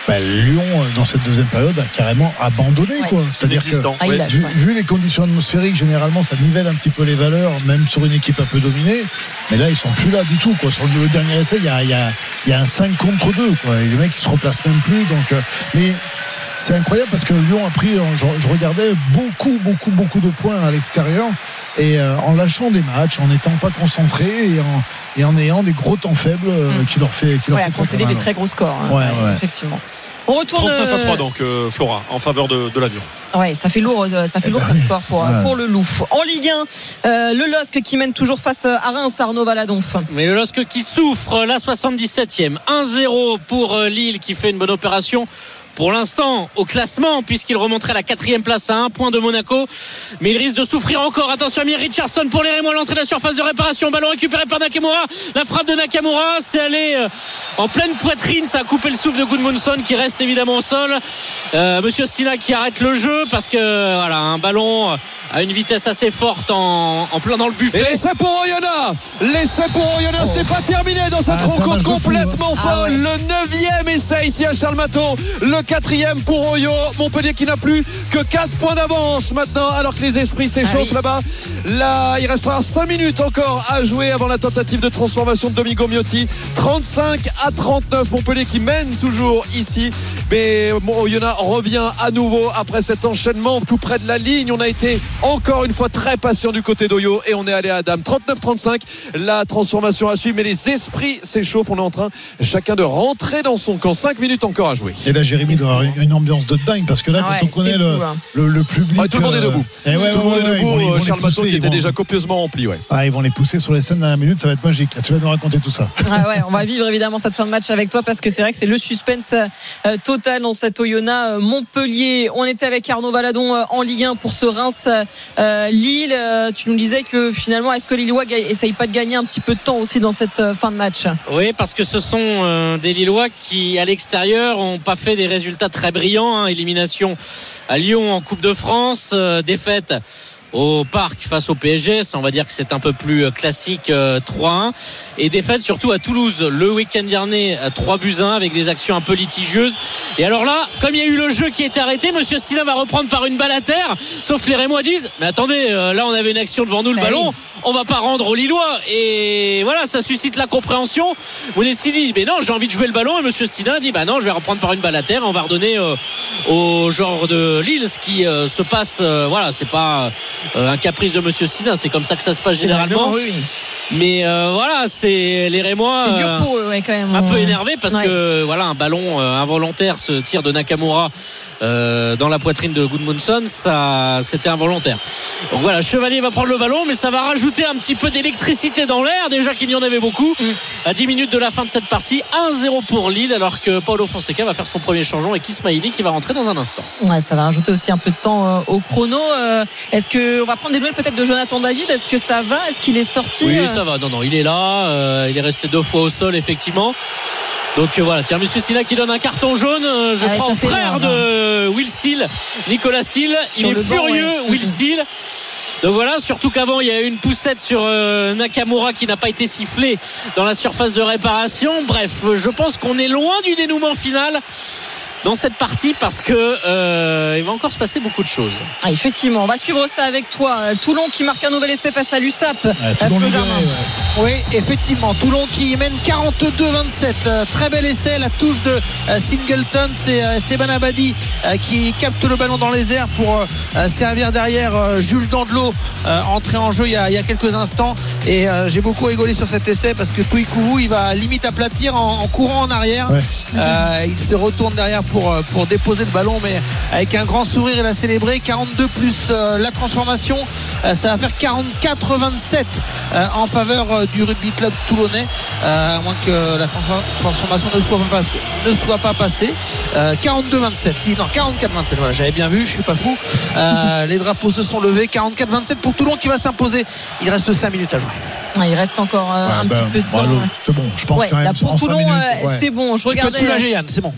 Speaker 3: bah, Lyon, dans cette deuxième période, a carrément abandonné. Ouais. Quoi. C'est-à-dire que,
Speaker 2: ah,
Speaker 3: ouais, vu, vu les conditions atmosphériques, généralement, ça nivelle un petit peu les valeurs, même sur une équipe un peu dominée. Mais là, ils sont plus là du tout. Quoi. Sur le dernier essai, il y a, y, a, y a un cinq contre deux. Quoi. Et les mecs, ils se replacent même plus. Donc, euh, mais c'est incroyable parce que Lyon a pris, je, je regardais, beaucoup, beaucoup, beaucoup de points à l'extérieur. Et euh, en lâchant des matchs, en n'étant pas concentrés et en, et en ayant des gros temps faibles euh, mmh. qui leur fait, qui leur
Speaker 2: ouais,
Speaker 3: fait très,
Speaker 2: concéder des très gros scores. Hein.
Speaker 3: Ouais, ouais.
Speaker 2: Effectivement. On retourne
Speaker 1: trente-neuf à trois donc euh, Flora en faveur de, de l'avion.
Speaker 2: Ouais, ça fait lourd, ça fait lourd comme score pour, ouais. pour le Loup. En Ligue un, euh, le L O S C qui mène toujours face à Reims, Arnaud Valadon.
Speaker 4: Mais le L O S C qui souffre, la soixante-dix-septième, un zéro pour Lille qui fait une bonne opération. Pour l'instant, au classement, puisqu'il remonterait à la quatrième place à un point de Monaco. Mais il risque de souffrir encore. Attention à Mir Richardson pour les Rémois, l'entrée de la surface de réparation. Ballon récupéré par Nakamura. La frappe de Nakamura, c'est allé en pleine poitrine. Ça a coupé le souffle de Gudmundsson qui reste évidemment au sol. Euh, Monsieur Stina qui arrête le jeu parce que voilà, un ballon à une vitesse assez forte en, en plein dans le buffet.
Speaker 7: Et l'essai pour Oyonnax. L'essai pour Oyonnax, oh. Ce n'est pas terminé dans cette ah, rencontre complètement folle. Ah, ouais. Le neuvième essai ici à Charles Maton. Le quatrième pour Oyo. Montpellier qui n'a plus que quatre points d'avance maintenant alors que les esprits s'échauffent ah, oui. là-bas. Là, il restera cinq minutes encore à jouer avant la tentative de transformation de Domingo Miotti. trente-cinq à trente-neuf. Montpellier qui mène toujours ici. Mais Oyonnax revient à nouveau après cet enchaînement tout près de la ligne. On a été encore une fois très patient du côté d'Oyo et on est allé à Dame. trente-neuf trente-cinq. La transformation à suivre. Mais les esprits s'échauffent. On est en train chacun de rentrer dans son camp. cinq minutes encore à jouer.
Speaker 3: Et là, Jérémy doit avoir une ambiance de dingue parce que là,
Speaker 2: ah ouais,
Speaker 3: quand on connaît le, fou, hein. le, le public.
Speaker 7: Ouais, tout le monde est debout.
Speaker 3: Euh, ouais,
Speaker 7: tout le monde
Speaker 3: ouais,
Speaker 7: est debout.
Speaker 3: Ils vont, ils vont
Speaker 7: Charles Maton qui était
Speaker 3: vont...
Speaker 7: déjà copieusement rempli. Ouais.
Speaker 3: Ah, ils vont les pousser sur les scènes dernière minute. Ça va être magique. Là, tu vas nous raconter tout ça.
Speaker 2: Ah ouais, on va vivre évidemment cette fin de match avec toi parce que c'est vrai que c'est le suspense euh, total dans cette Oyonnax euh, Montpellier. On était avec Arnaud Valadon euh, en Ligue un pour ce Reims euh, Lille. Euh, tu nous disais que finalement, est-ce que les Lillois essayent pas de gagner un petit peu de temps aussi dans cette euh, fin de match?
Speaker 4: Oui, parce que ce sont euh, des Lillois qui à l'extérieur ont pas fait des résultats très brillants. Hein. Élimination à Lyon en Coupe de France, euh, défaite au Parc face au P S G, ça on va dire que c'est un peu plus classique, euh, trois un, et défaite surtout à Toulouse le week-end dernier, trois buts à un avec des actions un peu litigieuses. Et alors là, comme il y a eu le jeu qui était arrêté, Monsieur Stila va reprendre par une balle à terre, sauf que les Rémois disent mais attendez, euh, là on avait une action devant nous, le ballon, on va pas rendre aux Lillois. Et voilà, ça suscite la compréhension. Mounetsi dit mais non, j'ai envie de jouer le ballon, et Monsieur Stila dit bah non, je vais reprendre par une balle à terre, on va redonner euh, au genre de Lille ce qui euh, se passe. Euh, voilà, c'est pas Euh, un caprice de Monsieur Sina, c'est comme ça que ça se passe généralement. Oui, oui. Mais euh, voilà, c'est les Rémois
Speaker 2: c'est dur pour eux, ouais, quand même.
Speaker 4: Un peu énervés parce
Speaker 2: ouais.
Speaker 4: que voilà, un ballon euh, involontaire, ce tir de Nakamura euh, dans la poitrine de Gudmundsson, ça c'était involontaire. Donc voilà, Chevalier va prendre le ballon, mais ça va rajouter un petit peu d'électricité dans l'air, déjà qu'il y en avait beaucoup. Mm. À dix minutes de la fin de cette partie, un zéro pour Lille, alors que Paulo Fonseca va faire son premier changement et Ismaili qui va rentrer dans un instant.
Speaker 2: Ouais, ça va rajouter aussi un peu de temps euh, au chrono. Euh, est-ce que on va prendre des nouvelles peut-être de Jonathan David? Est-ce que ça va? Est-ce qu'il est sorti?
Speaker 4: Oui, ça va. Non, non, il est là. Euh, il est resté deux fois au sol, effectivement. Donc euh, voilà, tiens, Monsieur Silla qui donne un carton jaune. Euh, je ah crois ouais, au frère énorme, de hein. Will Steele, Nicolas Steele. Il sur est furieux, banc, ouais. Will Steele. Donc voilà, surtout qu'avant il y a eu une poussette sur euh, Nakamura qui n'a pas été sifflée dans la surface de réparation. Bref, je pense qu'on est loin du dénouement final dans cette partie parce que euh, il va encore se passer beaucoup de choses.
Speaker 2: Ah, effectivement, on va suivre ça avec toi. Toulon qui marque un nouvel essai face à l'U S A P.
Speaker 3: Ouais, Toulon ouais.
Speaker 5: Oui, effectivement, Toulon qui mène quarante-deux vingt-sept. Euh, très bel essai, la touche de euh, Singleton, c'est euh, Esteban Abadi euh, qui capte le ballon dans les airs pour euh, servir derrière euh, Jules Dandelot, euh, entré en jeu il y, a, il y a quelques instants. Et euh, j'ai beaucoup rigolé sur cet essai parce que Touikouvou il va limite aplatir en, en courant en arrière. Ouais. Euh, il se retourne derrière Pour, pour déposer le ballon, mais avec un grand sourire il a célébré. Quarante-deux plus euh, la transformation, euh, ça va faire quarante-quatre vingt-sept euh, en faveur euh, du rugby club toulonnais, euh, à moins que la transformation ne soit pas passée, ne soit pas passée. euh, quarante-deux vingt-sept, non quarante-quatre vingt-sept, voilà, j'avais bien vu, je suis pas fou. euh, les drapeaux se sont levés. Quarante-quatre vingt-sept pour Toulon qui va s'imposer. Il reste cinq minutes à jouer.
Speaker 2: Il reste encore euh, ouais, un ben, petit peu de temps.
Speaker 3: Bon, c'est bon, je pense ouais, quand même.
Speaker 2: Pour Toulon, euh, ouais. c'est bon. Je
Speaker 5: tu
Speaker 2: regardais.
Speaker 5: Peux te soulager, Yann, c'est bon.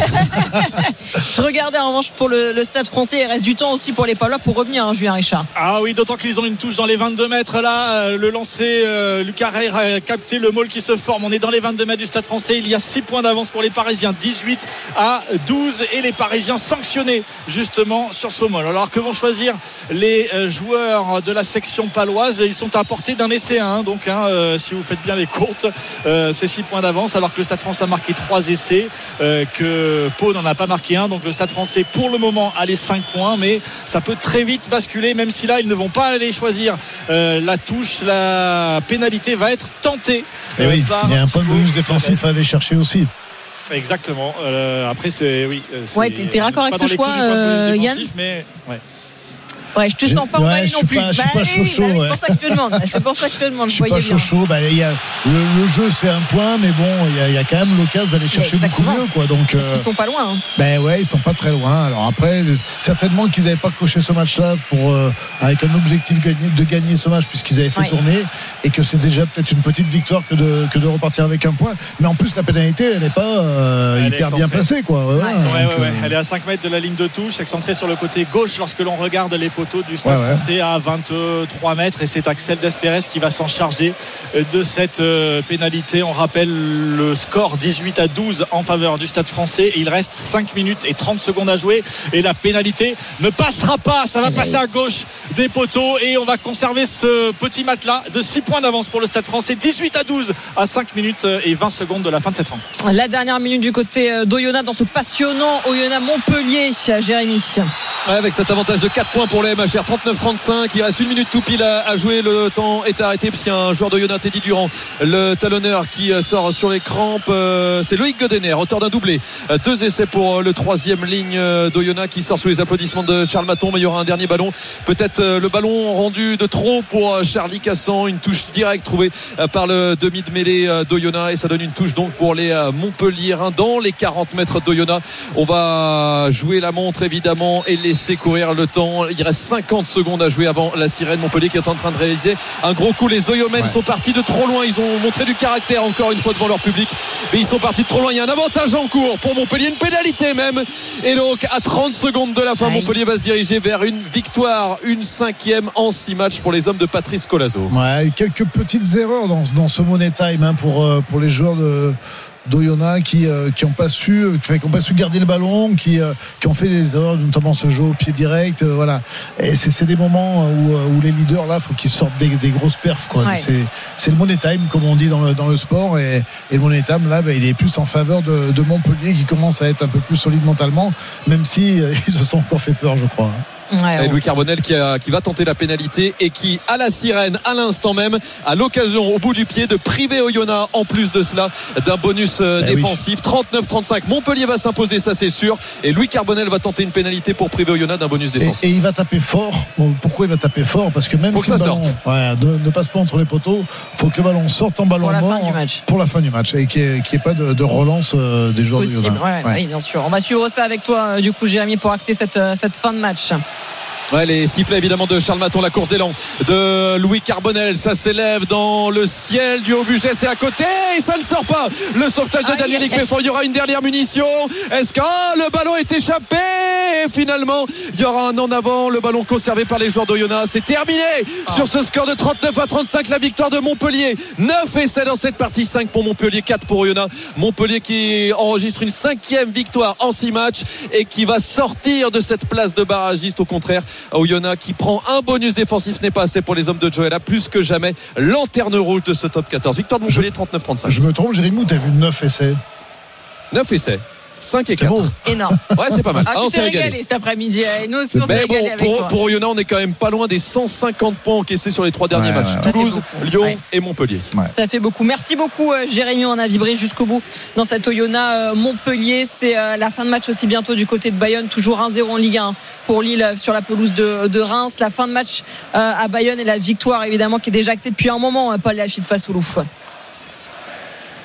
Speaker 2: Je regardais en revanche pour le, le Stade Français. Il reste du temps aussi pour les Palois pour revenir, hein, Julien Richard.
Speaker 6: Ah oui, d'autant qu'ils ont une touche dans les vingt-deux mètres là. Le lancer, euh, Lucas Rey a capté le maul qui se forme. On est dans les vingt-deux mètres du Stade Français. Il y a six points d'avance pour les Parisiens, dix-huit à douze, et les Parisiens sanctionnés justement sur ce maul. Alors que vont choisir les joueurs de la section paloise? Ils sont à portée d'un essai, hein, donc hein, euh, si vous faites bien les comptes, euh, c'est six points d'avance, alors que le Stade Français a marqué trois essais, euh, que Pau n'en a pas marqué un. Donc le Stade Français pour le moment a les cinq points, mais ça peut très vite basculer, même si là ils ne vont pas aller choisir euh, la touche. La pénalité va être tentée
Speaker 3: euh, oui,
Speaker 6: par
Speaker 3: il y a un point de bonus défensif à aller chercher aussi.
Speaker 6: Exactement. Euh, après c'est oui. C'est,
Speaker 2: ouais, t'es, t'es raccord avec ce choix, euh, Yann,
Speaker 6: mais ouais.
Speaker 2: Ouais, je te sens pas emballé
Speaker 3: ouais,
Speaker 2: non plus.
Speaker 3: Pas, je suis
Speaker 2: bah,
Speaker 3: pas
Speaker 2: allez,
Speaker 3: chaud, chaud,
Speaker 2: bah,
Speaker 3: ouais.
Speaker 2: C'est pour ça que je te demande. C'est pour ça que je te demande.
Speaker 3: Je
Speaker 2: Je
Speaker 3: suis pas chaud, chaud. Bah, il y a, le, le jeu, c'est un point, mais bon, il y a, il y a quand même l'occasion d'aller chercher beaucoup mieux, quoi. Donc,
Speaker 2: parce
Speaker 3: euh,
Speaker 2: qu'ils sont pas loin. Hein.
Speaker 3: Ben ouais, ils sont pas très loin. Alors après, certainement qu'ils n'avaient pas coché ce match-là pour euh, avec un objectif gagné, de gagner ce match, puisqu'ils avaient fait ouais. tourner, et que c'est déjà peut-être une petite victoire que de que de repartir avec un point. Mais en plus, la pénalité, elle n'est pas euh, elle hyper est bien placée, quoi.
Speaker 6: Ouais,
Speaker 3: ouais,
Speaker 6: ouais, ouais, ouais. Elle est à cinq mètres de la ligne de touche, excentrée sur le côté gauche lorsque l'on regarde les poteaux du Stade ouais, Français ouais. à vingt-trois mètres, et c'est Axel Despérez qui va s'en charger de cette euh, pénalité. On rappelle le score dix-huit à douze en faveur du Stade Français, et il reste cinq minutes et trente secondes à jouer, et la pénalité ne passera pas. Ça va passer à gauche des poteaux, et on va conserver ce petit matelas de six points d'avance pour le Stade Français. Dix-huit à douze à cinq minutes et vingt secondes de la fin de cette rencontre.
Speaker 2: La dernière minute du côté d'Oyonnax dans ce passionnant Oyonnax Montpellier, Jérémy.
Speaker 7: Ouais, avec cet avantage de quatre points pour les M H R, trente-neuf trente-cinq. Il reste une minute tout pile à, à jouer. Le temps est arrêté puisqu'il y a un joueur d'Oyonnax, Teddy Durand, le talonneur, qui sort sur les crampes. Euh, c'est Loïc Godener, auteur d'un doublé. Euh, deux essais pour le troisième ligne d'Oyonnax, qui sort sous les applaudissements de Charles Maton. Mais il y aura un dernier ballon. Peut-être euh, le ballon rendu de trop pour Charlie Cassan. Une touche directe trouvée euh, par le demi de mêlée euh, d'Oyonnax, et ça donne une touche donc pour les euh, Montpelliérains dans les quarante mètres d'Oyonnax. On va jouer la montre évidemment et laisser courir le temps. Il reste cinquante secondes à jouer avant la sirène. Montpellier qui est en train de réaliser un gros coup. Les Oyomens ouais. sont partis de trop loin. Ils ont montré du caractère encore une fois devant leur public, mais ils sont partis de trop loin. Il y a un avantage en cours pour Montpellier, une pénalité même, et donc à trente secondes de la fin, Aïe. Montpellier va se diriger vers une victoire, une cinquième en six matchs pour les hommes de Patrice Colazo.
Speaker 3: Ouais, quelques petites erreurs dans, dans ce money time hein, pour, pour les joueurs de d'Oyonnax qui euh, qui ont pas su qui ont pas su garder le ballon, qui euh, qui ont fait des erreurs, notamment ce jeu au pied direct, euh, voilà. Et c'est c'est des moments où où les leaders là, faut qu'ils sortent des, des grosses perfs, quoi. Ouais. C'est c'est le money time comme on dit dans le dans le sport, et, et le money time là, ben, il est plus en faveur de, de Montpellier, qui commence à être un peu plus solide mentalement, même si euh, ils se sont encore fait peur, je crois.
Speaker 7: Ouais, et Louis Carbonel qui, a, qui va tenter la pénalité, et qui, à la sirène, à l'instant même, a l'occasion au bout du pied de priver Oyonnax, en plus de cela, d'un bonus euh, eh défensif. Oui. trente-neuf trente-cinq. Montpellier va s'imposer, ça c'est sûr. Et Louis Carbonel va tenter une pénalité pour priver Oyonnax d'un bonus défensif.
Speaker 3: Et, et il va taper fort. Pourquoi il va taper fort? Parce que même
Speaker 7: faut
Speaker 3: si
Speaker 7: que
Speaker 3: le
Speaker 7: ça
Speaker 3: ballon ouais, ne, ne passe pas entre les poteaux, il faut que le ballon sorte en ballon
Speaker 2: pour
Speaker 3: mort
Speaker 2: la fin du match.
Speaker 3: Pour la fin du match, et qu'il n'y ait, qu'il y ait pas de, de relance euh, des joueurs
Speaker 2: possible.
Speaker 3: de Oyonnax.
Speaker 2: Ouais, ouais. Oui, bien sûr. On va suivre ça avec toi, du coup, Jérémy, pour acter cette, cette fin de match.
Speaker 7: Ouais, les sifflets évidemment de Charles Maton, la course d'élan de Louis Carbonel, ça s'élève dans le ciel du Haut-Buget, c'est à côté et ça ne sort pas. Le sauvetage de ah, Daniel Icmefort, il y aura une dernière munition. Est-ce que oh, le ballon est échappé? Et finalement, il y aura un en avant, le ballon conservé par les joueurs d'Oyonnax. C'est terminé oh. sur ce score de trente-neuf à trente-cinq, la victoire de Montpellier. neuf essais dans cette partie, cinq pour Montpellier, quatre pour Oyonnax. Montpellier qui enregistre une cinquième victoire en six matchs et qui va sortir de cette place de barragiste. Au contraire, Oyonnax qui prend un bonus défensif, n'est pas assez pour les hommes de Joëlla, plus que jamais lanterne rouge de ce top quatorze. Victoire de Montpellier trente-neuf trente-cinq.
Speaker 3: Je me trompe, Jérémy, t'as vu neuf essais?
Speaker 7: neuf essais, cinq et quatre.
Speaker 3: Bon.
Speaker 2: Énorme.
Speaker 7: Ouais, c'est pas mal.
Speaker 2: Ah,
Speaker 7: ah,
Speaker 2: tu t'es régalé, régalé cet après-midi. Nous aussi, on s'est
Speaker 7: régalé bon,
Speaker 2: avec
Speaker 7: pour,
Speaker 2: toi.
Speaker 7: Pour Oyonnax, on est quand même pas loin des cent cinquante points encaissés sur les trois derniers ouais, matchs.
Speaker 3: Ouais,
Speaker 7: Toulouse, Lyon
Speaker 2: ouais.
Speaker 7: et Montpellier.
Speaker 2: Ouais. Ça fait beaucoup. Merci beaucoup, Jérémy. On a vibré jusqu'au bout dans cette Oyonnax Montpellier. C'est la fin de match aussi bientôt du côté de Bayonne. Toujours un zéro en Ligue un pour Lille sur la pelouse de, de Reims. La fin de match à Bayonne et la victoire évidemment qui est déjà actée depuis un moment. Paul Lafitte face au Loup.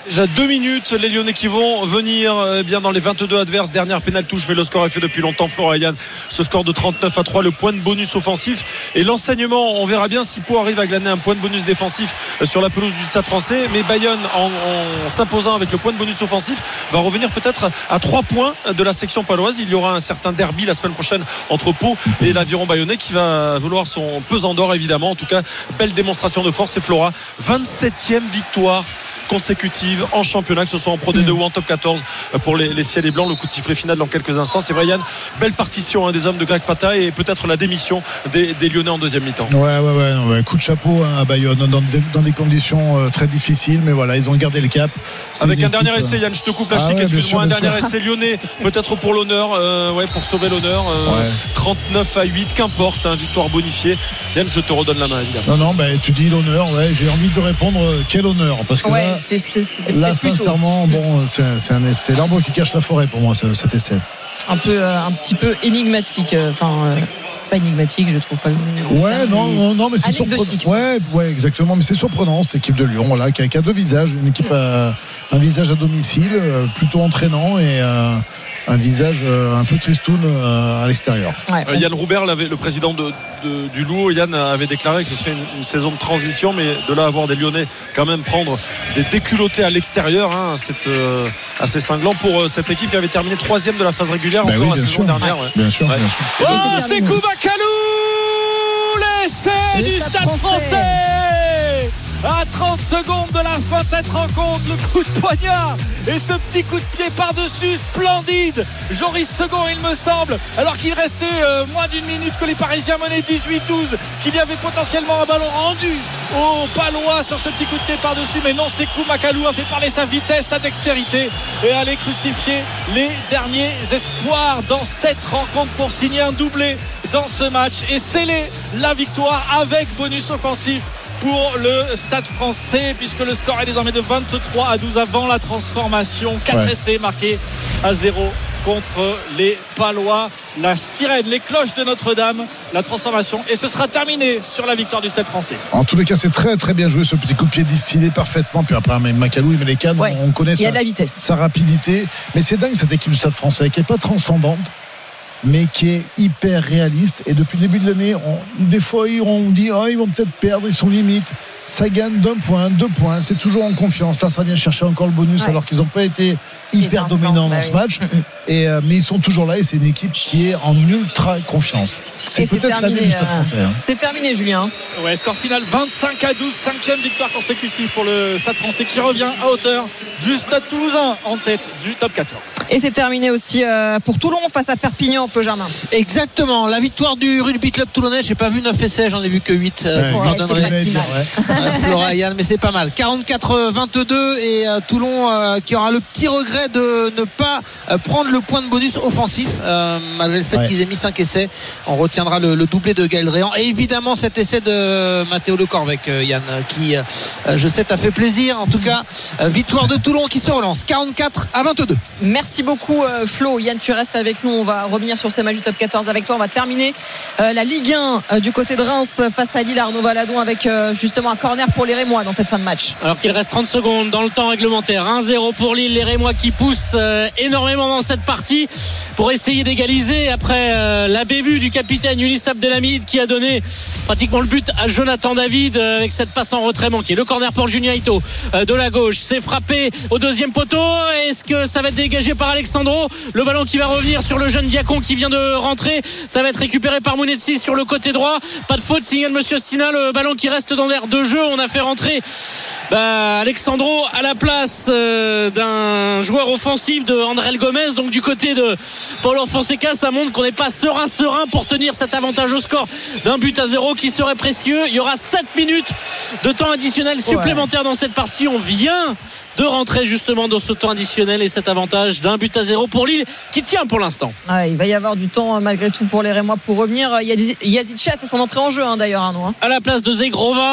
Speaker 1: Déjà deux minutes, les Lyonnais qui vont venir eh bien dans les vingt-deux adverses. Dernière pénale touche, mais le score est fait depuis longtemps. Florian, ce score de trente-neuf à trois, le point de bonus offensif et l'enseignement. On verra bien si Pau arrive à glaner un point de bonus défensif sur la pelouse du Stade Français. Mais Bayonne, en, en s'imposant avec le point de bonus offensif, va revenir peut-être à trois points de la section paloise. Il y aura un certain derby la semaine prochaine entre Pau et l'Aviron Bayonnais qui va vouloir son pesant d'or évidemment. En tout cas, belle démonstration de force. Et Flora, vingt-septième victoire consécutive en championnat, que ce soit en Pro D deux mmh. ou en Top quatorze pour les, les ciels et blancs. Le coup de sifflet final dans quelques instants. C'est vrai, Yann, belle partition hein, des hommes de Greg Pata et peut-être la démission des, des Lyonnais en deuxième mi-temps.
Speaker 3: Ouais, ouais, ouais, ouais. Coup de chapeau hein, à Bayonne dans des, dans des conditions euh, très difficiles, mais voilà, ils ont gardé le cap.
Speaker 1: C'est avec un dernier essai, Yann, je te coupe la ah, chic, ouais, excuse-moi, sûr, un dernier sûr. essai lyonnais, peut-être pour l'honneur, euh, ouais, pour sauver l'honneur. Euh, ouais. trente-neuf à huit, qu'importe, hein, victoire bonifiée. Yann, je te redonne la main, évidemment.
Speaker 3: Non, non, bah, tu dis l'honneur, ouais, j'ai envie de répondre euh, quel honneur, parce que
Speaker 2: ouais,
Speaker 3: là,
Speaker 2: c'est, c'est, c'est
Speaker 3: là sincèrement, bon, c'est, c'est, un, c'est l'arbre qui cache la forêt pour moi, cet essai.
Speaker 2: Un peu, euh, un petit peu énigmatique, enfin. Euh, pas énigmatique, je trouve pas.
Speaker 3: Ouais, non, non, non, mais c'est surprenant. Ouais, ouais, exactement, mais c'est surprenant cette équipe de Lyon, là, qui a, qui a deux visages, une équipe à, un visage à domicile, euh, plutôt entraînant et euh, un visage euh, un peu tristoun euh, à l'extérieur.
Speaker 1: Ouais, ouais. Yann Roubert, le président de, de, du Loup, Yann avait déclaré que ce serait une, une saison de transition, mais de là avoir des Lyonnais quand même prendre des déculottés à l'extérieur, hein, c'est euh, assez cinglant pour euh, cette équipe qui avait terminé troisième de la phase régulière
Speaker 3: ben
Speaker 1: encore
Speaker 3: oui,
Speaker 1: la saison
Speaker 3: sûr.
Speaker 1: dernière.
Speaker 3: Ouais. Bien sûr. Ouais.
Speaker 1: Bien sûr.
Speaker 6: Oh, c'est Koumakalou, l'essai du Stade français. À trente secondes de la fin de cette rencontre, le coup de poignard et ce petit coup de pied par-dessus, splendide. Joris Second, il me semble, alors qu'il restait euh, moins d'une minute que les Parisiens menaient dix-huit douze, qu'il y avait potentiellement un ballon rendu aux Palois sur ce petit coup de pied par-dessus. Mais non, c'est Koumakalou a fait parler sa vitesse, sa dextérité et aller crucifier les derniers espoirs dans cette rencontre pour signer un doublé dans ce match et sceller la victoire avec bonus offensif pour le Stade français, puisque le score est désormais de vingt-trois à douze avant la transformation. quatre ouais. essais marqués à zéro contre les Palois. La sirène, les cloches de Notre-Dame, la transformation, et ce sera terminé sur la victoire du Stade français.
Speaker 3: En tous les cas, c'est très très bien joué, ce petit coup de pied distillé parfaitement. Puis après, même Macalou, il met les cannes, ouais. on connaît sa, sa rapidité. Mais c'est dingue cette équipe du Stade français qui n'est pas transcendante, mais qui est hyper réaliste. Et depuis le début de l'année, on, des fois on dit oh, ils vont peut-être perdre, ils sont limites. Ça gagne d'un point, deux points, c'est toujours en confiance. Là, ça vient chercher encore le bonus, ouais. alors qu'ils n'ont pas été hyper dominants bah dans oui. ce match. Et, euh, mais ils sont toujours là et c'est une équipe qui est en ultra confiance. C'est et peut-être c'est l'année du Stade français. Hein.
Speaker 2: C'est terminé, Julien.
Speaker 6: Ouais, score final vingt-cinq à douze, cinquième victoire consécutive pour le Stade français qui revient à hauteur du Stade toulousain en tête du top quatorze.
Speaker 2: Et c'est terminé aussi euh, pour Toulon face à Perpignan, Flo Germain.
Speaker 5: Exactement, la victoire du Rugby Club Toulonnais. J'ai pas vu neuf essais, j'en ai vu que huit. Euh,
Speaker 2: ouais, ouais, c'est pas si mal.
Speaker 5: Flora et Yann, mais c'est pas mal. quarante-quatre vingt-deux et euh, Toulon euh, qui aura le petit regret de ne pas euh, prendre le point de bonus offensif euh, malgré le fait ouais. qu'ils aient mis cinq essais. On retiendra le, le doublé de Gaël Dréan et évidemment cet essai de Mathéo Le Corvec, euh, Yann, qui euh, je sais t'a fait plaisir. En tout cas, euh, victoire de Toulon qui se relance quarante-quatre à vingt-deux.
Speaker 2: Merci beaucoup euh, Flo. Yann, tu restes avec nous. On va revenir sur ces matchs du top quatorze avec toi. On va terminer euh, la Ligue un euh, du côté de Reims face à Lille. Arnaud Valadon avec euh, justement un corner pour les Rémois dans cette fin de match.
Speaker 4: Alors qu'il reste trente secondes dans le temps réglementaire, un zéro pour Lille, les Rémois qui poussent euh, énormément dans cette partie pour essayer d'égaliser après euh, la bévue du capitaine Younis Abdelhamid qui a donné pratiquement le but à Jonathan David euh, avec cette passe en retrait manquée. Le corner pour Julien Ito euh, de la gauche, c'est frappé au deuxième poteau. Est-ce que ça va être dégagé par Alexandro? Le ballon qui va revenir sur le jeune Diacon qui vient de rentrer, ça va être récupéré par Mounetsi sur le côté droit. Pas de faute, signale Monsieur Stina. Le ballon qui reste dans l'air de jeu. On a fait rentrer bah, Alexandro à la place euh, d'un joueur offensif de André Gomez. Donc du côté de Paulo Fonseca, ça montre qu'on n'est pas serein serein pour tenir cet avantage au score d'un but à zéro qui serait précieux. Il y aura sept minutes de temps additionnel supplémentaire ouais. dans cette partie. On vient de rentrer justement dans ce temps additionnel et cet avantage d'un but à zéro pour Lille qui tient pour l'instant.
Speaker 2: Ouais, il va y avoir du temps malgré tout pour les Rémois pour revenir. Yazid Chef et son entrée en jeu hein, d'ailleurs Arnaud. Hein.
Speaker 4: À la place de Zegrova et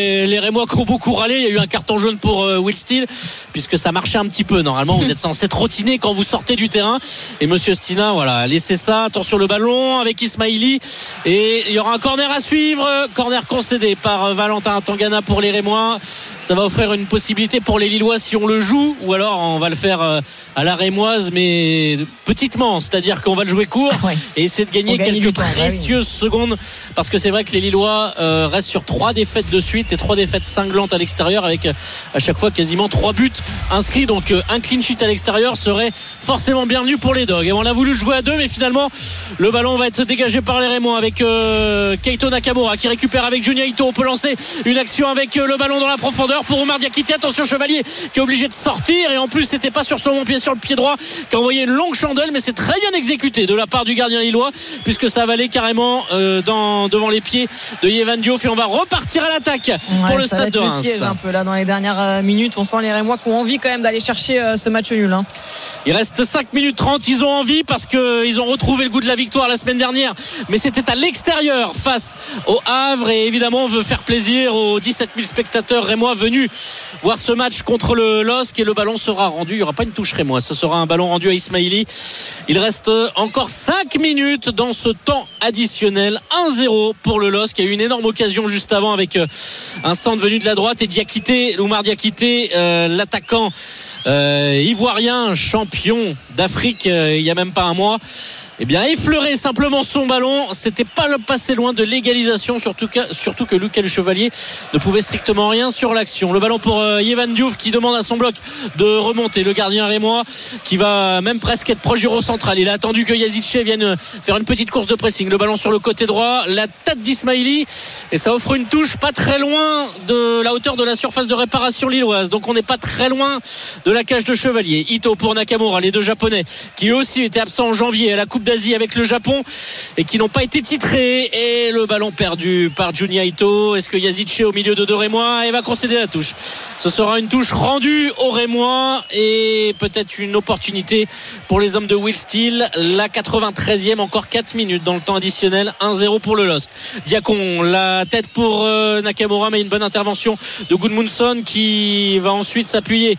Speaker 4: les, les Rémois qui ont beaucoup râlé. Il y a eu un carton jaune pour euh, Will Steele, puisque ça marchait un petit peu. Normalement, vous êtes censé trottiner quand vous sortez du terrain. Et Monsieur Stina, voilà, laissez ça. Attention le ballon avec Ismaili. Et il y aura un corner à suivre. Corner concédé par Valentin Tangana pour les Rémois. Ça va offrir une possibilité pour les Lillois si on le joue, ou alors on va le faire à la rémoise, mais petitement, c'est-à-dire qu'on va le jouer court ouais. et essayer de gagner quelques temps, précieuses ouais, oui. secondes, parce que c'est vrai que les Lillois euh, restent sur trois défaites de suite et trois défaites cinglantes à l'extérieur, avec à chaque fois quasiment trois buts inscrits. Donc euh, un clean sheet à l'extérieur serait forcément bienvenu pour les Dogs. Et on a voulu jouer à deux, mais finalement le ballon va être dégagé par les Rémois avec euh, Keito Nakamura qui récupère avec Junya Ito. On peut lancer une action avec euh, le ballon dans la profondeur pour Oumar Diakité. Attention Chevalier qui est obligé de sortir, et en plus c'était pas sur son bon pied, sur le pied droit, qui a envoyé une longue chandelle, mais c'est très bien exécuté de la part du gardien lillois, puisque ça va aller carrément euh, dans, devant les pieds de Yvan Diouf, et on va repartir à l'attaque ouais, pour le Stade de Reims.
Speaker 2: Un peu là dans les dernières minutes, on sent les Rémois qui ont envie quand même d'aller chercher euh, ce match nul hein.
Speaker 4: Il reste cinq minutes trente, ils ont envie parce qu'ils ont retrouvé le goût de la victoire la semaine dernière, mais c'était à l'extérieur face au Havre, et évidemment on veut faire plaisir aux dix-sept mille spectateurs rémois venus voir ce match contre le L O S C, et le ballon sera rendu, il n'y aura pas une touche rémois, ce sera un ballon rendu à Ismaili. Il reste encore cinq minutes dans ce temps additionnel. un zéro pour le L O S C, qui a eu une énorme occasion juste avant avec un centre venu de la droite, et Diakité, Oumar Diakité, euh, l'attaquant euh, ivoirien, champion d'Afrique euh, il n'y a même pas un mois, eh bien effleurer simplement son ballon, c'était pas le passé loin de l'égalisation, surtout que, surtout que Lucas Le Chevalier ne pouvait strictement rien sur l'action. Le ballon pour euh, Yvan Diouf qui demande à son bloc de remonter, le gardien rémois qui va même presque être proche du rond central. Il a attendu que Yazidche vienne faire une petite course de pressing. Le ballon sur le côté droit, la tête d'Ismaili, et ça offre une touche pas très loin de la hauteur de la surface de réparation lilloise, donc on n'est pas très loin de la cage de Chevalier. Ito pour Nakamura, les deux Japonais qui eux aussi étaient absents en janvier à la Coupe d'Asie avec le Japon et qui n'ont pas été titrés, et le ballon perdu par Junya Ito. Est-ce que Yazidche au milieu de deux Rémois et va concéder la touche? Ce sera une touche rendue aux Rémois et peut-être une opportunité pour les hommes de Will Steele. La quatre-vingt-treizième, encore quatre minutes dans le temps additionnel. un zéro pour le L O S C. Diacon, la tête pour euh, Nakamura, mais une bonne intervention de Gudmundsson qui va ensuite s'appuyer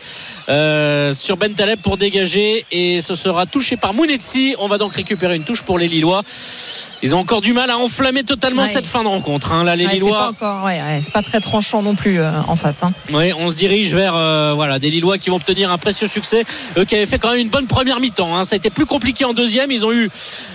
Speaker 4: euh, sur Ben Taleb pour dégager, et ce sera touché par Mounetsi. On va donc récupérer une touche pour les Lillois. Ils ont encore du mal à enflammer totalement ouais. cette fin de rencontre hein. Là les ouais, Lillois
Speaker 2: c'est pas, encore, ouais, ouais, c'est pas très tranchant non plus euh, en face hein.
Speaker 4: Oui, on se dirige vers euh, voilà, des Lillois qui vont obtenir un précieux succès, eux qui avaient fait quand même une bonne première mi-temps hein. Ça a été plus compliqué en deuxième. Ils ont eu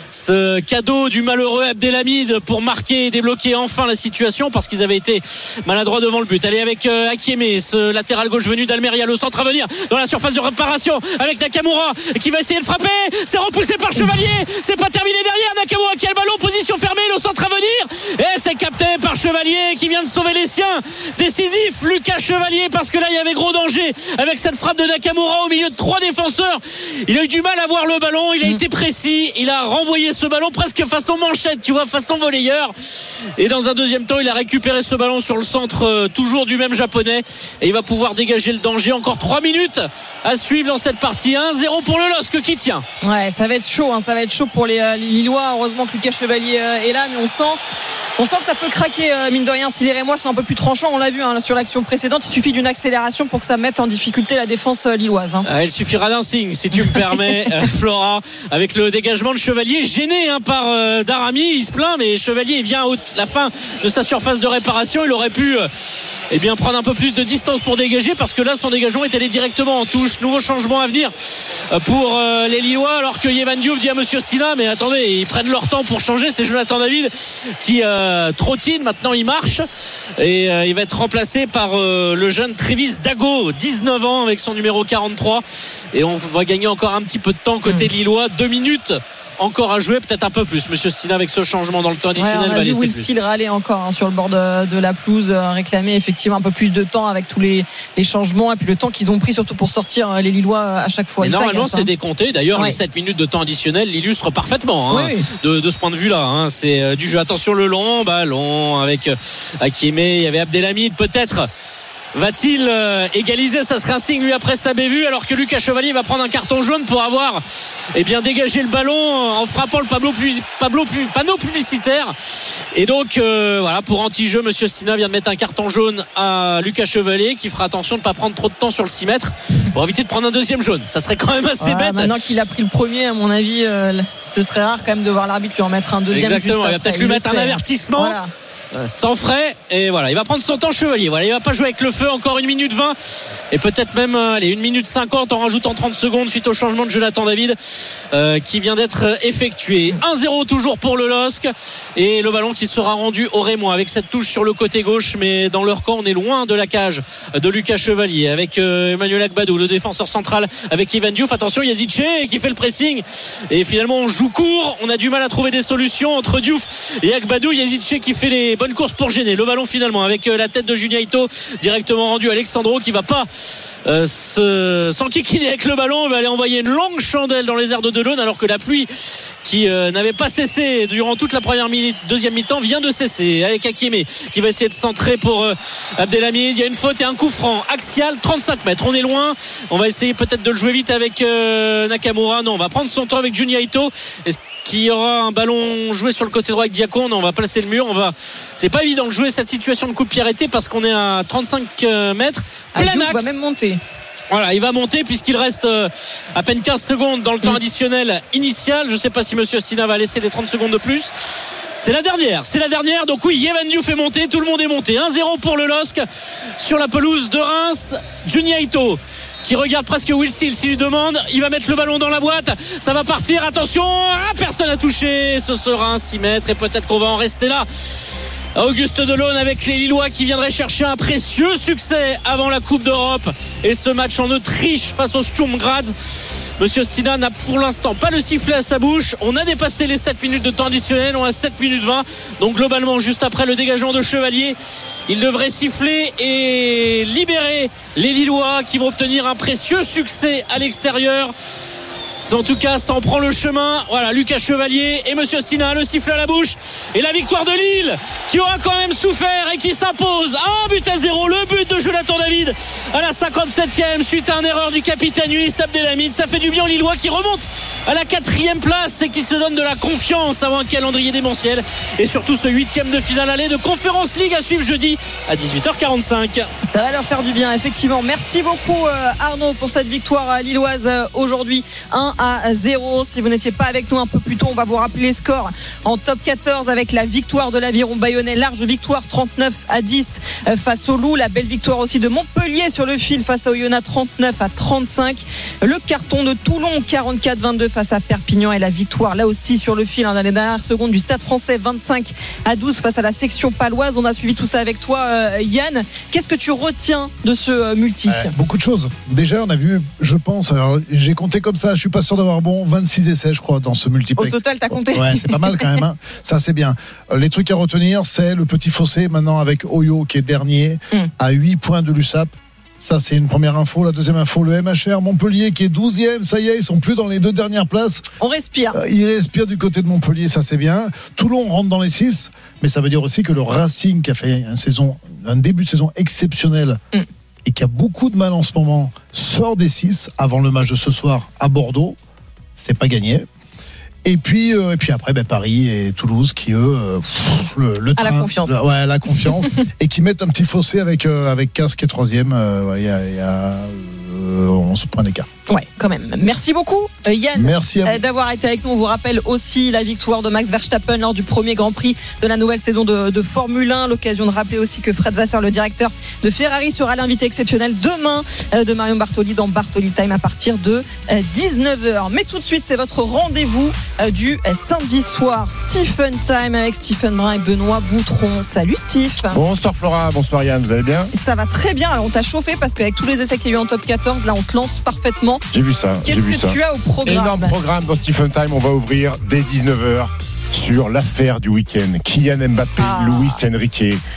Speaker 4: ce cadeau du malheureux Abdelhamid pour marquer et débloquer enfin la situation, parce qu'ils avaient été maladroits devant le but. Allez avec euh, Akieme, ce latéral gauche venu d'Almeria, le centre à venir dans la surface de réparation avec Nakamura qui va essayer de frapper, c'est repoussé par Chevalier, c'est pas terminé derrière. Nakamura qui a le ballon, position fermée, le centre à venir, et c'est capté par Chevalier qui vient de sauver les siens. Décisif Lucas Chevalier, parce que là il y avait gros danger avec cette frappe de Nakamura au milieu de trois défenseurs. Il a eu du mal à voir le ballon, il a mmh. été précis, il a renvoyé ce ballon presque façon manchette, tu vois, façon volleyeur, et dans un deuxième temps il a récupéré ce ballon sur le centre euh, toujours du même japonais, et il va pouvoir dégager le danger. Encore trois minutes à suivre dans cette partie. un zéro pour le L O S C qui tient.
Speaker 2: Ouais, ça va être chaud hein, ça va être chaud pour les, euh, les Lillois. Heureusement que Lucas Chevalier euh, est là, mais on sent on sent que ça peut craquer euh, mine de rien si les Rémois sont un peu plus tranchants. On l'a vu hein, sur l'action précédente, il suffit d'une accélération pour que ça mette en difficulté la défense euh, lilloise hein.
Speaker 4: Ah, il suffira d'un signe si tu me permets euh, Flora, avec le dégagement de Chevalier gêné hein, par euh, Darami. Il se plaint, mais Chevalier vient à la fin de sa surface de réparation. Il aurait pu euh, eh bien, prendre un peu plus de distance pour dégager, parce que là son dégagement est allé directement en touche. Nouveau changement à venir euh, pour euh, les Lillois, alors que Yvan Diouf dit à Monsieur Stina, mais attendez, ils prennent leur temps pour changer. C'est Jonathan David qui euh, trottine, maintenant il marche, et euh, il va être remplacé par euh, le jeune Trévis Dago, dix-neuf ans, avec son numéro quarante-trois, et on va gagner encore un petit peu de temps côté mmh. Lillois. Deux minutes encore à jouer, peut-être un peu plus. Monsieur Stina, avec ce changement dans le temps additionnel,
Speaker 2: ouais,
Speaker 4: va laisser
Speaker 2: Will
Speaker 4: plus.
Speaker 2: Steele râler encore hein, sur le bord de, de la pelouse, euh, réclamer effectivement un peu plus de temps avec tous les, les changements, et puis le temps qu'ils ont pris surtout pour sortir euh, les Lillois euh, à chaque fois.
Speaker 4: Mais normalement c'est
Speaker 2: hein.
Speaker 4: décompté. D'ailleurs ouais. les sept minutes de temps additionnel l'illustrent parfaitement hein, oui, oui. De, de ce point de vue là hein. C'est euh, du jeu. Attention le long ballon avec euh, Akieme, il y avait Abdelhamid peut-être va-t-il euh, égaliser? Ça serait un signe lui après sa bévue, alors que Lucas Chevalier va prendre un carton jaune pour avoir eh bien, dégagé le ballon en frappant le Pablo, Pablo panneau publicitaire. Et donc euh, voilà, pour anti-jeu, Monsieur Stina vient de mettre un carton jaune à Lucas Chevalier, qui fera attention de ne pas prendre trop de temps sur le six mètres pour éviter de prendre un deuxième jaune. Ça serait quand même assez
Speaker 2: ah,
Speaker 4: bête.
Speaker 2: Maintenant qu'il a pris le premier, à mon avis, euh, ce serait rare quand même de voir l'arbitre lui en mettre un deuxième.
Speaker 4: Exactement, il va peut-être lui mettre un avertissement. Voilà. Sans frais, et voilà, il va prendre son temps Chevalier. Voilà, il va pas jouer avec le feu. Encore une minute vingt et peut-être même allez, une minute cinquante en rajoutant trente secondes suite au changement de Jonathan David euh, qui vient d'être effectué. un zéro toujours pour le L O S C, et le ballon qui sera rendu au Rémois avec cette touche sur le côté gauche, mais dans leur camp on est loin de la cage de Lucas Chevalier avec euh, Emmanuel Agbadou, le défenseur central, avec Ivan Diouf. Attention, Yazice qui fait le pressing, et finalement on joue court. On a du mal à trouver des solutions entre Diouf et Agbadou. Yazice qui fait les bonne course pour gêner le ballon finalement avec la tête de Junia Ito directement rendu à Alexandro, qui va pas euh, se, s'enquiquiner avec le ballon. Il va aller envoyer une longue chandelle dans les airs de Delaune, alors que la pluie qui euh, n'avait pas cessé durant toute la première minute, deuxième mi-temps vient de cesser, avec Hakimi qui va essayer de centrer pour euh, Abdelhamid. Il y a une faute et un coup franc axial, trente-cinq mètres, on est loin. On va essayer peut-être de le jouer vite avec euh, Nakamura. Non, on va prendre son temps avec Junia Ito. Est-ce qu'il y aura un ballon joué sur le côté droit avec Diacon? Non, on va placer le mur. On va... C'est pas évident de jouer cette situation de coup de pied arrêté parce qu'on est à trente-cinq mètres. Plein axe.
Speaker 2: Il va même monter.
Speaker 4: Voilà, il va monter puisqu'il reste à peine quinze secondes dans le temps additionnel initial. Je ne sais pas si Monsieur Stina va laisser les trente secondes de plus. C'est la dernière, c'est la dernière. Donc oui, Evan Diouf est monté, tout le monde est monté. un zéro pour le L O S C sur la pelouse de Reims. Junia Ito qui regarde presque Will Seal, s'il lui demande, il va mettre le ballon dans la boîte, ça va partir, attention, ah, personne n'a touché, ce sera un six mètres, et peut-être qu'on va en rester là. Auguste Delaune avec les Lillois qui viendraient chercher un précieux succès avant la Coupe d'Europe et ce match en Autriche face au Sturm Graz. Monsieur Stina n'a pour l'instant pas le sifflet à sa bouche. On a dépassé les sept minutes de temps additionnel, on a sept minutes vingt, donc globalement juste après le dégagement de Chevalier, il devrait siffler et libérer les Lillois qui vont obtenir un précieux succès à l'extérieur. En tout cas, ça en prend le chemin. Voilà, Lucas Chevalier et Monsieur Stina, le sifflet à la bouche, et la victoire de Lille qui aura quand même souffert et qui s'impose un but à zéro. Le but de Jonathan David à la cinquante-septième suite à une erreur du capitaine Younis Abdelhamid. Ça fait du bien aux Lillois qui remontent à la quatrième place et qui se donnent de la confiance avant un calendrier démentiel, et surtout ce huitième de finale aller de Conference League à suivre jeudi à dix-huit heures quarante-cinq.
Speaker 2: Ça va leur faire du bien, effectivement. Merci beaucoup Arnaud pour cette victoire lilloise aujourd'hui, un à zéro. Si vous n'étiez pas avec nous un peu plus tôt, on va vous rappeler les scores en top quatorze avec la victoire de l'Aviron Bayonnais, large victoire trente-neuf à dix face au Loup, la belle victoire aussi de Montpellier sur le fil face à Oyonnax trente-neuf à trente-cinq, le carton de Toulon quarante-quatre vingt-deux face à Perpignan, et la victoire là aussi sur le fil dans les dernières secondes du Stade Français vingt-cinq à douze face à la section paloise. On a suivi tout ça avec toi euh, Yann. Qu'est-ce que tu retiens de ce euh, multi?
Speaker 3: euh, Beaucoup de choses. Déjà on a vu, je pense, alors j'ai compté comme ça, je suis pas sûr d'avoir bon, vingt-six essais je crois dans ce multiplex.
Speaker 2: Au total t'as compté?
Speaker 3: Ouais, c'est pas mal quand même hein. Ça c'est bien. Les trucs à retenir, c'est le petit fossé maintenant avec Oyo qui est dernier mm. à huit points de l'U S A P. Ça c'est une première info. La deuxième info, le M H R Montpellier qui est douzième, ça y est, ils sont plus dans les deux dernières places.
Speaker 2: On respire.
Speaker 3: euh, Ils respirent du côté de Montpellier, ça c'est bien. Toulon rentre dans les six, mais ça veut dire aussi que le Racing qui a fait une saison, un début de saison exceptionnel mm. et qui a beaucoup de mal en ce moment, sort des six avant le match de ce soir à Bordeaux. C'est pas gagné. Et puis, euh, et puis après, ben, Paris et Toulouse qui, eux, euh, pff, le, le train.
Speaker 2: À la confiance.
Speaker 3: Euh, ouais, la confiance. Et qui mettent un petit fossé avec, euh, avec Castres qui est troisième. Il euh, y a, y a euh, onze points d'écart.
Speaker 2: Ouais, quand même. Merci beaucoup, Yann,
Speaker 3: Merci à
Speaker 2: vous. d'avoir été avec nous. On vous rappelle aussi la victoire de Max Verstappen lors du premier Grand Prix de la nouvelle saison de, de Formule un. L'occasion de rappeler aussi que Fred Vasseur, le directeur de Ferrari, sera l'invité exceptionnel demain de Marion Bartoli dans Bartoli Time à partir de dix-neuf heures. Mais tout de suite, c'est votre rendez-vous du samedi soir. Stephen Time avec Stephen Brun et Benoît Boutron. Salut Steve.
Speaker 12: Bonsoir Flora, bonsoir Yann, vous allez bien?
Speaker 2: Ça va très bien. Alors on t'a chauffé parce qu'avec tous les essais qu'il y a eu en top quatorze, là on te lance parfaitement.
Speaker 12: J'ai vu ça.
Speaker 2: Qu'est-ce
Speaker 12: j'ai vu
Speaker 2: que
Speaker 12: ça.
Speaker 2: tu as au programme?
Speaker 12: Énorme programme dans Stephen Time. On va ouvrir dès dix-neuf heures sur l'affaire du week-end. Kylian Mbappé,
Speaker 2: ah.
Speaker 12: Luis Enrique.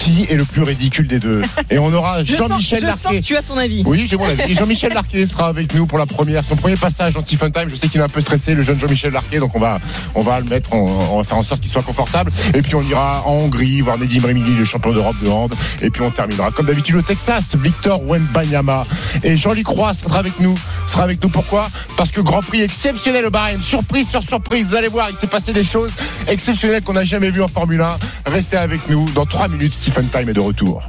Speaker 12: petit et le plus ridicule des deux. Et on aura Jean-Michel
Speaker 2: je
Speaker 12: Larquet.
Speaker 2: Sens que tu as ton avis.
Speaker 12: Oui, j'ai mon avis. Et Jean-Michel Larquet sera avec nous pour la première, son premier passage dans Stephen Time. Je sais qu'il est un peu stressé, le jeune Jean-Michel Larquet, donc on va, on va le mettre, on, on va faire en sorte qu'il soit confortable. Et puis on ira en Hongrie voir Nedim Remili, le champion d'Europe de hand. Et puis on terminera comme d'habitude au Texas, Victor Wembanyama. Et Jean-Luc Roy sera avec nous. Sera avec nous. Pourquoi ? Parce que Grand Prix exceptionnel au Bahreïn, surprise sur surprise. Vous allez voir, il s'est passé des choses exceptionnelles qu'on n'a jamais vues en Formule un. Restez avec nous. Dans trois minutes, Stephen Time est de retour.